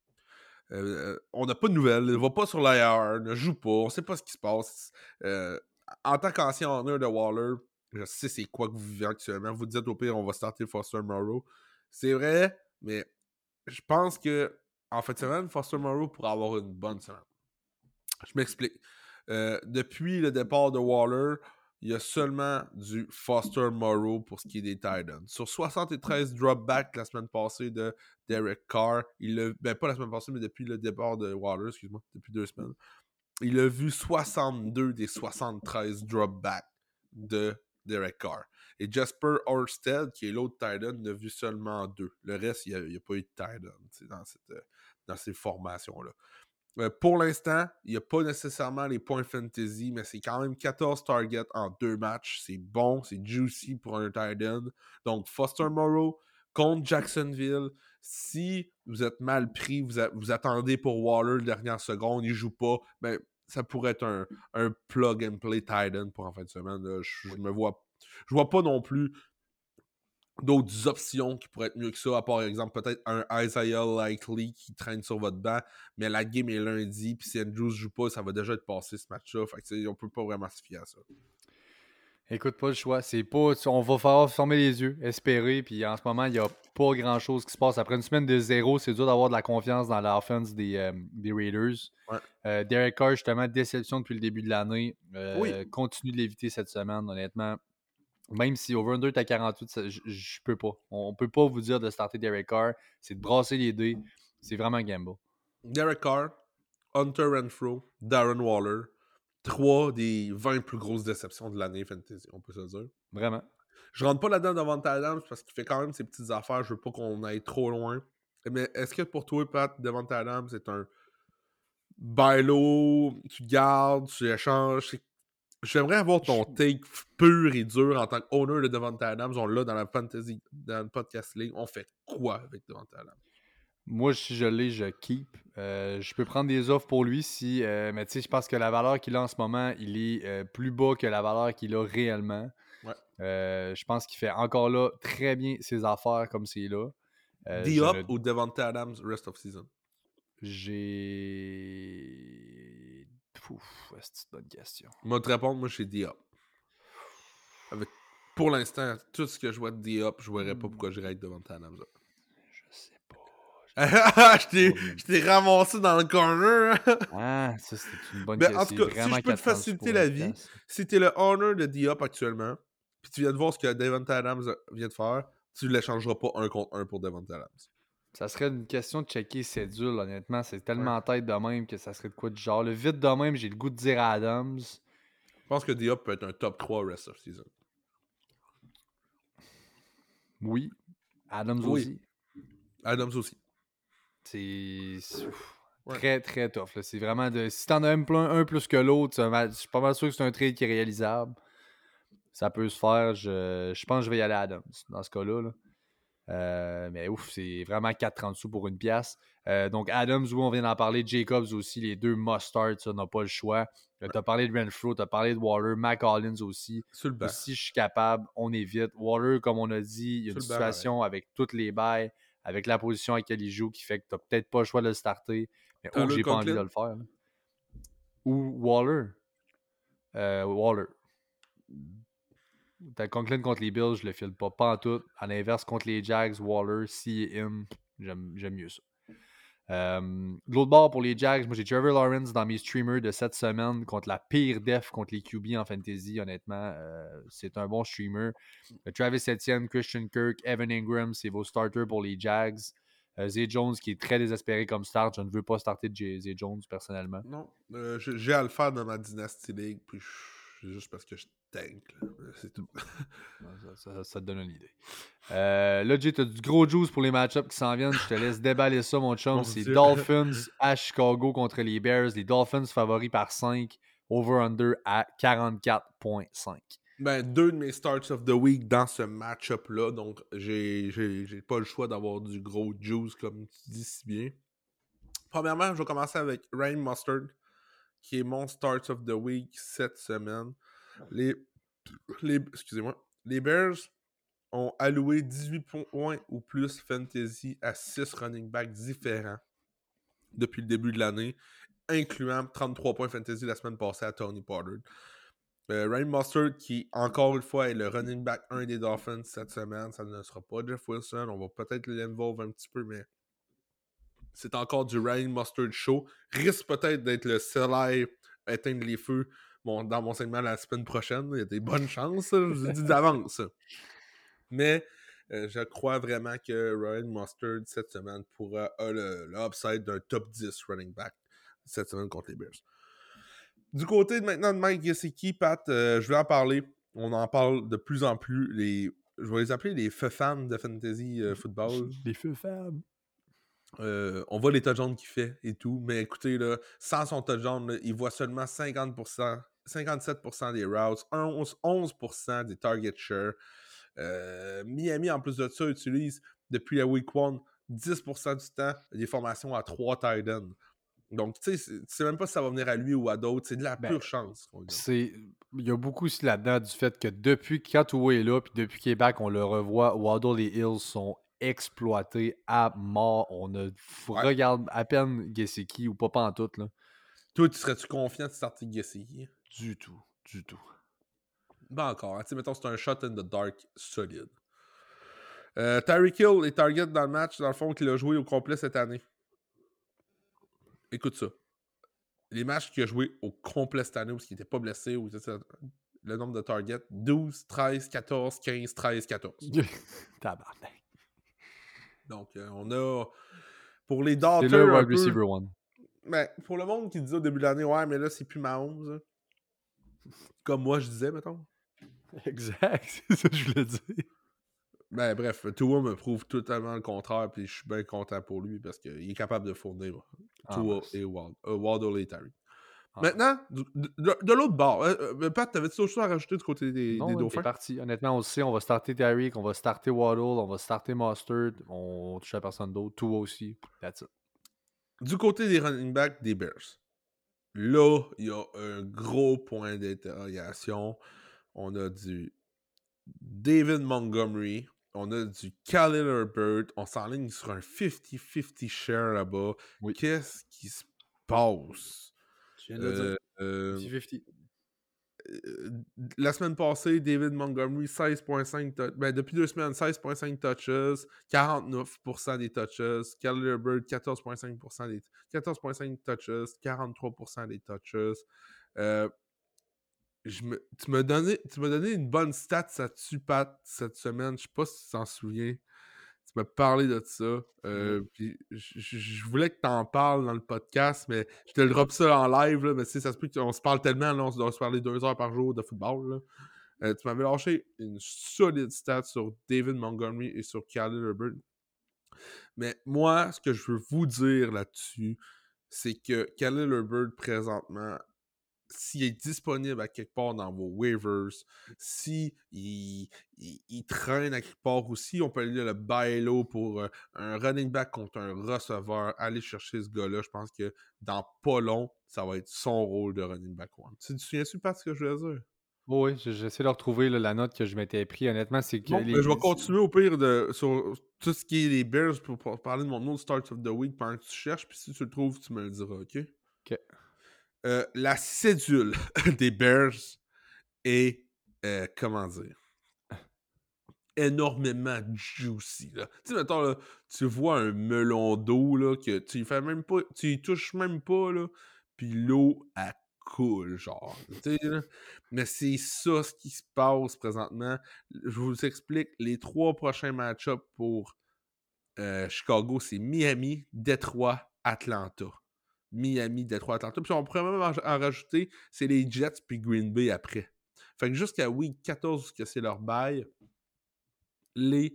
Euh, on n'a pas de nouvelles, il ne va pas sur l'I R, ne joue pas, on ne sait pas ce qui se passe. Euh, en tant qu'ancien honneur de Waller, je sais c'est quoi que vous vivez actuellement. Vous dites au pire, on va starter Foster Moreau. C'est vrai, mais je pense que en fin de semaine, Foster Moreau pourrait avoir une bonne semaine. Je m'explique. Euh, depuis le départ de Waller, il y a seulement du Foster Moreau pour ce qui est des Titans. Sur soixante-treize dropbacks la semaine passée de Derek Carr, il a, ben pas la semaine passée, mais depuis le départ de Waller, excuse-moi, depuis deux semaines, il a vu soixante-deux des soixante-treize dropbacks de Derek Carr. Et Jasper Horsted, qui est l'autre Titan, n'a vu seulement deux. Le reste, il n'y a, a pas eu de Titan dans, cette, dans ces formations-là. Euh, pour l'instant, il n'y a pas nécessairement les points fantasy, mais c'est quand même quatorze targets en deux matchs. C'est bon, c'est juicy pour un tight end. Donc, Foster Moreau contre Jacksonville. Si vous êtes mal pris, vous, a, vous attendez pour Waller dernière seconde, il ne joue pas, ben, ça pourrait être un, un plug-and-play tight end pour en fin de semaine. Là. Je, je me vois, je vois pas non plus d'autres options qui pourraient être mieux que ça, à part, par exemple, peut-être un Isaiah Likely qui traîne sur votre banc, mais la game est lundi, puis si Andrews joue pas, ça va déjà être passé ce match-là. Fait que, on peut pas vraiment se fier à ça. Écoute, pas le choix. C'est pas, on va falloir fermer les yeux, espérer, puis en ce moment, il n'y a pas grand-chose qui se passe. Après une semaine de zéro, c'est dur d'avoir de la confiance dans l'offense des, euh, des Raiders. Ouais. Euh, Derek Carr, justement, déception depuis le début de l'année. Euh, oui. Continue de l'éviter cette semaine, honnêtement. Même si over-under est à quarante-huit, ça, je, je peux pas. On peut pas vous dire de starter Derek Carr. C'est de brasser les dés. C'est vraiment un gamble. Derek Carr, Hunter Renfrow, Darren Waller, trois des vingt plus grosses déceptions de l'année fantasy, on peut se dire. Vraiment. Je rentre pas là-dedans devant Adams parce qu'il fait quand même ses petites affaires. Je veux pas qu'on aille trop loin. Mais est-ce que pour toi, Pat, devant Adams, c'est un buy low, tu gardes, tu échanges? C'est... J'aimerais avoir ton take pur et dur en tant qu'owner de Devonta Adams. On l'a dans la fantasy, dans le podcast league. On fait quoi avec Devonta Adams? Moi, si je l'ai, je keep. Euh, je peux prendre des offres pour lui si. Euh, mais tu sais, je pense que la valeur qu'il a en ce moment, il est euh, plus bas que la valeur qu'il a réellement. Ouais. Euh, je pense qu'il fait encore là très bien ses affaires comme c'est là. Euh, D-Up ne... ou Devonta Adams rest of season? J'ai. Pouf, c'est une bonne question. Moi, te répondre, moi, j'ai D-Up. Avec... Pour l'instant, tout ce que je vois de D-Up, je ne verrais pas pourquoi j'irais avec Devonta Adams. Je sais pas. je, t'ai, je t'ai ramassé dans le corner. Ah, ça, c'est une bonne ben, question. En tout cas, si je peux te faciliter la vie, si tu es le owner de D-Up actuellement, puis tu viens de voir ce que Devonta Adams vient de faire, tu ne l'échangeras pas un contre un pour Devonta Adams. Ça serait une question de checker cédule, honnêtement. C'est tellement ouais. tête de même que ça serait de quoi de genre. Le vite de même, j'ai le goût de dire à Adams. Je pense que D-Up peut être un top trois rest of season. Oui. Adams oui. aussi. Adams aussi. C'est ouais. très, très tough. Là. C'est vraiment de. Si t'en as un, un plus que l'autre, je suis pas mal sûr que c'est un trade qui est réalisable. Ça peut se faire. Je, je pense que je vais y aller à Adams dans ce cas-là. Là. Euh, mais ouf, c'est vraiment quatre trente sous pour une pièce. Euh, donc Adams, où on vient d'en parler, Jacobs aussi, les deux must-start, ça n'a pas le choix. Euh, tu as parlé de Renfrow, tu as parlé de Waller, Mac Hollins aussi. Si je suis capable, on évite. Waller, comme on a dit, il y a une situation banc, ouais. avec toutes les bails, avec la position à laquelle il joue, qui fait que tu n'as peut-être pas le choix de le starter. Mais oh, j'ai pas envie de le faire. Là. Ou Waller. Euh, Waller. T'as Conklin contre les Bills, je le file pas. Pas en tout. À l'inverse, contre les Jags, Waller, si et him, j'aime, j'aime mieux ça. Euh, de l'autre bord, pour les Jags, moi j'ai Trevor Lawrence dans mes streamers de cette semaine contre la pire def contre les Q B en fantasy, honnêtement. Euh, c'est un bon streamer. Euh, Travis Etienne, Christian Kirk, Evan Ingram, c'est vos starters pour les Jags. Euh, Zay Jones qui est très désespéré comme start. Je ne veux pas starter de Zay Jones personnellement. Non, euh, j'ai à le faire dans ma Dynasty League, puis je... juste parce que je tank, là. C'est tout. ça, ça, ça te donne une idée. Euh, là, Jay, t'as du gros juice pour les match-ups qui s'en viennent. Je te laisse déballer ça, mon chum. Mon c'est Dieu. Dolphins à Chicago contre les Bears. Les Dolphins favoris par cinq. Over-under à quarante-quatre virgule cinq. Ben, deux de mes starts of the week dans ce match-up-là, donc j'ai, j'ai, j'ai pas le choix d'avoir du gros juice, comme tu dis si bien. Premièrement, je vais commencer avec Raheem Mostert, qui est mon start of the week cette semaine. Les, les, excusez-moi, les Bears ont alloué dix-huit points ou plus fantasy à six running backs différents depuis le début de l'année, incluant trente-trois points fantasy la semaine passée à Tony Pollard. Euh, Raheem Mostert, qui encore une fois est le running back un des Dolphins cette semaine, ça ne sera pas Jeff Wilson, on va peut-être l'involve un petit peu, mais c'est encore du Raheem Mostert show. Risque peut-être d'être le soleil éteindre les feux bon, dans mon segment la semaine prochaine. Il y a des bonnes chances, je vous ai dit d'avance. Mais euh, je crois vraiment que Raheem Mostert cette semaine pourra avoir le, le upside d'un top dix running back cette semaine contre les Bears. Du côté de maintenant de Mike Gesicki, Pat, euh, je vais en parler. On en parle de plus en plus. Les, je vais les appeler les feux fans de fantasy euh, football. Les feux fans. Euh, on voit les touchdowns qu'il fait et tout. Mais écoutez, là, sans son touchdown, là, il voit seulement cinquante pour cent, cinquante-sept pour cent des routes, onze pour cent des target share. Euh, Miami, en plus de ça, utilise depuis la week one dix pour cent du temps des formations à trois tight ends. Donc, tu sais, tu sais même pas si ça va venir à lui ou à d'autres. C'est de la pure ben, chance. C'est... Il y a beaucoup aussi là-dedans du fait que depuis quand Tua est là, puis depuis qu'il est back, on le revoit, Waddle et Hills sont exploités à mort. On ne ouais. regarde à peine Gesicki ou pas pantoute, là. Toi, tu serais-tu confiant de starter Gesicki? Du tout, du tout. Ben encore, hein, tu sais, mettons, c'est un shot in the dark solide. Euh, Tyreek Hill est target dans le match, dans le fond, qu'il a joué au complet cette année. Écoute ça. Les matchs qu'il a joué au complet cette année, parce qu'il n'était pas blessé, ou le nombre de targets, douze, treize, quatorze, quinze, treize, quatorze. Tabarnak. Donc, euh, on a... Pour les Dalters... C'est le wide receiver one. Ben, pour le monde qui disait au début de l'année, ouais, mais là, c'est plus Mahomes. Hein. Comme moi, je disais, mettons. Exact, c'est ça que je voulais dire. Ben bref, Tua me prouve totalement le contraire, puis je suis bien content pour lui parce qu'il est capable de fournir ah, Tua et Waddle, euh, Waddle et Tyreek. Ah, Maintenant, de, de, de l'autre bord, euh, Pat, t'avais-tu autre chose à rajouter du côté des, non, des ouais, Dauphins? C'est parti. Honnêtement, on le sait, on va starter Tyreek, on va starter Waddle, on va starter Mostert, on touche à personne d'autre, Tua aussi, that's it. Du côté des running backs des Bears, là, il y a un gros point d'interrogation. On a du David Montgomery, on a du Khalil Herbert, on s'enligne sur un cinquante cinquante share là-bas. Oui. Qu'est-ce qui se passe? Je viens de le euh, dire. cinquante cinquante. Euh, la semaine passée, David Montgomery, seize virgule cinq touches. Ben, depuis deux semaines, seize virgule cinq touches, quarante-neuf pour cent des touches. Khalil Herbert, quatorze virgule cinq pour cent des quatorze virgule cinq touches, quarante-trois pour cent des touches. Euh, je me, tu m'as donné, tu m'as donné une bonne stat, ça tue Pat cette semaine. Je sais pas si tu t'en souviens. Tu m'as parlé de ça. Euh, puis je voulais que tu en parles dans le podcast, mais je te le drop ça en live. Là, mais tu sais, ça se peut qu'on se parle tellement, là, on doit se parler deux heures par jour de football. Là. Euh, tu m'avais lâché une solide stat sur David Montgomery et sur Khalil Herbert. Mais moi, ce que je veux vous dire là-dessus, c'est que Khalil Herbert, présentement, s'il est disponible à quelque part dans vos waivers, si il, il, il traîne à quelque part aussi, on peut aller le buy low pour euh, un running back contre un receveur, aller chercher ce gars-là. Je pense que dans pas long, ça va être son rôle de running back one. Tu te souviens-tu pas de ce que je veux dire? Oh oui, j'essaie de retrouver là, la note que je m'étais pris. Honnêtement, c'est que... Bon, les... ben, je vais continuer au pire de, sur tout ce qui est les Bears pour, pour parler de mon autre Start of the Week pendant que tu cherches, puis si tu le trouves, tu me le diras, OK? OK. Euh, la cédule des Bears est, euh, comment dire, énormément juicy. Là. Tu sais, mettons, là, tu vois un melon d'eau, là, que tu y fais même pas, tu y touches même pas, là, puis l'eau, elle coule, genre. Tu sais, là. Mais c'est ça ce qui se passe présentement. Je vous explique, les trois prochains match-ups pour euh, Chicago, c'est Miami, Détroit, Atlanta. Miami, Détroit, Atlanta. Puis on pourrait même en, en rajouter, c'est les Jets puis Green Bay après. Fait que jusqu'à week quatorze, que c'est leur bail, les,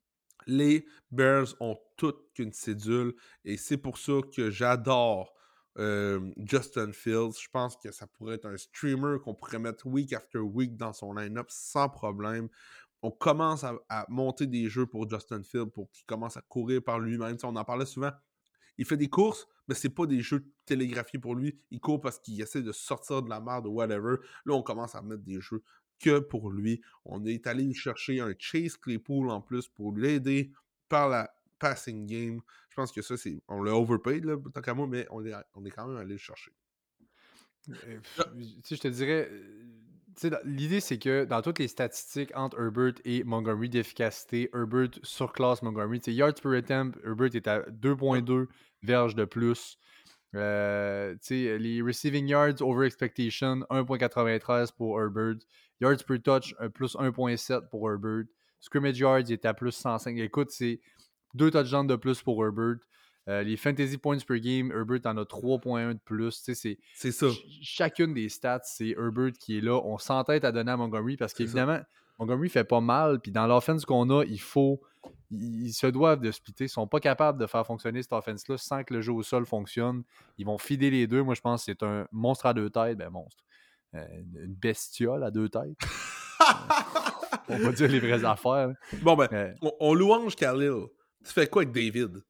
les Bears ont toute qu'une cédule. Et c'est pour ça que j'adore euh, Justin Fields. Je pense que ça pourrait être un streamer qu'on pourrait mettre week after week dans son line-up sans problème. On commence à, à monter des jeux pour Justin Fields pour qu'il commence à courir par lui-même. Tu sais, on en parlait souvent. Il fait des courses, mais c'est pas des jeux télégraphiés pour lui. Il court parce qu'il essaie de sortir de la merde ou whatever. Là, on commence à mettre des jeux que pour lui. On est allé chercher un Chase Claypool en plus pour l'aider par la passing game. Je pense que ça, c'est on l'a overpaid, là, tant qu'à moi, mais on est, on est quand même allé le chercher. Euh, tu sais, je te dirais, tu sais, l'idée, c'est que dans toutes les statistiques entre Herbert et Montgomery d'efficacité, Herbert surclasse Montgomery. Tu sais, yards per attempt, Herbert est à deux virgule deux verges de plus. Euh, tu sais, les receiving yards over expectation, un virgule quatre-vingt-treize pour Herbert. Yards per touch, plus un virgule sept pour Herbert. Scrimmage yards, il est à plus cent cinq. Écoute, c'est deux touchdowns de plus pour Herbert. Euh, les fantasy points per game, Herbert en a trois virgule un de plus. Tu sais, c'est, c'est ça. Ch- chacune des stats, c'est Herbert qui est là. On s'entête à donner à Montgomery parce qu'évidemment, Montgomery fait pas mal. Puis dans l'offense qu'on a, il faut. Ils, ils se doivent de splitter. Ils sont pas capables de faire fonctionner cette offense-là sans que le jeu au sol fonctionne. Ils vont fider les deux. Moi, je pense que c'est un monstre à deux têtes. Ben, monstre. Euh, une bestiole à deux têtes. On va dire les vraies affaires. Bon, ben, euh, on, on louange Khalil. Tu fais quoi avec David?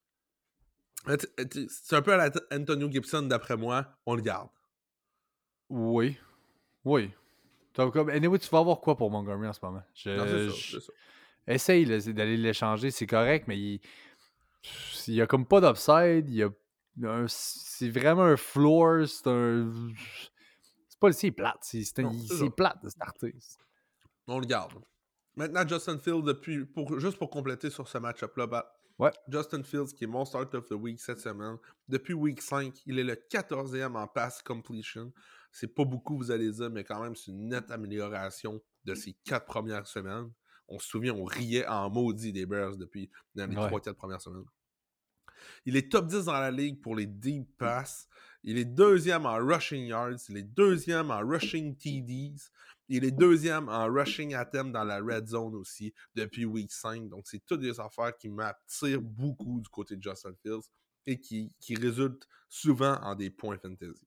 C'est un peu à la Antonio Gibson, d'après moi. On le garde. Oui. Oui. Comme, anyway, tu vas avoir quoi pour Montgomery en ce moment? Je, non, c'est ça, je, c'est ça. Essaye là, d'aller l'échanger, c'est correct, mais il, il y a comme pas d'upside. Il y a un, c'est vraiment un floor. C'est un. C'est pas c'est plate. C'est, c'est, Non, il, c'est c'est ça. plate de starter. On le garde. Maintenant, Justin Fields, depuis, pour, juste pour compléter sur ce match-up-là, bah, Ouais. Justin Fields, qui est mon start of the week cette semaine, depuis week cinq, il est le quatorzième en pass completion. C'est pas beaucoup, vous allez dire, mais quand même, c'est une nette amélioration de ses quatre premières semaines. On se souvient, on riait en maudit des Bears depuis dans les trois quatre premières semaines. Il est top dix dans la ligue pour les deep passes. Il est deuxième en rushing yards. Il est deuxième en rushing T Ds. Il est deuxième en rushing attempt dans la red zone aussi depuis week cinq. Donc, c'est toutes des affaires qui m'attirent beaucoup du côté de Justin Fields et qui, qui résultent souvent en des points fantasy.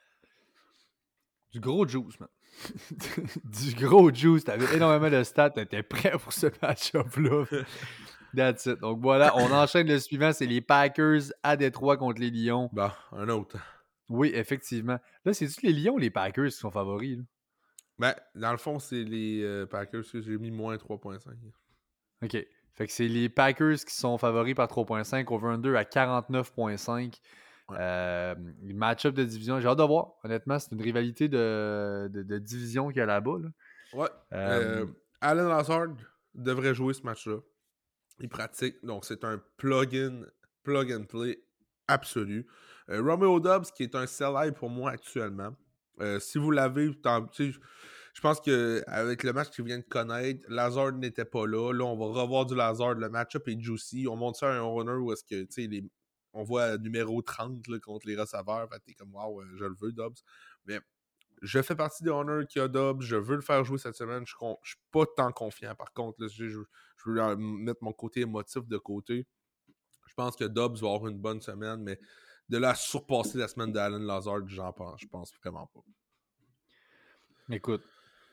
Du gros juice, man. Du gros juice. T'avais énormément de stats. T'étais prêt pour ce match-up-là. That's it. Donc voilà, on enchaîne le suivant. C'est les Packers à Détroit contre les Lions. Bah, un autre. Oui, effectivement. Là, c'est-tu les Lions ou les Packers qui sont favoris? Là? Ben, dans le fond, c'est les euh, Packers que j'ai mis moins trois virgule cinq. OK. Fait que c'est les Packers qui sont favoris par trois virgule cinq, over-under à quarante-neuf virgule cinq. Ouais. Euh, match-up de division, j'ai hâte de voir. Honnêtement, c'est une rivalité de, de, de division qu'il y a là-bas. Là. Ouais. Euh, euh, Alan Lazard devrait jouer ce match-là. Il pratique, donc c'est un plug-in, plug-and-play absolu. Euh, Romeo Doubs, qui est un sell-high pour moi actuellement. Euh, si vous l'avez, je pense qu'avec le match qu'il vient de connaître, Lazard n'était pas là. Là, on va revoir du Lazard. Le match-up est juicy. On monte ça à un runner où est-ce que, tu sais, les... on voit numéro trente là, contre les receveurs. Fait t'es comme, waouh, je le veux, Doubs. Mais je fais partie des Honors qui a Dobbs. Je veux le faire jouer cette semaine. Je ne suis pas tant confiant. Par contre, là, je, je, je veux mettre mon côté émotif de côté. Je pense que Dobbs va avoir une bonne semaine, mais de là à surpasser la semaine d'Alan Lazard, j'en pense. Je pense vraiment pas. Écoute.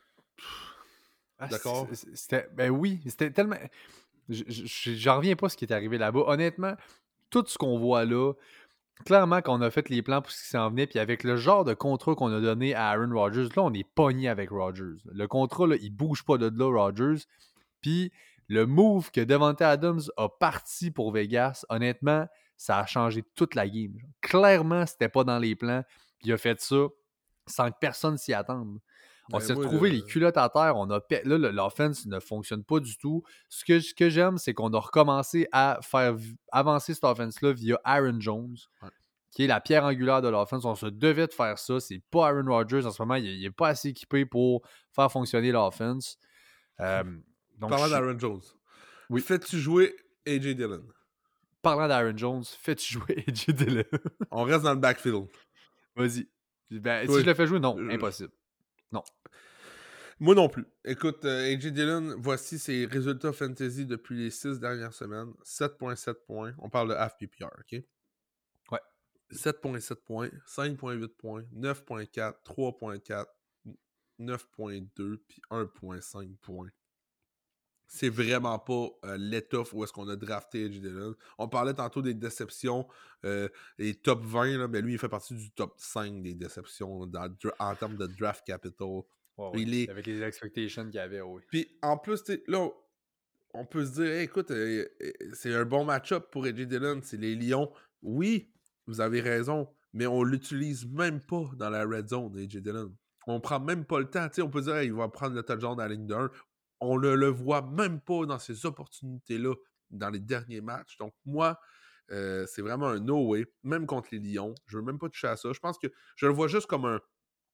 D'accord? C'était, ben oui, c'était tellement. J'en reviens pas à ce qui est arrivé là-bas. Honnêtement, tout ce qu'on voit là, clairement, quand on a fait les plans pour ce qui s'en venait, puis avec le genre de contrat qu'on a donné à Aaron Rodgers, là, on est pogné avec Rodgers. Le contrat, là, il bouge pas de là, Rodgers. Puis le move que Devontae Adams a parti pour Vegas, honnêtement, ça a changé toute la game. Clairement, c'était pas dans les plans. Puis il a fait ça sans que personne s'y attende. On ben s'est retrouvé le... les culottes à terre. On a pe... Là, l'offense ne fonctionne pas du tout. Ce que, ce que j'aime, c'est qu'on a recommencé à faire avancer cette offense-là via Aaron Jones, ouais. qui est la pierre angulaire de l'offense. On se devait de faire ça. C'est pas Aaron Rodgers en ce moment. Il n'est pas assez équipé pour faire fonctionner l'offense. Euh, donc Parlant je... d'Aaron Jones, oui. fais-tu jouer A J Dillon? Parlant d'Aaron Jones, fais-tu jouer A J Dillon? On reste dans le backfield. Vas-y. Ben, oui. Si je le fais jouer, non, je... impossible. Non. Moi non plus. Écoute, euh, A J Dillon, voici ses résultats fantasy depuis les six dernières semaines. sept virgule sept points. On parle de half P P R, OK? Ouais. sept virgule sept points, cinq virgule huit points, neuf virgule quatre, trois virgule quatre, neuf virgule deux puis un virgule cinq points. C'est vraiment pas euh, l'étoffe où est-ce qu'on a drafté A J Dillon. On parlait tantôt des déceptions, euh, les top vingt, là, mais lui, il fait partie du top cinq des déceptions là, dans, en termes de draft capital. Ouais, il oui. est... Avec les expectations qu'il y avait, oui. Puis en plus, là, on peut se dire, hey, écoute, euh, c'est un bon match-up pour A J Dillon, c'est les Lions. Oui, vous avez raison, mais on l'utilise même pas dans la red zone, A J Dillon. On prend même pas le temps. T'sais, on peut dire, hey, il va prendre le touchdown à la ligne de un. On ne le voit même pas dans ces opportunités-là dans les derniers matchs. Donc, moi, euh, c'est vraiment un no-way, même contre les Lions. Je veux même pas toucher à ça. Je pense que je le vois juste comme un,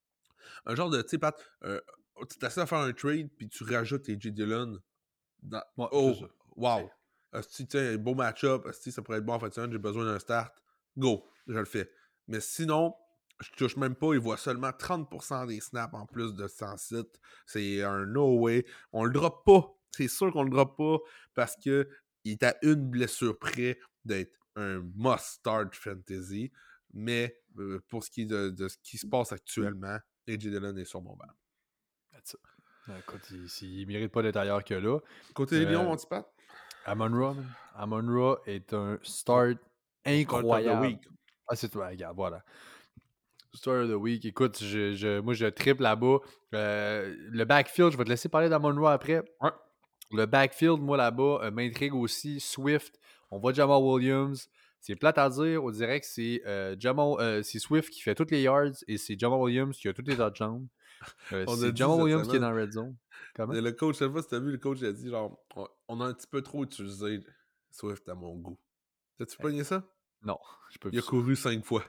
un genre de, tu sais, Pat, euh, tu t'essaies à faire un trade, puis tu rajoutes A J Dillon. Dans... Ouais, oh, c'est ça. wow! Si tu as un beau match-up, ça pourrait être bon en fait, j'ai besoin d'un start, go, je le fais. Mais sinon, je touche même pas, il voit seulement trente pour cent des snaps en plus de cent sites. C'est un no way. On le drop pas. C'est sûr qu'on le drop pas parce qu'il est à une blessure près d'être un must-start fantasy. Mais euh, pour ce qui est de, de ce qui se passe actuellement, A J Dillon est sur mon banc. That's it. Écoute, il, il mérite pas d'être ailleurs que là. Côté des euh, Lions, mon petit Pat? Amon-Ra, Amon-Ra est un start incroyable. Start ah, c'est toi, regarde, voilà. Start of the week. Écoute, je, je, moi, je triple là-bas. Euh, le backfield, je vais te laisser parler d'Amon-Ra après. Ouais. Le backfield, moi, là-bas, euh, m'intrigue aussi. Swift, on voit Jamal Williams. C'est plate à dire. On dirait que c'est, euh, Jamal, euh, c'est Swift qui fait toutes les yards et c'est Jamal Williams qui a toutes les touchdowns. Euh, c'est Jamal Williams qui est dans Red Zone. Comment? Le coach, je sais pas si t'as vu, le coach a dit genre, on a un petit peu trop utilisé Swift à mon goût. T'as-tu hey. pogné ça? Non, je peux Il a couru cinq fois.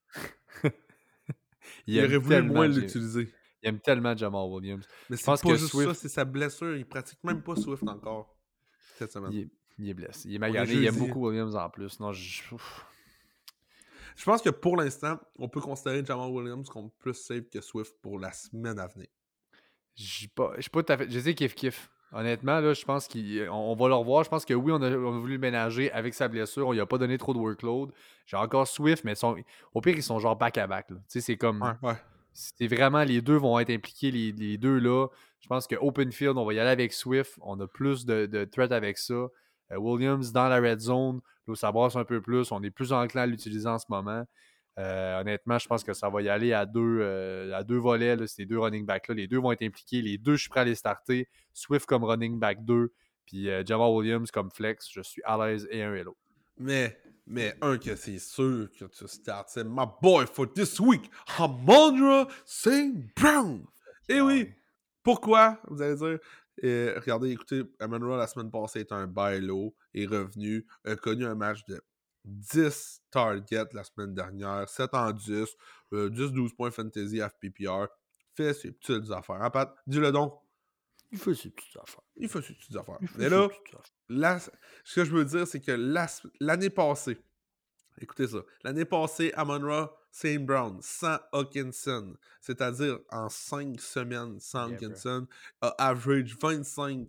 il, il aurait voulu moins l'utiliser. Il aime tellement Jamal Williams. Mais c'est pas que juste Swift... ça, c'est sa blessure. Il pratique même pas Swift encore cette semaine. Il est, il est blessé. Il est magané. Il aime beaucoup Williams en plus. Non, je... je pense que pour l'instant, on peut considérer Jamal Williams comme plus safe que Swift pour la semaine à venir. Je sais pas, pas tout à fait. Je sais kiff-kiff. Honnêtement, là, je pense qu'on on va le revoir. Je pense que oui, on a, on a voulu le ménager avec sa blessure. On lui a pas donné trop de workload. J'ai encore Swift, mais sont, au pire, ils sont genre back-à-back. Tu sais, c'est comme... Ouais, ouais. C'est vraiment... Les deux vont être impliqués, les, les deux là. Je pense que Open Field, on va y aller avec Swift. On a plus de, de threat avec ça. Euh, Williams dans la red zone, là, ça brasse un peu plus. On est plus enclin à l'utiliser en ce moment. Euh, honnêtement, je pense que ça va y aller à deux, euh, à deux volets, là, ces deux running backs-là. Les deux vont être impliqués. Les deux, je suis prêt à les starter. Swift comme running back deux, puis euh, Jamal Williams comme flex. Je suis à l'aise et un et l'autre. Mais, mais un que c'est sûr que tu starts, c'est my boy for this week, Amon-Ra Saint Brown. Et oui, pourquoi? Vous allez dire, euh, regardez, écoutez, Amon-Ra la semaine passée est un bailo, est revenu, a connu un match de dix targets la semaine dernière, sept en dix, euh, dix douze points fantasy F P P R. Fait ses petites affaires. Hein, Pat? Dis-le donc. Il fait ses petites affaires. Il fait ses petites affaires. Mais là, là, ce que je veux dire, c'est que la, l'année passée, écoutez ça, l'année passée, Amon-Ra Saint Brown, sans Hawkinson, c'est-à-dire en cinq semaines sans yeah, Hawkinson, bro. a average vingt-cinq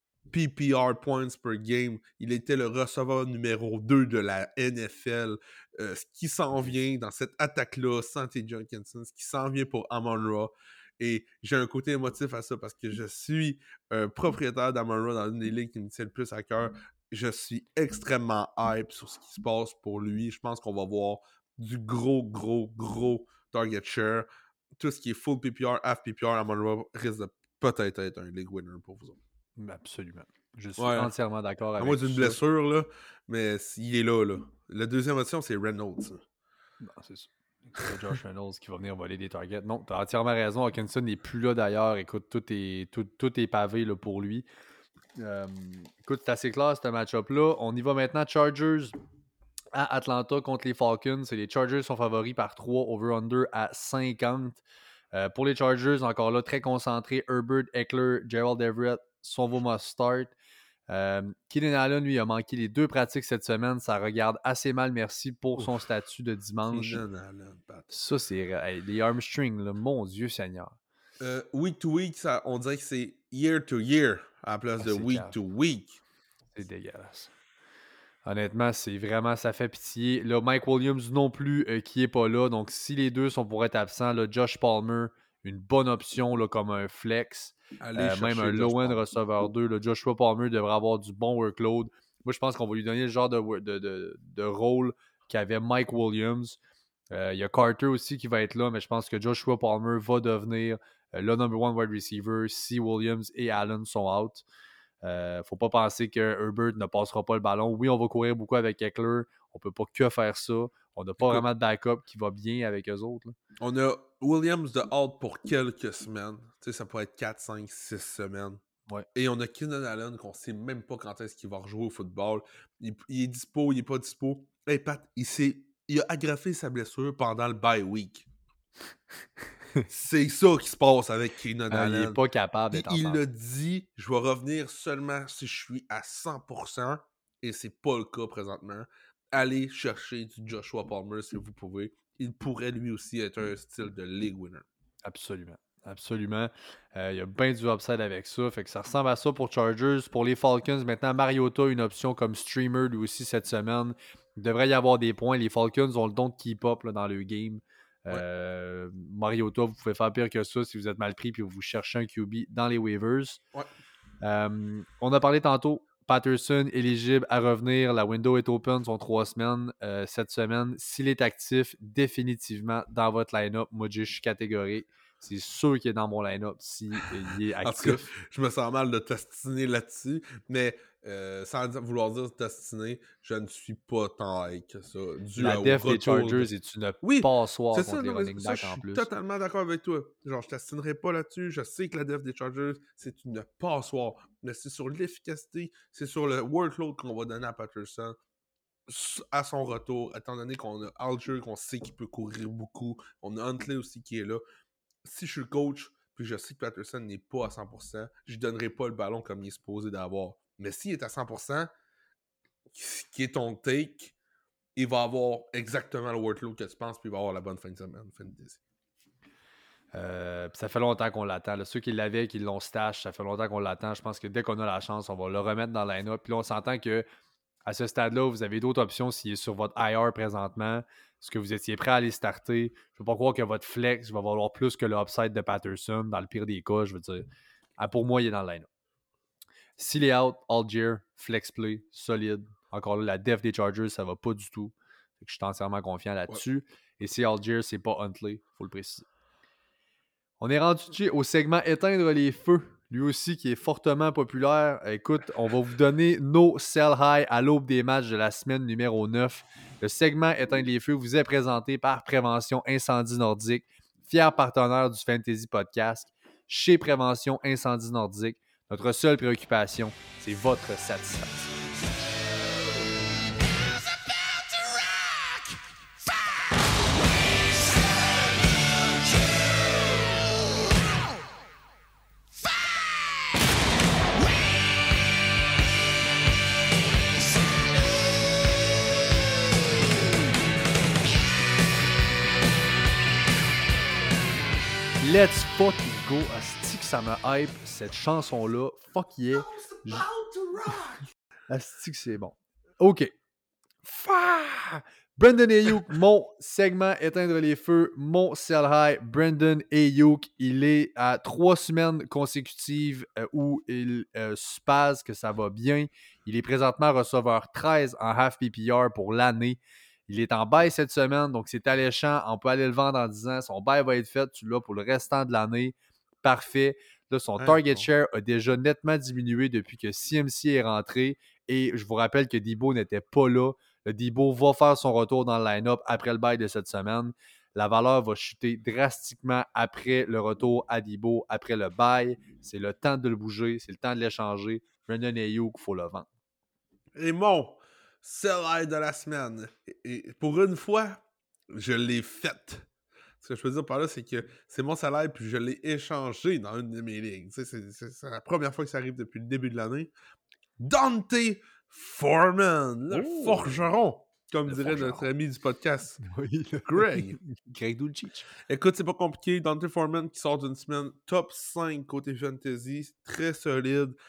P P R points per game. Il était le receveur numéro deux de la N F L. Euh, ce qui s'en vient dans cette attaque-là, sans T J Hawkinson, ce qui s'en vient pour Amon-Ra. Et j'ai un côté émotif à ça parce que je suis un propriétaire d'Amon-Ra dans une des ligues qui me tient le plus à cœur. Je suis extrêmement hype sur ce qui se passe pour lui. Je pense qu'on va voir du gros, gros, gros target share. Tout ce qui est full P P R, half P P R, Amon-Ra risque de peut-être être un league winner pour vous autres. Absolument. Je suis ouais. entièrement d'accord avec ça. À moins d'une ça. blessure, là, mais il est là, là. La deuxième option, c'est Reynolds. Non, c'est ça. C'est Josh Reynolds qui va venir voler des targets. Non, tu as entièrement raison. Hawkinson n'est plus là d'ailleurs. Écoute, tout est, tout, tout est pavé là, pour lui. Euh, écoute, c'est assez clair ce match-up-là. On y va maintenant. Chargers à Atlanta contre les Falcons. Et les Chargers sont favoris par trois, over-under à cinquante. Euh, pour les Chargers, encore là, très concentré. Herbert, Eckler, Gerald Everett sont vos must-start. Euh, Keenan Allen, lui, a manqué les deux pratiques cette semaine. Ça regarde assez mal, merci, pour Ouf. son statut de dimanche. Allen, ça, c'est... Hey, les hamstrings, là, mon Dieu Seigneur. Euh, week to week, ça, on dirait que c'est year to year à la place ah, de week calme. to week. C'est dégueulasse. Honnêtement, c'est vraiment, ça fait pitié. Là, Mike Williams non plus, euh, qui n'est pas là. Donc, si les deux sont pour être absents, là, Josh Palmer, une bonne option là, comme un flex. Allez Euh, même un chercher Josh low-end Palmer. receveur deux. Là, Joshua Palmer devrait avoir du bon workload. Moi, je pense qu'on va lui donner le genre de, wo- de, de, de rôle qu'avait Mike Williams. Euh, Il y a Carter aussi qui va être là, mais je pense que Joshua Palmer va devenir euh, le number one wide receiver si Williams et Allen sont out. Il ne faut pas penser que Herbert ne passera pas le ballon. Oui, on va courir beaucoup avec Eckler. On ne peut pas que faire ça. On n'a pas Écoute, vraiment de backup qui va bien avec eux autres. Là. On a Williams de out pour quelques semaines. Tu sais, ça pourrait être quatre, cinq, six semaines. Ouais. Et on a Keenan Allen qu'on ne sait même pas quand est-ce qu'il va rejouer au football. Il, il est dispo, il n'est pas dispo. Hey Pat, il, s'est, il a agrafé sa blessure pendant le bye week. C'est ça qui se passe avec Keenan Ah, il Allen. n'est pas capable Puis d'être en il santé. a dit, je vais revenir seulement si je suis à cent pour cent. Et c'est pas le cas présentement. Allez chercher du Joshua Palmer si vous pouvez. Il pourrait lui aussi être un style de league winner. Absolument. Absolument. Euh, il y a bien du upside avec ça. Fait que ça ressemble à ça pour Chargers. Pour les Falcons, maintenant, Mariota a une option comme streamer lui aussi cette semaine. Il devrait y avoir des points. Les Falcons ont le don de keep up là, dans le game. Euh, ouais. Mariota, vous pouvez faire pire que ça si vous êtes mal pris et vous cherchez un Q B dans les waivers. Ouais. Euh, on a parlé tantôt. Patterson éligible à revenir. La window est open, sont trois semaines euh, cette semaine. S'il est actif, définitivement dans votre line-up, moi je suis catégorique. C'est sûr qu'il est dans mon line-up s'il est actif. En tout cas, je me sens mal de t'astiner là-dessus, mais euh, sans vouloir dire t'astiner, je ne suis pas tant high que ça. Dû la def des Chargers de... est une oui, passoire c'est contre ça, les non, running ça, backs en plus. Je suis totalement d'accord avec toi. Genre, je t'astinerai pas là-dessus. Je sais que la def des Chargers, c'est une passoire. Mais c'est sur l'efficacité, c'est sur le workload qu'on va donner à Patterson à son retour, étant donné qu'on a Alger, qu'on sait qu'il peut courir beaucoup. On a Huntley aussi qui est là. Si je suis le coach, puis je sais que Patterson n'est pas à cent pour cent, je ne donnerai pas le ballon comme il est supposé d'avoir. Mais s'il est à cent pour cent, qui est ton take, il va avoir exactement le workload que tu penses, puis il va avoir la bonne fin de semaine. Fantasy. Euh, ça fait longtemps qu'on l'attend. Là. Ceux qui l'avaient, qui l'ont stash, ça fait longtemps qu'on l'attend. Je pense que dès qu'on a la chance, on va le remettre dans la line-up. Puis là, on s'entend que à ce stade-là, vous avez d'autres options s'il est sur votre I R présentement. Est-ce que vous étiez prêt à aller starter? Je ne veux pas croire que votre flex va valoir plus que le upside de Patterson. Dans le pire des cas, je veux dire. Ah, pour moi, il est dans le line-up. S'il est out, Algier, flex play, solide. Encore là, la def des Chargers, ça va pas du tout. Fait que je suis entièrement confiant là-dessus. Ouais. Et si Algier, c'est pas Huntley, il faut le préciser. On est rendu au segment Éteindre les feux, lui aussi qui est fortement populaire. Écoute, on va vous donner nos sell high à l'aube des matchs de la semaine numéro neuf. Le segment Éteindre les feux vous est présenté par Prévention Incendie Nordique, fier partenaire du Fantasy Podcast. Chez Prévention Incendie Nordique, notre seule préoccupation, c'est votre satisfaction. Let's fucking go. Asti que ça me hype, cette chanson-là. Fuck yeah. Je... Asti que c'est bon. OK. Fah! Brandon Ayuk, mon segment Éteindre les feux, mon sell high. Brandon Ayuk, il est à trois semaines consécutives euh, où il euh, spase que ça va bien. Il est présentement receveur treize en half P P R pour l'année. Il est en bail cette semaine, donc c'est alléchant. On peut aller le vendre en disant son bail va être fait, tu l'as pour le restant de l'année. Parfait. Là, son target share a déjà nettement diminué depuis que C M C est rentré. Et je vous rappelle que Debo n'était pas là. Le Debo va faire son retour dans le line-up après le bail de cette semaine. La valeur va chuter drastiquement après le retour à Debo, après le bail. C'est le temps de le bouger, c'est le temps de l'échanger. Brandon Ayuk, il faut le vendre. Et mon sell high de la semaine. Et, et pour une fois, je l'ai faite. Ce que je veux dire par là, c'est que c'est mon salaire, puis je l'ai échangé dans une de mes ligues. C'est, c'est, c'est la première fois que ça arrive depuis le début de l'année. Dante Foreman, le oh, forgeron, comme le dirait forgeron. Notre ami du podcast, oui, Greg. Greg Dulcich. Écoute, c'est pas compliqué. Dante Foreman qui sort d'une semaine top cinq côté fantasy, très solide.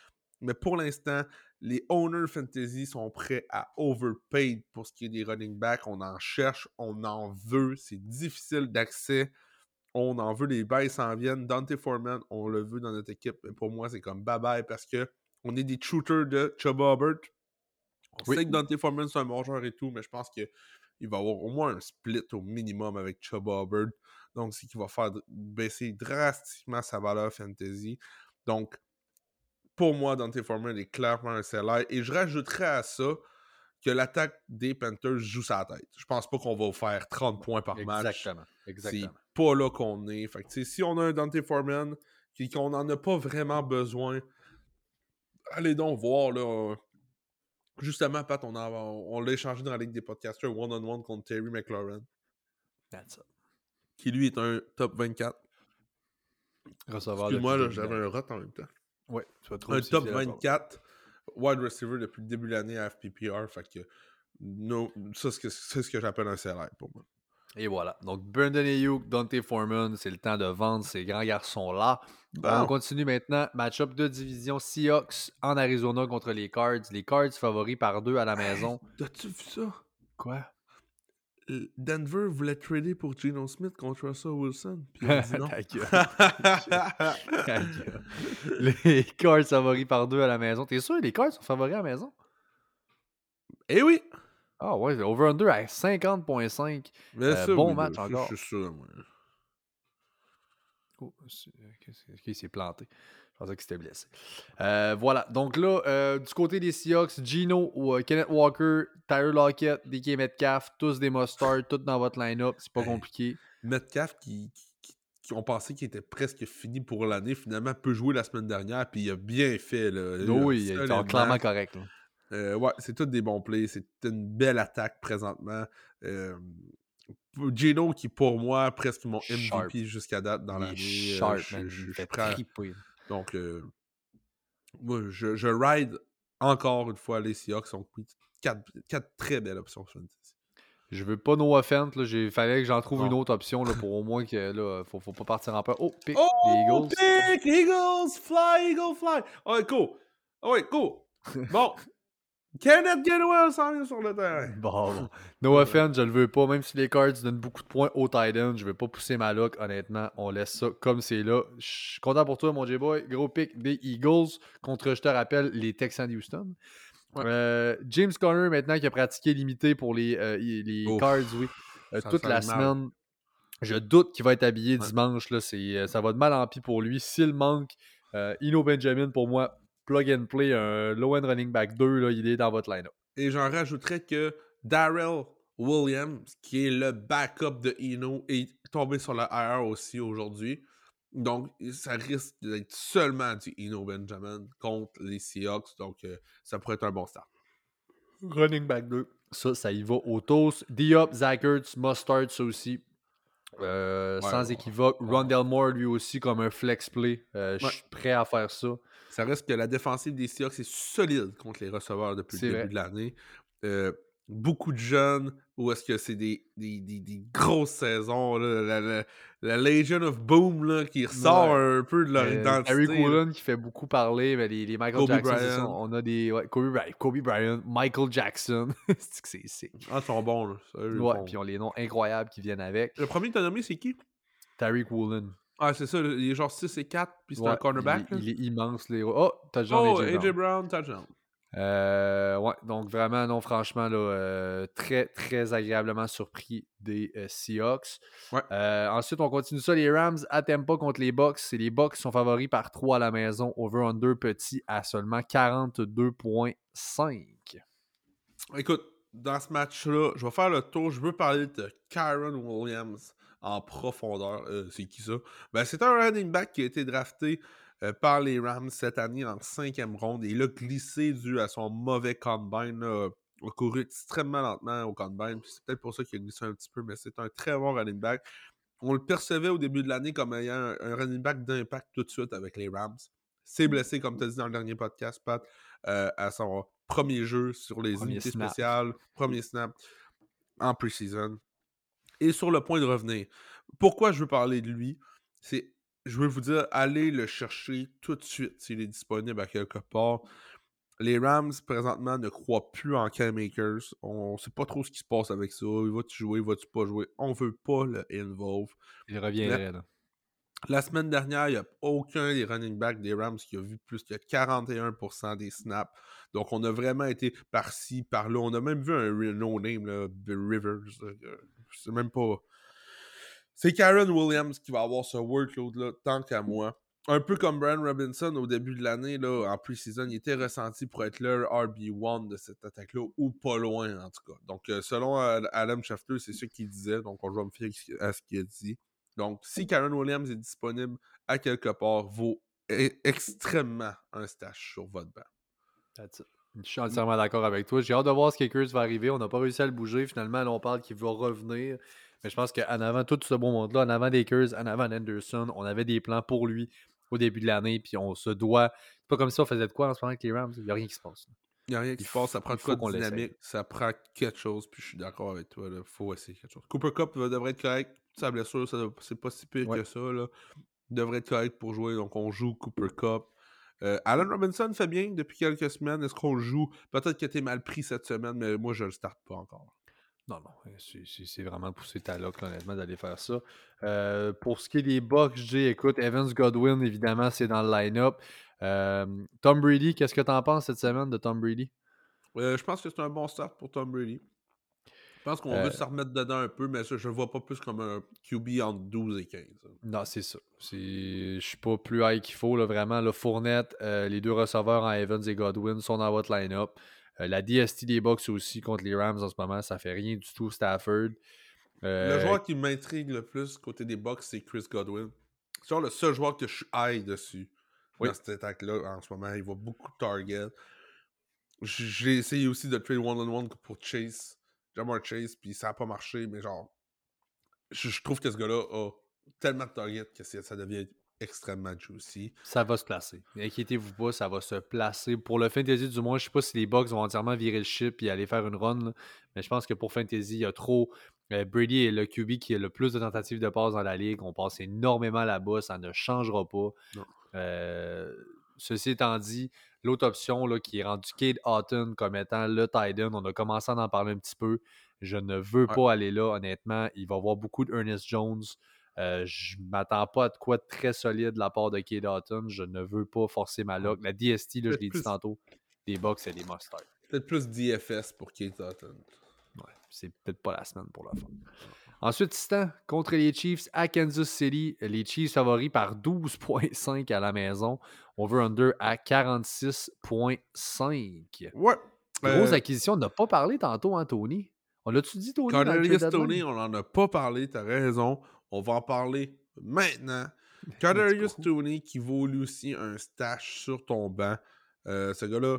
Mais pour l'instant, les owners fantasy sont prêts à overpaid pour ce qui est des running backs. On en cherche, on en veut. C'est difficile d'accès. On en veut, les bails s'en viennent. Dante Foreman, on le veut dans notre équipe. Mais pour moi, c'est comme bye-bye parce que on est des shooters de Chubba Hubbard. On Oui. sait que Dante Foreman, c'est un mangeur et tout, mais je pense qu'il va avoir au moins un split au minimum avec Chubba Hubbard. Donc, c'est qui va faire baisser drastiquement sa valeur fantasy. Donc, pour moi, Dante Foreman est clairement un seller. Et je rajouterais à ça que l'attaque des Panthers joue sa tête. Je pense pas qu'on va faire trente points par match. Exactement. Exactement. C'est pas là qu'on est. Fait que, si on a un Dante Foreman et qu'on n'en a pas vraiment besoin, allez donc voir. Là, euh, justement, Pat, on, a, on, on l'a échangé dans la Ligue des podcasters one-on-one contre Terry McLaurin. That's it. Qui lui est un top vingt-quatre. Receveur Excuse-moi, là, depuis j'avais un rot en même temps. Oui, tu vas trop Un top vingt-quatre wide receiver depuis le début de l'année à F P P R. Fait que no, ça, c'est ce que, ce que j'appelle un salaire pour moi. Et voilà. Donc, Brandon Ayuk, Dante Foreman, c'est le temps de vendre ces grands garçons-là. Bon. On continue maintenant. Match-up de division Seahawks en Arizona contre les Cards. Les Cards favoris par deux à la maison. Hey, t'as-tu vu ça? Quoi? Denver voulait trader pour Geno Smith contre Russell Wilson. Puis on dit non. Ta gueule. Ta gueule. Les Cards favoris par deux à la maison. T'es sûr les Cards sont favoris à la maison? Eh oui! Ah ouais, over-under à cinquante virgule cinq. Mais Euh, ça, bon oui, match là, encore. Je suis sûr, moi. Oh, c'est- ok, c'est- ok, il s'est planté. Je pensais qu'il s'était blessé. Euh, voilà. Donc là, euh, du côté des Seahawks, Gino, ou euh, Kenneth Walker, Tyler Lockett, D K Metcalf, tous des must-start, tous dans votre line-up. C'est pas Hey. compliqué. Metcalf, qui, qui, qui ont pensé qu'il était presque fini pour l'année, finalement peut jouer la semaine dernière, puis il a bien fait. Là, Oui, il est Solidement. clairement correct. Là. Euh, ouais, c'est tous des bons plays. C'est une belle attaque présentement. Euh, Geno, qui pour moi, presque mon M V P Sharp. jusqu'à date dans Il est l'année. sharp, euh, je, man. je- Il je fait suis prêt à- triper. Donc, euh, moi, je, je ride encore une fois les Seahawks. Sont quatre, quatre très belles options fantasy. Je veux pas no offense. Là. Il fallait que j'en trouve Non. une autre option là, pour au moins que là, faut, faut pas partir en peur. Oh, pick Oh, des Eagles. pick! Eagles! Fly, Eagle, fly! Oh, ouais, cool! Oh, ouais, cool! Bon. Kenneth Gainwell s'en vient sur le terrain. Bon, bon. No offense, je le veux pas. Même si les Cards donnent beaucoup de points au tight end, je veux pas pousser ma luck. Honnêtement, on laisse ça comme c'est là. Je suis content pour toi, mon J-Boy. Gros pick des Eagles contre, je te rappelle, les Texans d'Houston. Ouais. Euh, James Conner, maintenant, qui a pratiqué limité pour les, euh, les Ouf. Cards, oui. Euh, Ça toute sent la le mal. semaine. Je doute qu'il va être habillé Ouais. dimanche. Là, c'est, euh, ça va de mal en pis pour lui. S'il manque, euh, Eno Benjamin, pour moi, plug and play, un low-end running back deux, là, il est dans votre line-up. Et j'en rajouterais que Darrell Williams, qui est le backup de Eno, est tombé sur le I R aussi aujourd'hui. Donc, ça risque d'être seulement du Eno Benjamin contre les Seahawks. Donc, euh, ça pourrait être un bon start. Running back deux. Ça, ça y va au toast. Diop, Zach Ertz, Mustard, ça aussi. Euh, Ouais, sans ouais, équivoque. ouais. Rondell Moore, lui aussi, comme un flex play. Euh, Je Ouais. suis prêt à faire ça. Ça reste que la défensive des Seahawks est solide contre les receveurs depuis C'est le vrai. début de l'année. Euh, beaucoup de jeunes, ou est-ce que c'est des, des, des, des grosses saisons, là, la, la, la Legion of Boom là, qui ressort Ouais. un peu de leur Euh, identité. Terry Woolen qui fait beaucoup parler, mais les, les Michael Kobe Jackson, c'est ça, Bryant. on a des. Ouais, Kobe, Bryant, Kobe Bryant, Michael Jackson. c'est que c'est sick. Ah, ils sont bons. Là. Ça, eux, ils Ouais, font- puis ils ont les noms incroyables qui viennent avec. Le premier que t'as nommé, c'est qui? Tariq Woolen. Ah, c'est ça, il est genre six et quatre, puis c'est Ouais, un cornerback. il, là. il est immense. Les... Oh, t'as déjà Oh, A J A J Brown. Brown, touchdown. Euh, ouais, donc vraiment, non, franchement, là, euh, très, très agréablement surpris des euh, Seahawks. Ouais. Euh, ensuite, on continue ça. Les Rams à Tampa contre les Bucks. C'est les Bucks qui sont favoris par trois à la maison. Over-under petit à seulement quarante-deux virgule cinq. Écoute, dans ce match-là, je vais faire le tour. Je veux parler de Kyron Williams en profondeur. Euh, c'est qui ça? Ben, c'est un running back qui a été drafté euh, par les Rams cette année en cinquième ronde. Et il a glissé dû à son mauvais combine. Là. Il a couru extrêmement lentement au combine. Puis c'est peut-être pour ça qu'il a glissé un petit peu, mais c'est un très bon running back. On le percevait au début de l'année comme ayant un, un running back d'impact tout de suite avec les Rams. C'est blessé, comme tu as dit dans le dernier podcast, Pat, euh, à son premier jeu sur les Premier unités snap. spéciales, premier snap en pre-season, et sur le point de revenir. Pourquoi je veux parler de lui? C'est je veux vous dire, allez le chercher tout de suite s'il est disponible à quelque part. Les Rams, présentement, ne croient plus en Cam Akers. On sait pas trop ce qui se passe avec ça. Il va-tu jouer, il va-tu pas jouer? On veut pas le involve. Il reviendrait, là. La semaine dernière, il n'y a aucun des running backs des Rams qui a vu plus que quarante et un pour cent des snaps. Donc, on a vraiment été par-ci, par-là. On a même vu un no-name, là, Rivers. C'est même pas... C'est Karen Williams qui va avoir ce workload-là, tant qu'à moi. Un peu comme Brian Robinson au début de l'année, là, en pre-season, il était ressenti pour être le R B un de cette attaque-là, ou pas loin, en tout cas. Donc, euh, selon euh, Adam Schefter, c'est ce qu'il disait. Donc, on va me fier à ce qu'il a dit. Donc, si Karen Williams est disponible à quelque part, vaut e- extrêmement un stash sur votre banc. That's it. Je suis entièrement d'accord avec toi. J'ai hâte de voir ce qu'Akers va arriver. On n'a pas réussi à le bouger. Finalement, là, on parle qu'il va revenir. Mais je pense qu'en avant tout ce beau monde-là, en avant d'Akers, en avant d'Anderson, on avait des plans pour lui au début de l'année. Puis on se doit. C'est pas comme si on faisait de quoi en ce moment avec les Rams. Il n'y a rien qui se passe. Il n'y a rien qui Il se passe. Ça faut- prend il de quoi faut qu'on de dynamique. l'essaye. Ça prend quelque chose. Puis je suis d'accord avec toi. Il faut essayer quelque chose. Cooper Kupp euh, devrait être correct. Sa blessure, ça, c'est pas si pire Ouais. que ça. Là. Il devrait être correct pour jouer. Donc on joue Cooper Kupp. Euh, Allen Robinson fait bien depuis quelques semaines. Est-ce qu'on le joue? Peut-être que t'es mal pris cette semaine, mais moi, je le starte pas encore. Non, non. C'est, c'est, c'est vraiment pousser ta loc, là, honnêtement, d'aller faire ça. Euh, pour ce qui est des Bucks, j'ai, écoute, Evans Godwin, évidemment, c'est dans le line-up. Euh, Tom Brady, qu'est-ce que t'en penses cette semaine de Tom Brady? Euh, je pense que c'est un bon start pour Tom Brady. Je pense qu'on Euh, veut se remettre dedans un peu, mais ça, je le vois pas plus comme un Q B entre douze et quinze. hein. Non, c'est ça. C'est... Je suis pas plus high qu'il faut, là, vraiment. Le Fournette, euh, les deux receveurs en Evans et Godwin sont dans votre line-up. Euh, la D S T des Bucks aussi contre les Rams en ce moment, ça fait rien du tout, Stafford. Euh, Le joueur qui m'intrigue le plus côté des Bucks, c'est Chris Godwin. C'est genre le seul joueur que je suis high dessus Oui. dans cette attaque-là en ce moment. Il voit beaucoup de targets. J- J'ai essayé aussi de trade one-on-one pour Chase, Jamar Chase, puis ça n'a pas marché, mais genre, je, je trouve que ce gars-là a tellement de targets que c'est- ça devient extrêmement juicy. Ça va se placer. Inquiétez-vous pas, ça va se placer. Pour le Fantasy, du moins, je sais pas si les Bucks vont entièrement virer le chip et aller faire une run, là, mais je pense que pour Fantasy, il y a trop. euh, Brady est le Q B qui a le plus de tentatives de passe dans la ligue. On passe énormément là-bas, ça ne changera pas. Non. Euh, ceci étant dit, l'autre option là, qui est rendue Cade Otton comme étant le tight end, on a commencé à en parler un petit peu. Je ne veux Ouais. pas aller là, honnêtement. Il va y avoir beaucoup de Ernest Jones. Euh, je ne m'attends pas à de quoi de très solide de la part de Cade Otton. Je ne veux pas forcer ma lock. La D S T, là, je Peut-être l'ai dit plus- tantôt, des Bucks, c'est des must start. Peut-être plus D F S pour Kate Hutton. Ouais, c'est peut-être pas la semaine pour la fin. Ensuite, Titan contre les Chiefs à Kansas City. Les Chiefs favoris par douze virgule cinq à la maison. Over-under à quarante-six virgule cinq. Ouais. Grosse Euh, acquisition. On n'a pas parlé tantôt, hein, Tony? On l'a-tu dit, Tony? dans le Kadarius trade deadline? Toney, on n'en a pas parlé, t'as raison. On va en parler maintenant. Kadarius go. Toney qui vaut lui aussi un stash sur ton banc. Euh, ce gars-là,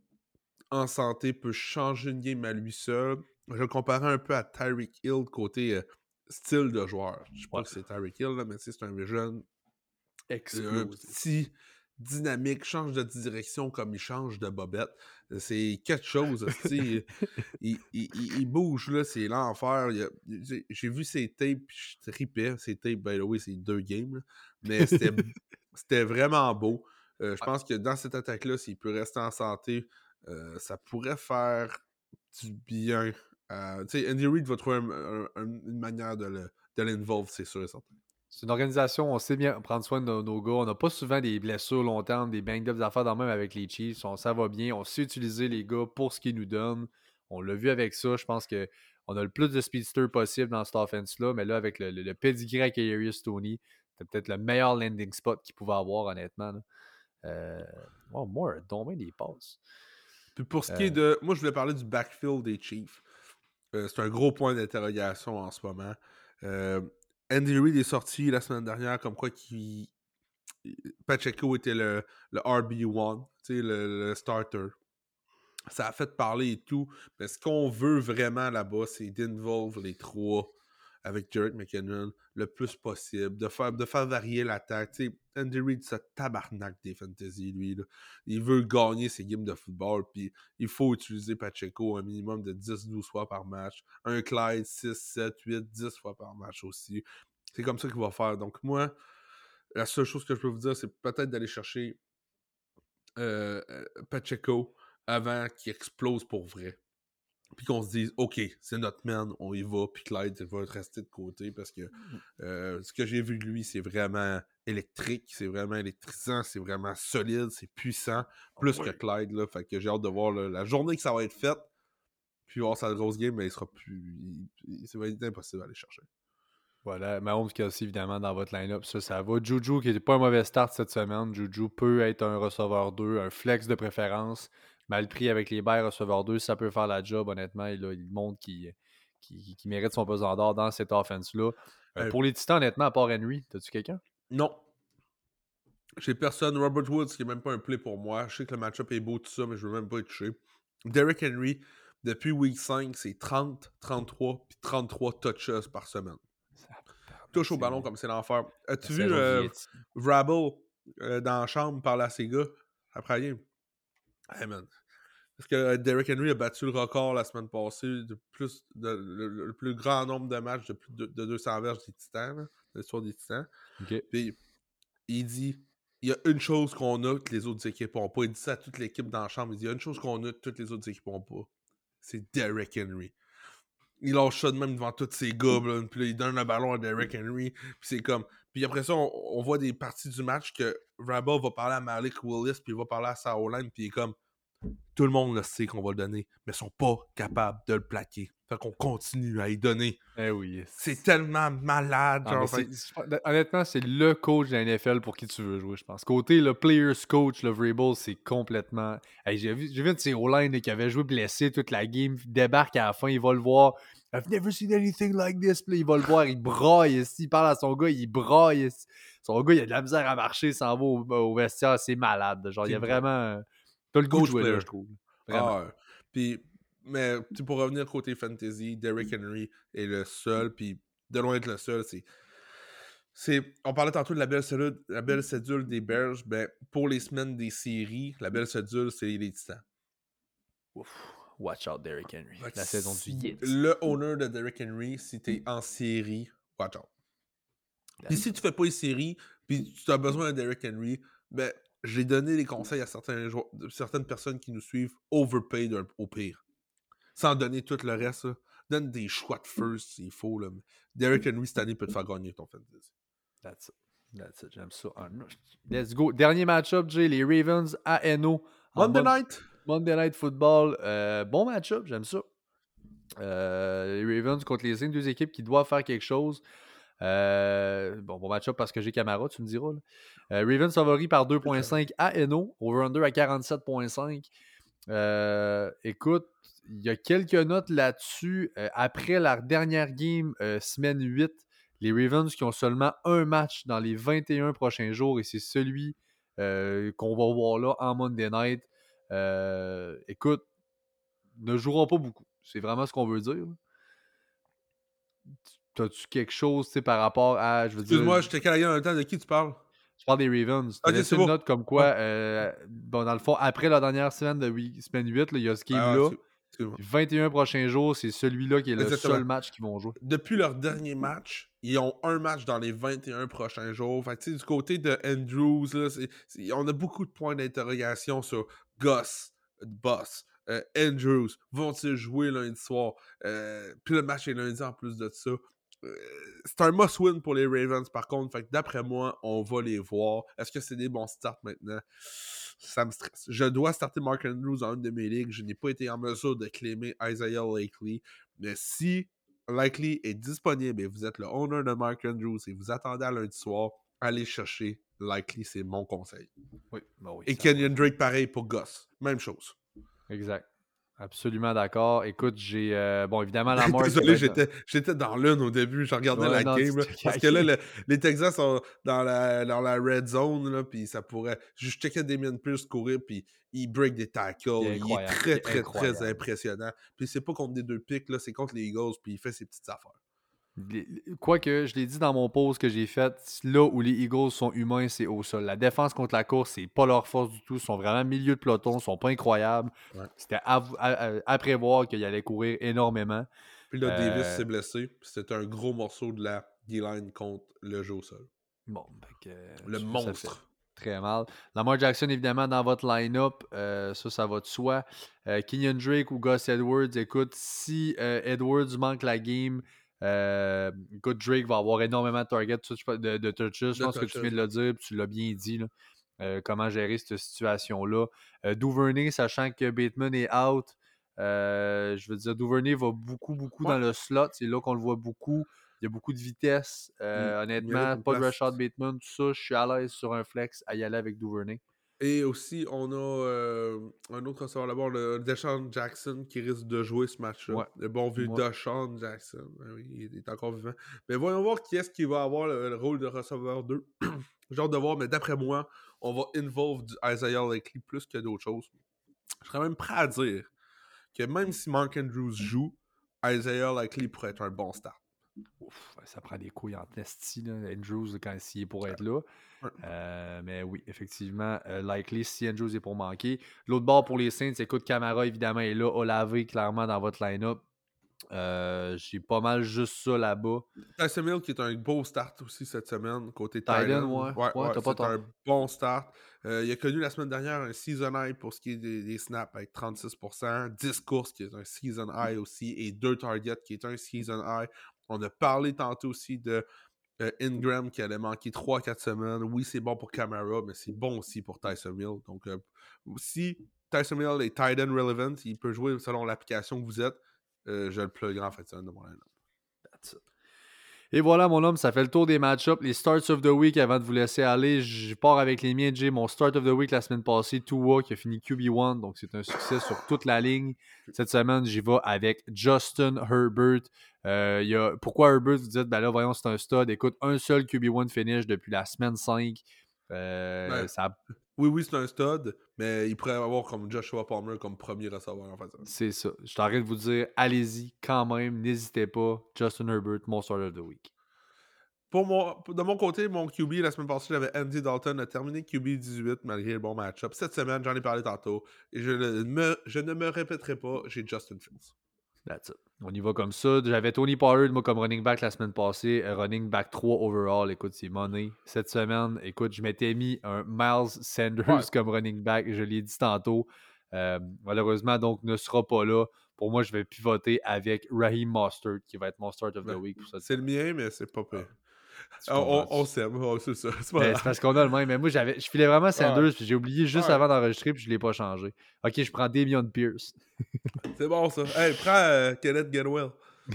en santé, peut changer une game à lui seul. Je le comparais un peu à Tyreek Hill côté euh, style de joueur. Je sais pas Ouais. que c'est Tyreek Hill, là, mais tu sais, c'est un jeune, un Explosif. petit dynamique, change de direction comme il change de bobette. C'est quelque chose. tu sais, il, il, il, il bouge, là, c'est l'enfer. Il y a- j'ai- J'ai vu ses tapes, puis je tripais. Ses tapes, by the way, c'est deux games. là. Mais c'était c'était vraiment beau. Euh, je pense que dans cette attaque-là, s'il peut rester en santé, euh, ça pourrait faire du bien. Euh, tu sais, Andy Reid va trouver un- un- un- une manière de le- de l'involve, c'est sûr et certain. C'est une organisation, on sait bien prendre soin de nos, nos gars. On n'a pas souvent des blessures long terme, des bang-up d'affaires dans le même avec les Chiefs. On, ça va bien. On sait utiliser les gars pour ce qu'ils nous donnent. On l'a vu avec ça. Je pense qu'on a le plus de speedster possible dans cette offense-là. Mais là, avec le, le, le pedigree à Kadarius Toney, c'est peut-être le meilleur landing spot qu'il pouvait avoir, honnêtement. là. Euh, oh, Moore, donc des passes. Puis pour ce qui Euh. est de. Moi, je voulais parler du backfield des Chiefs. Euh, c'est un gros point d'interrogation en ce moment. Euh, Andy Reid est sorti la semaine dernière comme quoi qu'il... Pacheco était le, le R B un, le, le starter. Ça a fait parler et tout. Mais ce qu'on veut vraiment là-bas, c'est d'involve les trois avec Jerick McKinnon le plus possible, de faire, de faire varier l'attaque. Tu sais, Andy Reid, c'est tabarnak des fantasy, lui. Là. Il veut gagner ses games de football, puis il faut utiliser Pacheco un minimum de dix douze fois par match. Un Clyde, six, sept, huit, dix fois par match aussi. C'est comme ça qu'il va faire. Donc moi, la seule chose que je peux vous dire, c'est peut-être d'aller chercher euh, Pacheco avant qu'il explose pour vrai. Puis qu'on se dise, OK, c'est notre man, on y va, puis Clyde va rester de côté parce que euh, ce que j'ai vu de lui, c'est vraiment électrique, c'est vraiment électrisant, c'est vraiment solide, c'est puissant, plus oh, que Clyde, là. Fait que j'ai hâte de voir là, la journée que ça va être faite, puis voir sa grosse game, mais il sera plus. Il, il, c'est vraiment impossible d'aller chercher. Voilà, Mahomes Kelsey, évidemment, dans votre line-up, ça, ça va. Juju, qui n'est pas un mauvais start cette semaine. Juju peut être un receveur deux, un flex de préférence. Mal pris avec les bails receveur deux, ça peut faire la job, honnêtement. Et là, il montre qu'il, qu'il, qu'il mérite son pesant d'or dans cette offense-là. Euh, euh, pour les Titans, honnêtement, à part Henry, t'as-tu quelqu'un? Non. J'ai personne. Robert Woods, qui n'est même pas un play pour moi. Je sais que le match-up est beau, tout ça, mais je veux même pas être touché. Derrick Henry, depuis week cinq, c'est trente, trente-trois, puis trente-trois touches par semaine. Touche au ballon comme c'est l'enfer. As-tu vu euh, Vrabel euh, dans la chambre parler à ses gars après la game? Hey man. Parce que Derrick Henry a battu le record la semaine passée de plus de, le, le plus grand nombre de matchs de plus de, de deux cents verges des Titans, là, de l'histoire des Titans. Okay. Puis il dit il y a une chose qu'on a que les autres équipes n'ont pas. Il dit ça à toute l'équipe dans la chambre. Il dit il y a une chose qu'on a que toutes les autres équipes n'ont pas. C'est Derrick Henry. Il lâche ça de même devant tous ses gars, là, puis là, il donne le ballon à Derrick Henry, puis c'est comme... Puis après ça, on, on voit des parties du match que Vrabel va parler à Malik Willis, puis il va parler à Sauerland, puis il est comme... Tout le monde le sait qu'on va le donner, mais ils sont pas capables de le plaquer. Fait qu'on continue à y donner. Eh oui. C'est tellement malade. Ah, genre, c'est, c'est, honnêtement, c'est le coach de la N F L pour qui tu veux jouer, je pense. Côté le players coach, le Vrabel, c'est complètement... Hey, j'ai vu, j'ai vu un de ses O-line qui avait joué blessé toute la game, il débarque à la fin, il va le voir. I've never seen anything like this. Puis il va le voir, il braille ici, il parle à son gars, il braille ici. Son gars, il a de la misère à marcher, il s'en va au, au vestiaire, c'est malade. Genre, il y a vraiment... T'as le goût de jouer là, je trouve. Vraiment. Ah, puis, mais pour revenir côté fantasy, Derrick Henry est le seul, puis de loin être le seul, c'est... c'est on parlait tantôt de la belle cédule, la belle cédule des Bears, ben, pour les semaines des séries, la belle cédule, c'est les Titans. Ouf. Watch out, Derrick Henry. La si, saison du Yates. Le owner de Derrick Henry, si t'es en série, watch out. Puis si tu fais pas les séries, puis tu as besoin de Derrick Henry, ben, j'ai donné des conseils à certains joueurs, certaines personnes qui nous suivent, overpay au pire. Sans donner tout le reste, là. Donne des choix de first s'il faut. Là. Derrick Henry cette année peut te faire gagner ton fantasy. That's it. That's it. J'aime ça. Let's go. Dernier match-up, Jay. Les Ravens à N O. Monday night. Monday Night Football. Euh, bon match-up, j'aime ça. Euh, les Ravens contre les Saints, deux équipes qui doivent faire quelque chose. Euh, bon, bon match-up parce que j'ai Camara, tu me diras. Euh, Ravens favori par deux virgule cinq à N O. Over-under à quarante-sept virgule cinq. Euh, écoute, il y a quelques notes là-dessus. Euh, après la dernière game, euh, semaine huit, les Ravens qui ont seulement un match dans les vingt et un prochains jours et c'est celui euh, qu'on va voir là en Monday Night. Euh, écoute, ne joueront pas beaucoup. C'est vraiment ce qu'on veut dire. T'as-tu quelque chose par rapport à. Je veux Excuse-moi, dire, je t'ai calé en même temps. De qui tu parles? Je parle des Ravens. Tu as laissé une note comme quoi, euh, bon, dans le fond, après la dernière semaine de huit, semaine huit, il y a ce game-là. Ah, vingt et un prochains jours, c'est celui-là qui est Exactement. Le seul match qu'ils vont jouer. Depuis leur dernier match, ils ont un match dans les vingt et un prochains jours. Fait que, du côté de Andrews, là, c'est, c'est, on a beaucoup de points d'interrogation sur Gus, Boss, euh, Andrews. Vont-ils jouer lundi soir? Euh, puis le match est lundi en plus de ça. Euh, c'est un must-win pour les Ravens, par contre. Fait que d'après moi, on va les voir. Est-ce que c'est des bons starts maintenant? Ça me stresse. Je dois starter Mark Andrews dans une de mes ligues. Je n'ai pas été en mesure de claimer Isaiah Likely. Mais si Likely est disponible et vous êtes le owner de Mark Andrews et vous attendez à lundi soir, allez chercher Likely, c'est mon conseil. Oui, ben oui, et Kenyon Drake, pareil pour Gus. Même chose. Exact. Absolument d'accord. Écoute, j'ai... Euh, bon, évidemment, la mort... Désolé, j'étais, j'étais dans l'une au début. Je regardais ouais, la non, game. Là, parce que là, le, les Texans sont dans la, dans la red zone. Là, puis ça pourrait... Je checkais Damien Pierce courir, puis il break des tackles. Il, il est très, très, incroyable. Très impressionnant. Puis c'est pas contre des deux pics, là, c'est contre les Eagles, puis il fait ses petites affaires. Quoique, je l'ai dit dans mon post que j'ai fait, là où les Eagles sont humains, c'est au sol. La défense contre la course, c'est pas leur force du tout. Ils sont vraiment milieu de peloton, ils sont pas incroyables. Ouais. C'était à, à, à prévoir qu'ils allaient courir énormément. Puis là, euh... Davis s'est blessé. C'était un gros morceau de la D-line contre le jeu au sol. Bon, fait que, Le ça monstre. fait très mal. Lamar Jackson, évidemment, dans votre line-up, euh, ça, ça va de soi. Euh, Kenyon Drake ou Gus Edwards, écoute, si euh, Edwards manque la game, euh, écoute, Drake va avoir énormément de targets, de, de touches. Je pense que tu viens de le dire, puis tu l'as bien dit, là, euh, comment gérer cette situation-là. Euh, Duvernay, sachant que Bateman est out, euh, je veux dire, Duvernay va beaucoup, beaucoup Ouais. dans le slot. C'est là qu'on le voit beaucoup. Il y a beaucoup de vitesse. Euh, Il honnêtement, mérite une pas de place. Rashad Bateman, tout ça. Je suis à l'aise sur un flex à y aller avec Duvernay. Et aussi, on a euh, un autre receveur là-bas, le Deshaun Jackson, qui risque de jouer ce match-là. Ouais. Le bon vieux Ouais. Deshaun Jackson. Ben oui, il est encore vivant. Mais voyons voir qui est-ce qui va avoir le, le rôle de receveur deux. J'ai hâte de voir, mais d'après moi, on va involve du Isaiah Likely plus que d'autres choses. Je serais même prêt à dire que même si Mark Andrews joue, Isaiah Likely pourrait être un bon start. Ouf, ça prend des couilles en testi, là, Andrews, quand il est pour être là. Ouais. Euh, mais oui, effectivement, euh, likely si Andrews est pour manquer. L'autre bord pour les Saints, écoute, Camara, évidemment, est là. Olave, clairement, dans votre line-up. Euh, j'ai pas mal juste ça là-bas. Tyson Hill qui est un beau start aussi cette semaine, côté Titan, Titan. ouais. Ouais, Ouais, ouais, t'as pas c'est tort. un bon start. Euh, il a connu la semaine dernière un season high pour ce qui est des, des snaps avec trente-six pour cent, dix courses qui est un season high aussi, et deux targets qui est un season high. On a parlé tantôt aussi de euh, Ingram qui allait manquer trois à quatre semaines. Oui, c'est bon pour Camara, mais c'est bon aussi pour Tyson Hill. Donc, euh, si Tyson Hill est Titan relevant, il peut jouer selon l'application que vous êtes. Euh, je le pluggerai en fait de mon line-up. Et voilà, mon homme, ça fait le tour des match-ups. Les starts of the week, avant de vous laisser aller, je pars avec les miens. J'ai mon start of the week la semaine passée, Tua, qui a fini Q B un, donc c'est un succès sur toute la ligne. Cette semaine, j'y vais avec Justin Herbert. Euh, y a, pourquoi Herbert? Vous dites, ben là, voyons, c'est un stud. Écoute, un seul Q B un finish depuis la semaine cinq. Euh, Ouais. ça... Oui, oui, c'est un stud, mais il pourrait avoir comme Joshua Palmer comme premier receveur en fait. C'est ça. Je suis en train de vous dire, allez-y quand même, n'hésitez pas. Justin Herbert, mon start of the week. Pour mon, de mon côté, mon Q B, la semaine passée, j'avais Andy Dalton a terminé Q B dix-huit malgré le bon match-up. Cette semaine, j'en ai parlé tantôt, et je, ne me, je ne me répéterai pas, j'ai Justin Fields. That's it. On y va comme ça. J'avais Tony Pollard, moi, comme running back la semaine passée. Running back trois overall. Écoute, c'est money. Cette semaine, écoute, je m'étais mis un Miles Sanders Ouais. comme running back. Je l'ai dit tantôt. Euh, malheureusement, donc, ne sera pas là. Pour moi, je vais pivoter avec Raheem Mostert, qui va être mon start of the Ouais. week. Pour c'est le mien, mais c'est pas pire. Ah, on, on, on s'aime, oh, c'est ça. C'est, ben, c'est parce qu'on a le même. Mais moi, j'avais, je filais vraiment Sanders, ouais. puis j'ai oublié juste ouais. avant d'enregistrer, puis je ne l'ai pas changé. Ok, je prends Damian Pierce. C'est bon, ça. Hey, prends euh, Kenneth Gainwell.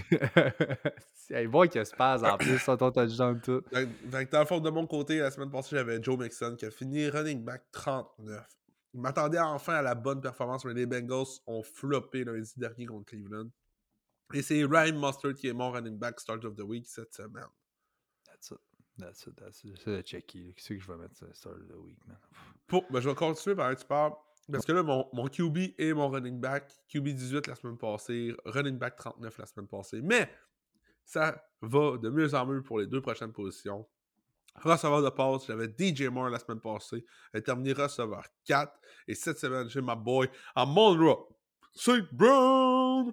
Hey, voir qu'il se passe en plus, ça, ton touchdown tout. Fait, fait que dans le fond, de mon côté, la semaine passée, j'avais Joe Mixon qui a fini running back trente-neuf. Je m'attendais enfin à la bonne performance, mais les Bengals ont floppé lundi dernier contre Cleveland. Et c'est Ryan Mostert qui est mon running back start of the week cette semaine. That's it. That's it. That's it. C'est le checky. Qui c'est que je vais mettre ça start of the week, man? Pour, ben, je vais continuer par un tu parles. Parce que là, mon, mon Q B et mon running back, Q B dix-huit la semaine passée, running back trente-neuf la semaine passée. Mais ça va de mieux en mieux pour les deux prochaines positions. Receveur de passe, j'avais D J Moore la semaine passée. Elle a terminé receveur quatre. Et cette semaine, j'ai ma boy Amon-Ra Saint Brown.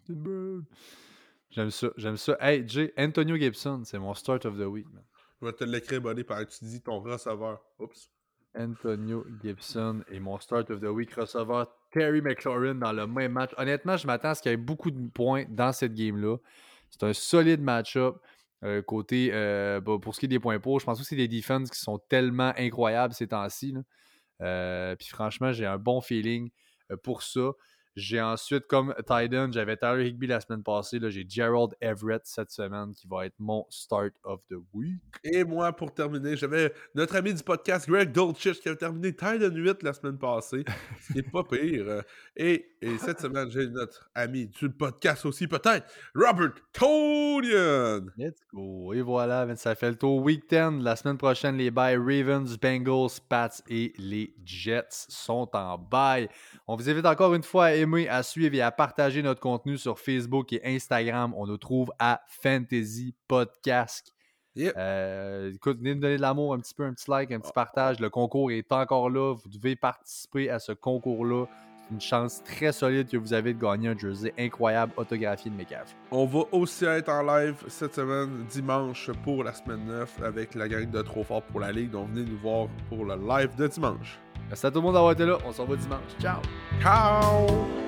J'aime ça. J'aime ça. Hey, Jay, Antonio Gibson, c'est mon start of the week, man. Je vais te l'écrire, Bonnie, par tu dis ton receveur. Oups. Antonio Gibson et mon start of the week receveur Terry McLaurin dans le même match. Honnêtement, je m'attends à ce qu'il y ait beaucoup de points dans cette game-là. C'est un solide match-up. Euh, côté, euh, bah, pour ce qui est des points pour, je pense que c'est des defenses qui sont tellement incroyables ces temps-ci. Là. Euh, puis franchement, j'ai un bon feeling euh, pour ça. J'ai ensuite, comme Titan, j'avais Tyler Higbee la semaine passée. Là, j'ai Gerald Everett cette semaine qui va être mon start of the week. Et moi, pour terminer, j'avais notre ami du podcast, Greg Dolchich, qui avait terminé Titan huit la semaine passée. Ce qui n'est pas pire. Et, et cette semaine, j'ai notre ami du podcast aussi, peut-être, Robert Tonian. Let's go. Et voilà, ça fait le tour. Week dix, la semaine prochaine, les bails Ravens, Bengals, Pats et les Jets sont en bail. On vous invite encore une fois à aimer, à suivre et à partager notre contenu sur Facebook et Instagram. On nous trouve à Fantasy Podcast. Yep. Euh, écoute, venez nous donner de l'amour, un petit peu, un petit like, un petit partage. Le concours est encore là. Vous devez participer à ce concours-là. une chance très solide que vous avez de gagner un jersey incroyable autographié de Metcalf. On va aussi être en live cette semaine, dimanche, pour la semaine neuf, avec la gang de Trop Fort pour la Ligue. Donc venez nous voir pour le live de dimanche. Merci à tout le monde d'avoir été là. On se revoit dimanche. Ciao! Ciao!